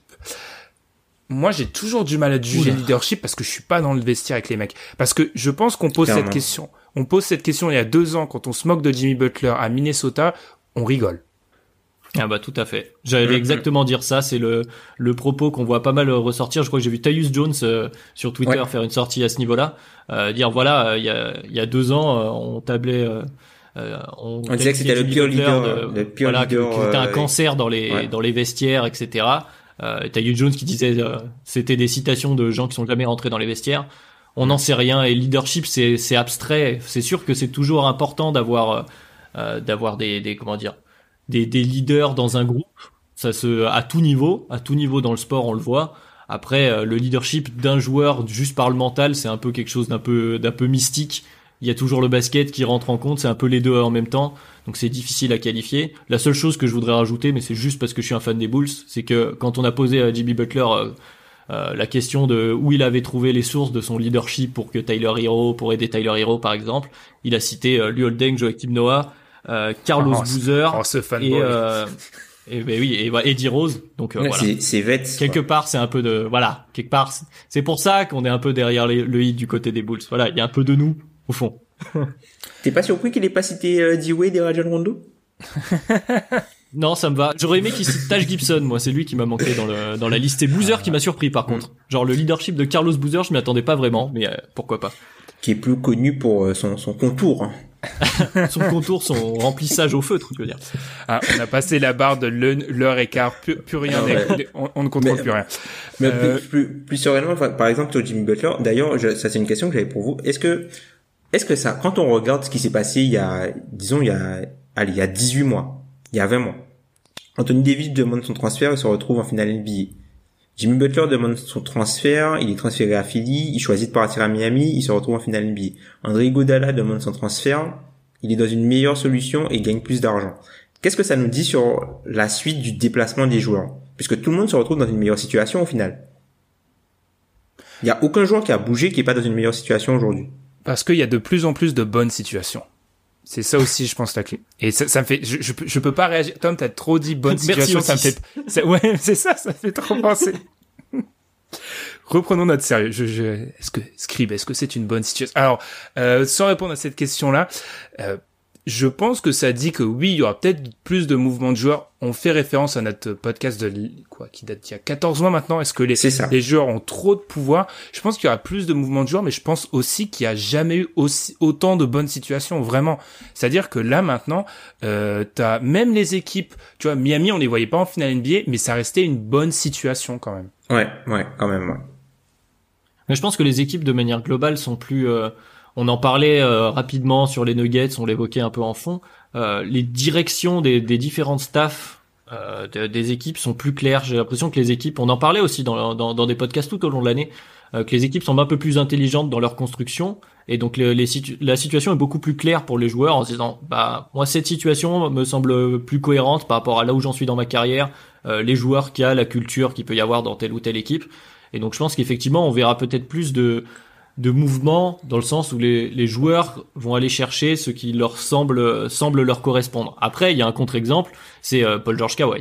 Moi, j'ai toujours du mal à juger le leadership parce que je suis pas dans le vestiaire avec les mecs. Parce que je pense qu'on pose Clairement. cette question. On pose cette question il y a deux ans quand on se moque de Jimmy Butler à Minnesota. On rigole. Ah bah tout à fait. J'allais Mm-hmm. exactement dire ça. C'est le le propos qu'on voit pas mal ressortir. Je crois que j'ai vu Tyus Jones euh, sur Twitter Ouais. faire une sortie à ce niveau-là, euh, dire voilà, il y a il y a deux ans, euh, on tablait. Euh, euh, on, On disait que c'était le Jimmy pire Butler leader, de- le pire voilà, que- leader, que c'était un euh, cancer dans les ouais. dans les vestiaires, et cetera. Euh, Tyus Jones qui disait euh, c'était des citations de gens qui sont jamais rentrés dans les vestiaires. On n'en sait rien et leadership c'est c'est abstrait. C'est sûr que c'est toujours important d'avoir euh, d'avoir des des comment dire des des leaders dans un groupe. Ça se à tout niveau, à tout niveau dans le sport on le voit. Après euh, le leadership d'un joueur juste par le mental c'est un peu quelque chose d'un peu d'un peu mystique. Il y a toujours le basket qui rentre en compte, c'est un peu les deux en même temps, donc c'est difficile à qualifier. La seule chose que je voudrais rajouter, mais c'est juste parce que je suis un fan des Bulls, c'est que quand on a posé à Jimmy Butler euh, euh, la question de où il avait trouvé les sources de son leadership pour que Tyler Hero, pour aider Tyler Hero par exemple, il a cité euh, Luol Deng, Joakim Noah, euh, Carlos Oh, Boozer Oh, ce fanboy. et euh, et ben oui et voilà, Eddie Rose. Donc euh, Ouais, voilà. c'est, c'est Vets. Quelque quoi. part, c'est un peu de voilà, quelque part, c'est- c'est pour ça qu'on est un peu derrière les- le hit du côté des Bulls. Voilà, il y a un peu de nous au fond. T'es pas surpris qu'il ait pas cité euh, D-Wade et Rajon Rondo? Non, ça me va. J'aurais aimé qu'il cite Taj Gibson, moi, c'est lui qui m'a manqué dans le dans la liste. C'est Boozer qui m'a surpris par contre. Genre le leadership de Carlos Boozer, je m'y attendais pas vraiment, mais euh, pourquoi pas. Qui est plus connu pour euh, son, son contour. hein. Son contour, son remplissage au feutre, je veux dire. Ah, on a passé la barre de le- l'heure et quart. Plus, plus rien. Ah n'est- ouais. on, on ne contrôle Mais- plus rien. Mais Euh, plus, plus, plus sereinement, enfin, par exemple, sur Jimmy Butler, d'ailleurs, je- ça c'est une question que j'avais pour vous. Est-ce que, est-ce que ça, quand on regarde ce qui s'est passé il y a, disons, il y a, allez, il y a dix-huit mois, il y a vingt mois, Anthony Davis demande son transfert et se retrouve en finale N B A. Jimmy Butler demande son transfert, il est transféré à Philly, il choisit de partir à Miami, il se retrouve en finale N B A. André Iguodala demande son transfert, il est dans une meilleure solution et gagne plus d'argent. Qu'est-ce que ça nous dit sur la suite du déplacement des joueurs? Puisque tout le monde se retrouve dans une meilleure situation au final. Il y a aucun joueur qui a bougé qui est pas dans une meilleure situation aujourd'hui. Parce qu'il y a de plus en plus de bonnes situations. C'est ça aussi, je pense, la clé. Et ça, ça me fait, je, je, peux- je peux pas réagir. Tom, t'as trop dit bonne Merci situation, ça me aussi. fait, ça- ouais, c'est ça, ça me fait trop penser. Reprenons notre sérieux. Je, je, est-ce que, Scribe, est-ce que c'est une bonne situation? Alors, euh, sans répondre à cette question-là, euh, je pense que ça dit que oui, il y aura peut-être plus de mouvements de joueurs. On fait référence à notre podcast de, quoi, qui date d'il y a quatorze mois maintenant. Est-ce que les, C'est ça. les joueurs ont trop de pouvoir? Je pense qu'il y aura plus de mouvements de joueurs, mais je pense aussi qu'il y a jamais eu aussi, autant de bonnes situations, vraiment. C'est-à-dire que là, maintenant, euh, t'as même les équipes, tu vois, Miami, on les voyait pas en finale N B A, mais ça restait une bonne situation quand même. Ouais, ouais, quand même, ouais. Mais je pense que les équipes de manière globale sont plus. Euh, on en parlait euh, rapidement sur les Nuggets, on l'évoquait un peu en fond. Euh, les directions des, des différentes staffs euh, de- des équipes sont plus claires. J'ai l'impression que les équipes, on en parlait aussi dans, dans, dans des podcasts tout au long de l'année, euh, que les équipes sont un peu plus intelligentes dans leur construction. Et donc les, les situ- la situation est beaucoup plus claire pour les joueurs en se disant, bah moi cette situation me semble plus cohérente par rapport à là où j'en suis dans ma carrière, euh, les joueurs qu'il y a, la culture qu'il peut y avoir dans telle ou telle équipe. Et donc je pense qu'effectivement on verra peut-être plus de de mouvements dans le sens où les les joueurs vont aller chercher ce qui leur semble semble leur correspondre. Après il y a un contre-exemple, c'est euh, Paul George Kawhi.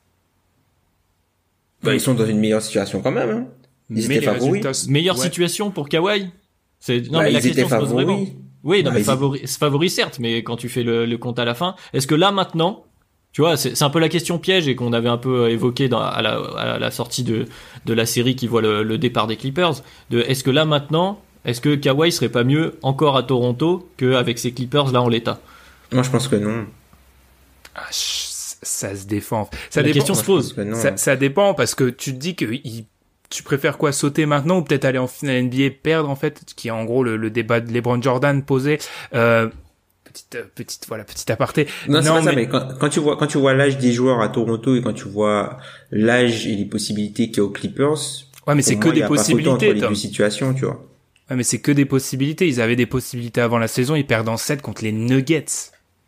Bah, ils sont dans une meilleure situation quand même, hein. Ils étaient les favoris. résultats- Meilleure ouais. situation pour Kawhi. C'est non Bah, mais la ils question étaient se pose favoris. vraiment. Oui, non Bah, mais ils- favori, favori certes, mais quand tu fais le, le compte à la fin, est-ce que là maintenant, tu vois, c'est, c'est un peu la question piège et qu'on avait un peu évoqué dans, à, la, à la sortie de de la série qui voit le, le départ des Clippers, de est-ce que là maintenant, est-ce que Kawhi serait pas mieux encore à Toronto qu'avec ces Clippers là en l'état? Moi, je pense que non. Ah, ch- ça se défend. Ça La dépend. question se Moi, je pense pose. que non. Ça, ça dépend parce que tu te dis que il, tu préfères quoi, sauter maintenant ou peut-être aller en finale N B A, perdre en fait, qui est en gros le, le débat de LeBron Jordan posé. Euh, petite petite voilà petite aparté. Non, c'est non, pas mais... ça, mais quand, quand tu vois quand tu vois l'âge des joueurs à Toronto et quand tu vois l'âge et les possibilités qu'il y a aux Clippers. Ouais, mais c'est que moi, des possibilités. Entre les deux situations, tu vois. Ouais, mais c'est que des possibilités. Ils avaient des possibilités avant la saison. Ils perdent en sept contre les Nuggets.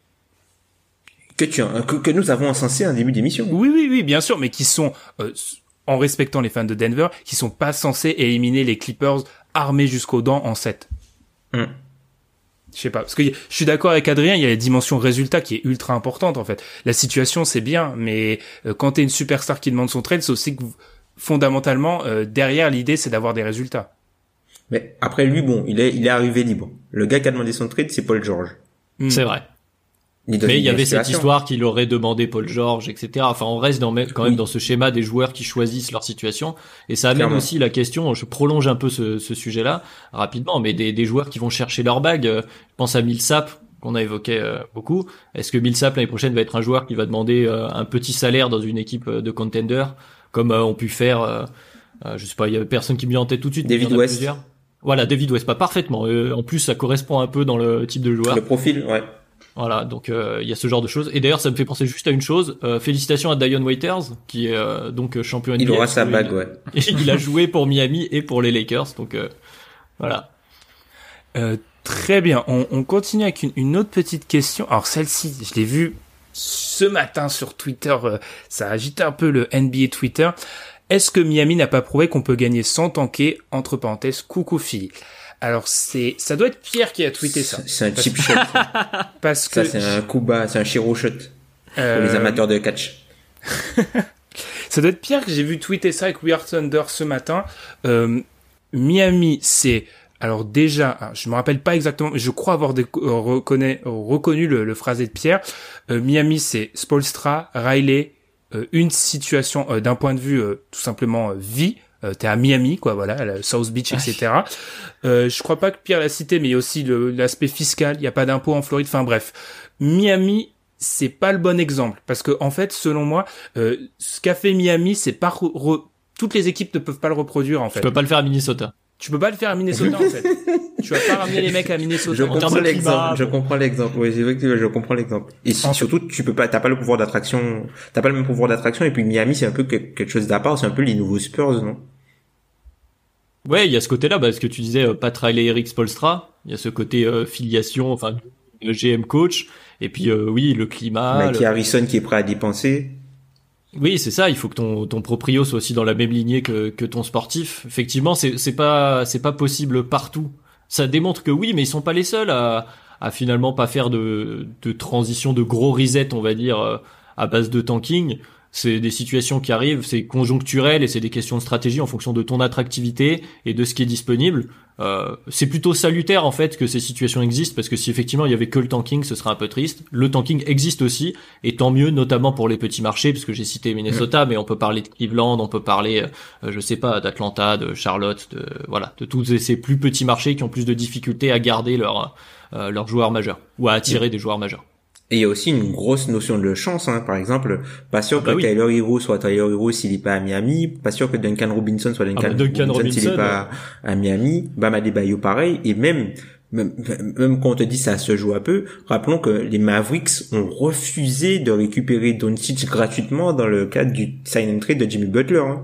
Que tu que, que nous avons encensé en début d'émission. Oui, oui, oui, bien sûr, mais qui sont euh, en respectant les fans de Denver, qui sont pas censés éliminer les Clippers armés jusqu'aux dents en sept. Mm. Je sais pas, parce que je suis d'accord avec Adrien, il y a la dimension résultat qui est ultra importante en fait. La situation c'est bien, mais euh, quand t'es une superstar qui demande son trade, c'est aussi que fondamentalement euh, derrière l'idée c'est d'avoir des résultats. Mais après lui, bon, il est il est arrivé libre. Le gars qui a demandé son trade, c'est Paul George. Mm. C'est vrai. Il mais il y avait cette histoire qu'il aurait demandé Paul George, et cetera. Enfin, on reste dans, quand même oui. dans ce schéma des joueurs qui choisissent leur situation. Et ça amène Clairement. aussi la question, je prolonge un peu ce, ce sujet-là rapidement, mais des, des joueurs qui vont chercher leur bague. Je pense à Millsap, qu'on a évoqué euh, beaucoup. Est-ce que Millsap, l'année prochaine, va être un joueur qui va demander euh, un petit salaire dans une équipe de contender, comme euh, on pu faire, euh, euh, je sais pas, il y avait personne qui me vient en tête tout de suite. David West. Plusieurs. Voilà, David West, pas parfaitement. Euh, en plus, ça correspond un peu dans le type de joueur. Le profil, ouais. Voilà, donc il euh, y a ce genre de choses. Et d'ailleurs, ça me fait penser juste à une chose. Euh, félicitations à Dion Waiters, qui est euh, donc champion N B A. Il aura sa bague, ouais. Il a joué pour Miami et pour les Lakers, donc euh, voilà. Euh, très bien, on, on continue avec une, une autre petite question. Alors celle-ci, je l'ai vue ce matin sur Twitter, euh, ça a agité un peu le N B A Twitter. Est-ce que Miami n'a pas prouvé qu'on peut gagner sans tanker? Entre parenthèses, coucou fille. Alors c'est, ça doit être Pierre qui a tweeté ça. C'est un cheap shot. Ça. Parce que ça c'est un coup bas, c'est un chiro shot euh... pour les amateurs de catch. Ça doit être Pierre que j'ai vu tweeter ça avec We Are Thunder ce matin. Euh, Miami, c'est alors déjà, je me rappelle pas exactement, mais je crois avoir des, euh, reconnaît, reconnu le, le phrasé de Pierre. Euh, Miami, c'est Spoelstra, Riley, euh, une situation euh, d'un point de vue euh, tout simplement euh, vie. Euh, t'es à Miami, quoi, voilà, à South Beach, et cetera. Euh, je crois pas que Pierre l'a cité, mais il y a aussi le, l'aspect fiscal. Il y a pas d'impôt en Floride. Enfin bref, Miami, c'est pas le bon exemple parce que en fait, selon moi, euh, ce qu'a fait Miami, c'est pas re- re- toutes les équipes ne peuvent pas le reproduire en fait. Tu peux pas le faire à Minnesota. Tu peux pas le faire à Minnesota en fait. Tu vas pas ramener les mecs à Minnesota. Je comprends l'exemple. Je comprends l'exemple. Oui, c'est vrai que je comprends l'exemple. Et si, surtout, tu peux pas, t'as pas le pouvoir d'attraction, t'as pas le même pouvoir d'attraction. Et puis Miami, c'est un peu quelque chose d'à part. C'est un peu les nouveaux Spurs, non? Ouais, il y a ce côté-là, parce que tu disais euh, Pat Riley, Eric Spoelstra. Il y a ce côté euh, filiation, enfin le G M coach. Et puis euh, oui, le climat. Mikey le... Harrison qui est prêt à dépenser. Oui, c'est ça. Il faut que ton ton proprio soit aussi dans la même lignée que que ton sportif. Effectivement, c'est c'est pas c'est pas possible partout. Ça démontre que oui, mais ils sont pas les seuls à à finalement pas faire de de transition, de gros reset, on va dire, à base de tanking. C'est des situations qui arrivent, c'est conjoncturel et c'est des questions de stratégie en fonction de ton attractivité et de ce qui est disponible. Euh, c'est plutôt salutaire en fait que ces situations existent parce que si effectivement il y avait que le tanking, ce serait un peu triste. Le tanking existe aussi et tant mieux, notamment pour les petits marchés, parce que j'ai cité Minnesota, mais on peut parler de Cleveland, on peut parler, euh, je sais pas, d'Atlanta, de Charlotte, de voilà, de tous ces plus petits marchés qui ont plus de difficultés à garder leurs euh, leurs joueurs majeurs ou à attirer des joueurs majeurs. Et il y a aussi une grosse notion de chance, hein. Par exemple, pas sûr que bah oui. Tyler Hero soit Tyler Hero s'il est pas à Miami, pas sûr que Duncan Robinson soit Duncan, ah bah Duncan Robinson, Robinson s'il est pas ouais. à Miami, Bam Adebayo pareil, et même, même, même quand on te dit ça se joue un peu, rappelons que les Mavericks ont refusé de récupérer Doncic gratuitement dans le cadre du sign and trade de Jimmy Butler, hein.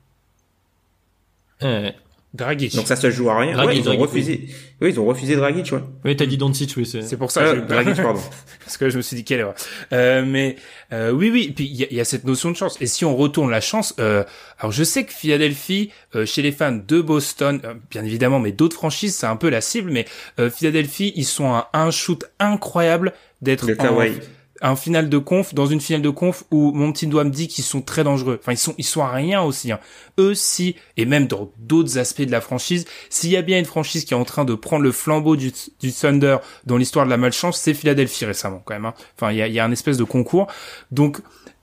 Ouais. Dragic. Donc ça se joue à rien. Dragic, ouais, ils ont Dragic, refusé. Oui. oui, ils ont refusé Dragic, ouais. Oui, t'as dit Doncic, oui, c'est. C'est pour ça ah, que je... Dragic, pardon. Parce que je me suis dit quelle erreur. Euh, mais euh, oui, oui. Puis il y a, y a cette notion de chance. Et si on retourne la chance, euh, alors je sais que Philadelphie, euh, chez les fans de Boston, euh, bien évidemment, mais d'autres franchises, c'est un peu la cible. Mais euh, Philadelphie, ils sont à un shoot incroyable d'être de en Kawhi. un finale de conf, dans une finale de conf où mon petit doigt me dit qu'ils sont très dangereux. Enfin, ils sont, ils sont à rien aussi, hein. Eux, si, et même dans d'autres aspects de la franchise, s'il y a bien une franchise qui est en train de prendre le flambeau du, du Thunder dans l'histoire de la malchance, c'est Philadelphie récemment, quand même, hein. Enfin, il y a, il y a un espèce de concours. Donc,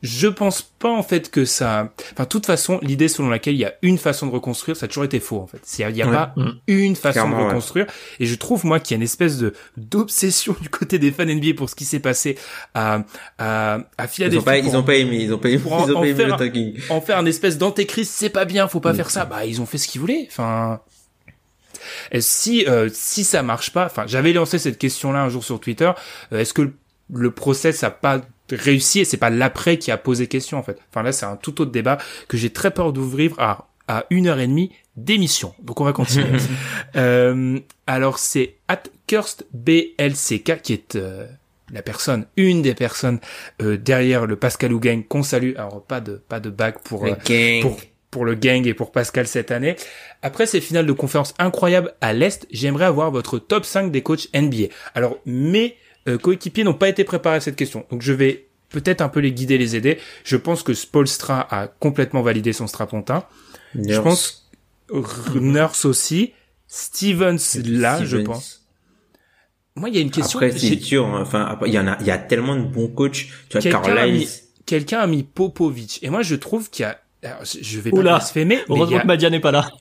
je pense pas en fait que ça. Enfin, de toute façon, l'idée selon laquelle il y a une façon de reconstruire, ça a toujours été faux en fait. Il y a, y a ouais. pas mmh. une façon Clairement, de reconstruire. Ouais. Et je trouve moi qu'il y a une espèce de d'obsession du côté des fans N B A pour ce qui s'est passé à à, à Philadelphie. Ils ont pas, ils ont pas aimé, ils ont pas aimé, Pour en, ils ont pas aimé faire, le talking. En faire un espèce d'antéchrist, c'est pas bien, faut pas mmh. faire ça. Bah, ils ont fait ce qu'ils voulaient. Enfin. Et si euh, si ça marche pas, enfin, j'avais lancé cette question-là un jour sur Twitter. Euh, est-ce que le, le process a pas réussi et c'est pas l'après qui a posé question en fait. Enfin là, c'est un tout autre débat que j'ai très peur d'ouvrir à à une heure et demie d'émission. Donc on va continuer. euh, alors c'est at Kirst B L C K qui est euh, la personne, une des personnes euh, derrière le Pascalou Gang qu'on salue. Alors pas de pas de bague pour euh, pour pour le gang et pour Pascal cette année. Après ces finales de conférence incroyables à l'Est, j'aimerais avoir votre top cinq des coachs N B A. Alors, mes euh, coéquipiers n'ont pas été préparés à cette question. Donc, je vais peut-être un peu les guider, les aider. Je pense que Spoelstra a complètement validé son strapontin. Nurse. Je pense Nurse aussi. Stevens, là, Stevens. Je pense. Moi, il y a une question. Après, c'est dur. Hein. Enfin, il y en a, il y a tellement de bons coachs. Tu vois, quelqu'un Carlisle. A mis, quelqu'un a mis Popovic. Et moi, je trouve qu'il y a Alors, je vais pas Oula, blasphémer, mais heureusement a... que Madia n'est pas là.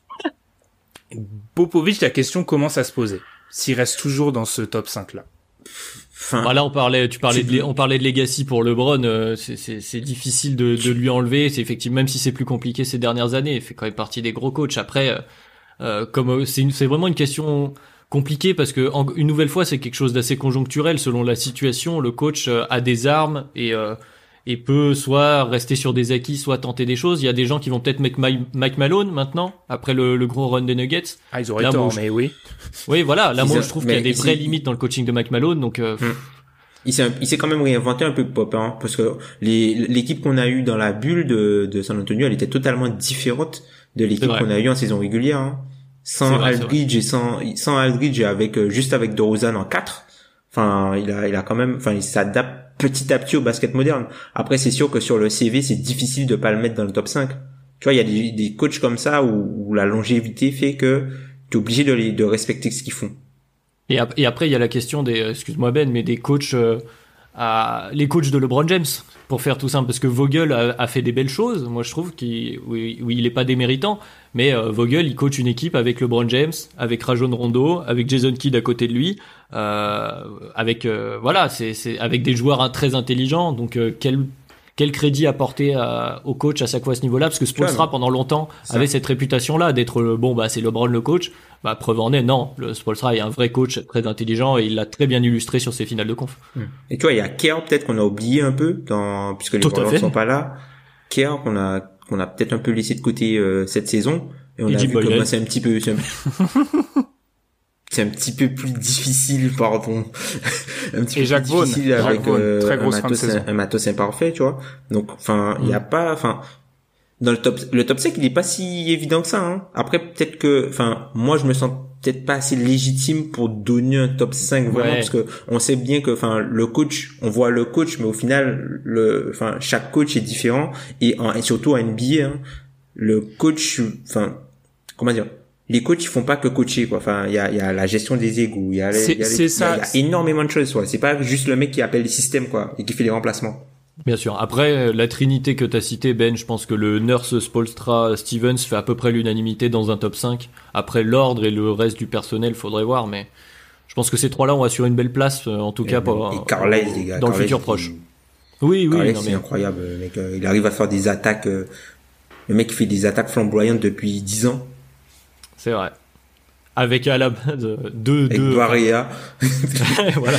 Popovic, la question commence à se poser. S'il reste toujours dans ce top cinq là. Enfin, bah là, on parlait, tu parlais de, on parlait de legacy pour LeBron. Euh, c'est, c'est, c'est difficile de, de lui enlever. C'est effectivement, même si c'est plus compliqué ces dernières années, il fait quand même partie des gros coachs. Après, euh, comme c'est, une, c'est vraiment une question compliquée parce que en, une nouvelle fois, c'est quelque chose d'assez conjoncturel selon la situation. Le coach euh, a des armes et euh, et peut soit rester sur des acquis, soit tenter des choses. Il y a des gens qui vont peut-être mettre Mike Malone maintenant, après le, le gros run des Nuggets. Ah, ils auraient tort, je... mais oui. Oui, voilà. Là, moi, a... je trouve qu'il y a des vraies limites dans le coaching de Mike Malone, donc. Euh... Hum. Il s'est, il s'est quand même réinventé un peu Pop, hein, parce que les, l'équipe qu'on a eue dans la bulle de, de San Antonio, elle était totalement différente de l'équipe qu'on a eue en saison régulière. Hein. Sans vrai, Aldridge et sans, sans Aldridge et avec juste avec DeRozan en quatre. Enfin, il a, il a quand même, enfin, il s'adapte petit à petit au basket moderne. Après, c'est sûr que sur le C V, c'est difficile de pas le mettre dans le top cinq. Tu vois, il y a des, des coachs comme ça où, où la longévité fait que tu es obligé de les, de respecter ce qu'ils font. Et, ap- et après, il y a la question des, excuse-moi Ben, mais des coachs, euh, à, les coachs de LeBron James, pour faire tout simple, parce que Vogel a, a fait des belles choses. Moi, je trouve qu'il, oui, oui il est pas déméritant, mais euh, Vogel, il coach une équipe avec LeBron James, avec Rajon Rondo, avec Jason Kidd à côté de lui, euh, avec euh, voilà, c'est, c'est avec des joueurs hein, très intelligents. Donc, euh, quel quel crédit apporter à, au coach à chaque fois à ce niveau-là, parce que Spoelstra pendant longtemps ça. avait cette réputation-là d'être le, bon bah c'est LeBron le coach. Bah preuve en est, non, le Spoelstra est un vrai coach très intelligent et il l'a très bien illustré sur ses finales de conf. Et tu vois, il y a Kerr peut-être qu'on a oublié un peu dans puisque les Warriors sont pas là. Kerr qu'on a qu'on a peut-être un peu laissé de côté euh, cette saison et on et a vu que bah, c'est un petit peu c'est un... c'est un petit peu plus difficile, pardon. un petit et peu Jacques plus difficile Vaughan, avec euh, très un matos, un, un matos imparfait, tu vois. Donc, enfin, il mmh. y a pas, enfin, dans le top, le top cinq, il est pas si évident que ça, hein. Après, peut-être que, enfin, moi, je me sens peut-être pas assez légitime pour donner un top cinq vraiment, ouais. parce que on sait bien que, enfin, le coach, on voit le coach, mais au final, le, enfin, chaque coach est différent et, en, et surtout en N B A, hein, le coach, enfin, comment dire, les coachs ils font pas que coacher quoi. Enfin, il y a il y a la gestion des égos, il y a il y a, les, ça, y a, y a énormément de choses quoi. C'est pas juste le mec qui appelle les systèmes quoi et qui fait les remplacements. Bien sûr. Après la trinité que t'as citée Ben, je pense que le Nurse, Spoelstra, Stevens fait à peu près l'unanimité dans un top cinq. Après l'ordre et le reste du personnel, faudrait voir, mais je pense que ces trois-là ont assuré une belle place en tout et cas pour et Carlisle, les gars, dans Carlisle, le futur il... proche. Oui oui, Carlisle, non, c'est mais... incroyable le mec, il arrive à faire des attaques le mec fait des attaques flamboyantes depuis dix ans. C'est vrai. Avec à la base deux deux Doria. Voilà.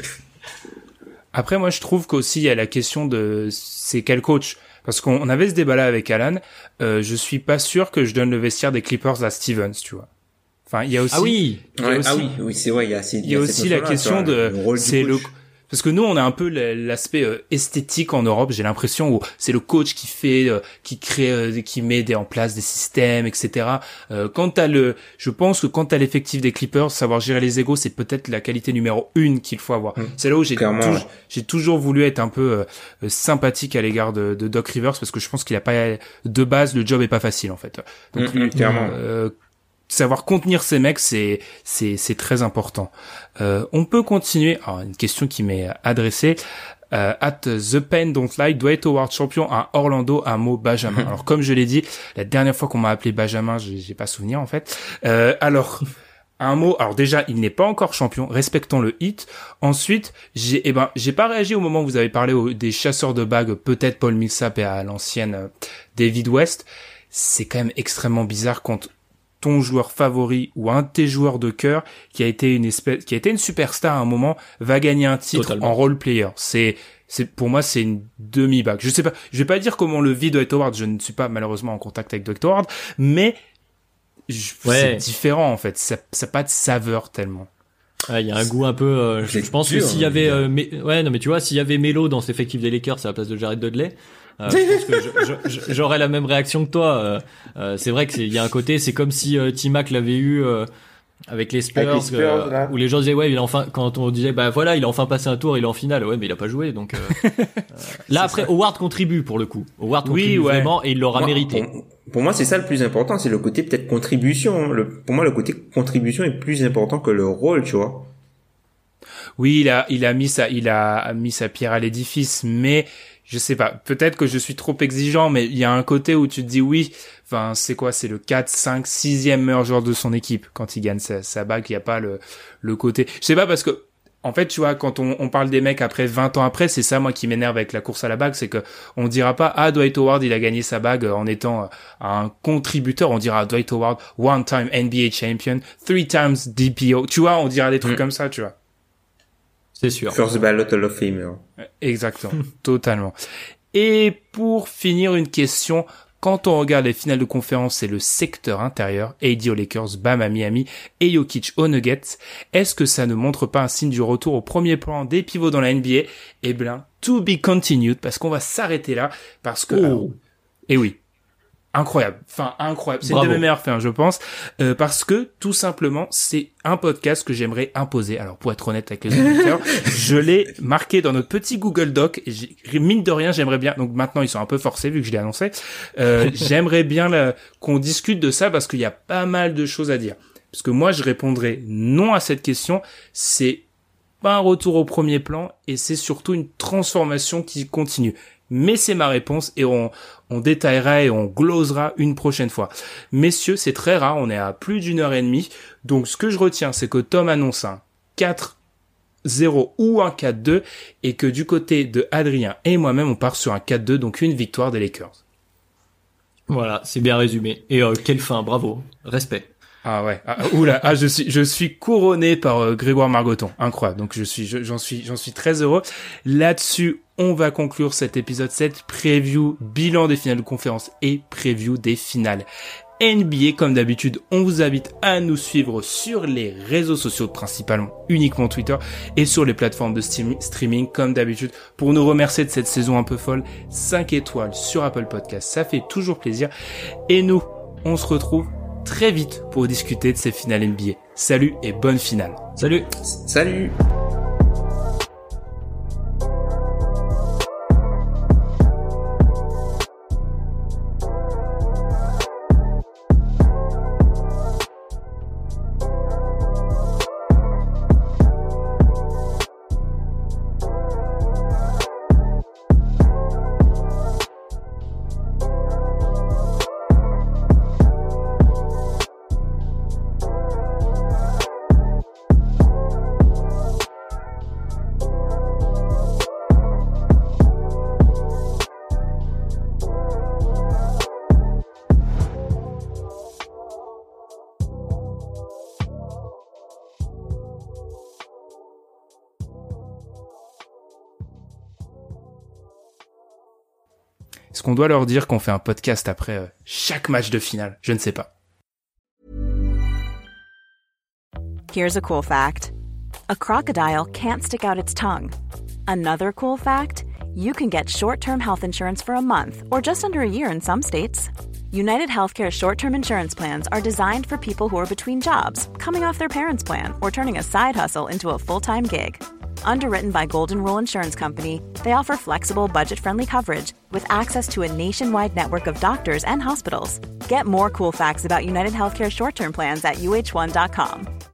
Après moi je trouve qu'aussi il y a la question de c'est quel coach, parce qu'on avait ce débat là avec Alan. Euh, je suis pas sûr que je donne le vestiaire des Clippers à Stevens, tu vois. Enfin il y a aussi ah oui il y a ouais, aussi, ah oui oui c'est vrai il y a, il y a, il y a aussi la question de le c'est le parce que nous on a un peu l'aspect euh, esthétique en Europe, j'ai l'impression où c'est le coach qui fait euh, qui crée euh, qui met des, en place des systèmes etc. Euh, quand t'as le je pense que quand t'as l'effectif des Clippers, savoir gérer les égos c'est peut-être la qualité numéro une qu'il faut avoir. Mmh. C'est là où j'ai toujours, ouais. j'ai toujours voulu être un peu euh, sympathique à l'égard de, de Doc Rivers, parce que je pense qu'il a pas de base, le job est pas facile en fait. Donc mmh, clairement euh, savoir contenir ces mecs, c'est c'est c'est très important. Euh, on peut continuer. Alors, une question qui m'est adressée. Euh, at The Pen Don't Lie, Dwight Howard champion à Orlando, un mot Benjamin. Alors comme je l'ai dit, la dernière fois qu'on m'a appelé Benjamin, j'ai, j'ai pas souvenir en fait. Euh, alors un mot. Alors déjà, il n'est pas encore champion. Respectons le hit. Ensuite, j'ai eh ben j'ai pas réagi au moment où vous avez parlé au, des chasseurs de bagues, peut-être Paul Millsap et à l'ancienne euh, David West. C'est quand même extrêmement bizarre quand ton joueur favori ou un de tes joueurs de cœur qui a été une espèce, qui a été une superstar à un moment, va gagner un titre Totalement. En role player. C'est, c'est, pour moi, c'est une demi-bague. Je sais pas, je vais pas dire comment le vit Dwight Howard. Je ne suis pas malheureusement en contact avec Dwight Howard, mais je, ouais. c'est différent, en fait. Ça, ça a pas de saveur tellement. Il ouais, y a un goût un peu, euh, je, je pense dur, que s'il y avait, euh, mais, ouais, non, mais tu vois, s'il y avait Melo dans cet effectif des Lakers à la place de Jared Dudley, Euh, je pense que je, je, j'aurais la même réaction que toi. Euh, euh, c'est vrai que c'est, il y a un côté, c'est comme si euh, T-Mac l'avait eu euh, avec les Spurs, avec les Spurs euh, où les gens disaient ouais, il a enfin, quand on disait bah voilà, il a enfin passé un tour, il est en finale. Ouais, mais il a pas joué, donc. Euh, euh, là après, ça. Howard contribue pour le coup. Howard contribue oui, ouais. vraiment et il l'aura moi, mérité. Pour, pour moi, c'est ça le plus important, c'est le côté peut-être contribution. Le, pour moi, le côté contribution est plus important que le rôle, tu vois. Oui, il a, il a mis sa, il a mis sa pierre à l'édifice, mais je sais pas, peut-être que je suis trop exigeant, mais il y a un côté où tu te dis oui, enfin, c'est quoi, c'est le quatre, cinq, sixième meilleur joueur de son équipe quand il gagne sa, sa bague, il y a pas le, le côté, je sais pas parce que, en fait, tu vois, quand on, on parle des mecs après vingt ans après, c'est ça, moi, qui m'énerve avec la course à la bague, c'est que on dira pas, ah, Dwight Howard, il a gagné sa bague en étant un contributeur, on dira Dwight Howard, one time N B A champion, three times D P O, tu vois, on dira des trucs mmh. comme ça, tu vois. C'est sûr. First ballot Hall of Famer. Exactement. Totalement. Et pour finir, une question. Quand on regarde les finales de conférence, c'est le secteur intérieur. A D aux Lakers, Bam à Miami et Jokic aux Nuggets. Est-ce que ça ne montre pas un signe du retour au premier plan des pivots dans la N B A? Eh bien, to be continued, parce qu'on va s'arrêter là, parce que... Oh. Alors, et oui. Incroyable, enfin incroyable, c'est Bravo. Une de mes meilleures fins, je pense, euh, parce que tout simplement c'est un podcast que j'aimerais imposer. Alors pour être honnête avec les auditeurs, je l'ai marqué dans notre petit Google Doc. Et j'ai, mine de rien, j'aimerais bien. Donc maintenant ils sont un peu forcés vu que je l'ai annoncé. Euh, j'aimerais bien la, qu'on discute de ça parce qu'il y a pas mal de choses à dire. Parce que moi je répondrais non à cette question. C'est pas un retour au premier plan et c'est surtout une transformation qui continue. Mais c'est ma réponse et on, on détaillera et on glosera une prochaine fois. Messieurs, c'est très rare, on est à plus d'une heure et demie. Donc ce que je retiens, c'est que Tom annonce un quatre zéro ou un quatre deux et que du côté de Adrien et moi-même, on part sur un quatre deux, donc une victoire des Lakers. Voilà, c'est bien résumé. Et euh, quelle fin, bravo, respect. Ah ouais, ah, oula, ah je suis je suis couronné par euh, Grégoire Margoton, incroyable. Donc je suis je, j'en suis j'en suis très heureux. Là-dessus, on va conclure cet épisode sept, preview, bilan des finales de conférence et preview des finales N B A. Comme d'habitude, on vous invite à nous suivre sur les réseaux sociaux, principalement uniquement Twitter et sur les plateformes de stream- streaming comme d'habitude. Pour nous remercier de cette saison un peu folle, cinq étoiles sur Apple Podcast, ça fait toujours plaisir. Et nous, on se retrouve très vite pour discuter de ces finales N B A. Salut et bonne finale. Salut. Salut. Est-ce qu'on doit leur dire qu'on fait un podcast après euh, chaque match de finale? Je ne sais pas. Here's a cool fact. A crocodile can't stick out its tongue. Another cool fact, you can get short-term health insurance for a month or just under a year in some states. United Healthcare short-term insurance plans are designed for people who are between jobs, coming off their parents' plan, or turning a side hustle into a full-time gig. Underwritten by Golden Rule Insurance Company, they offer flexible, budget-friendly coverage with access to a nationwide network of doctors and hospitals. Get more cool facts about United Healthcare short-term plans at U H one dot com.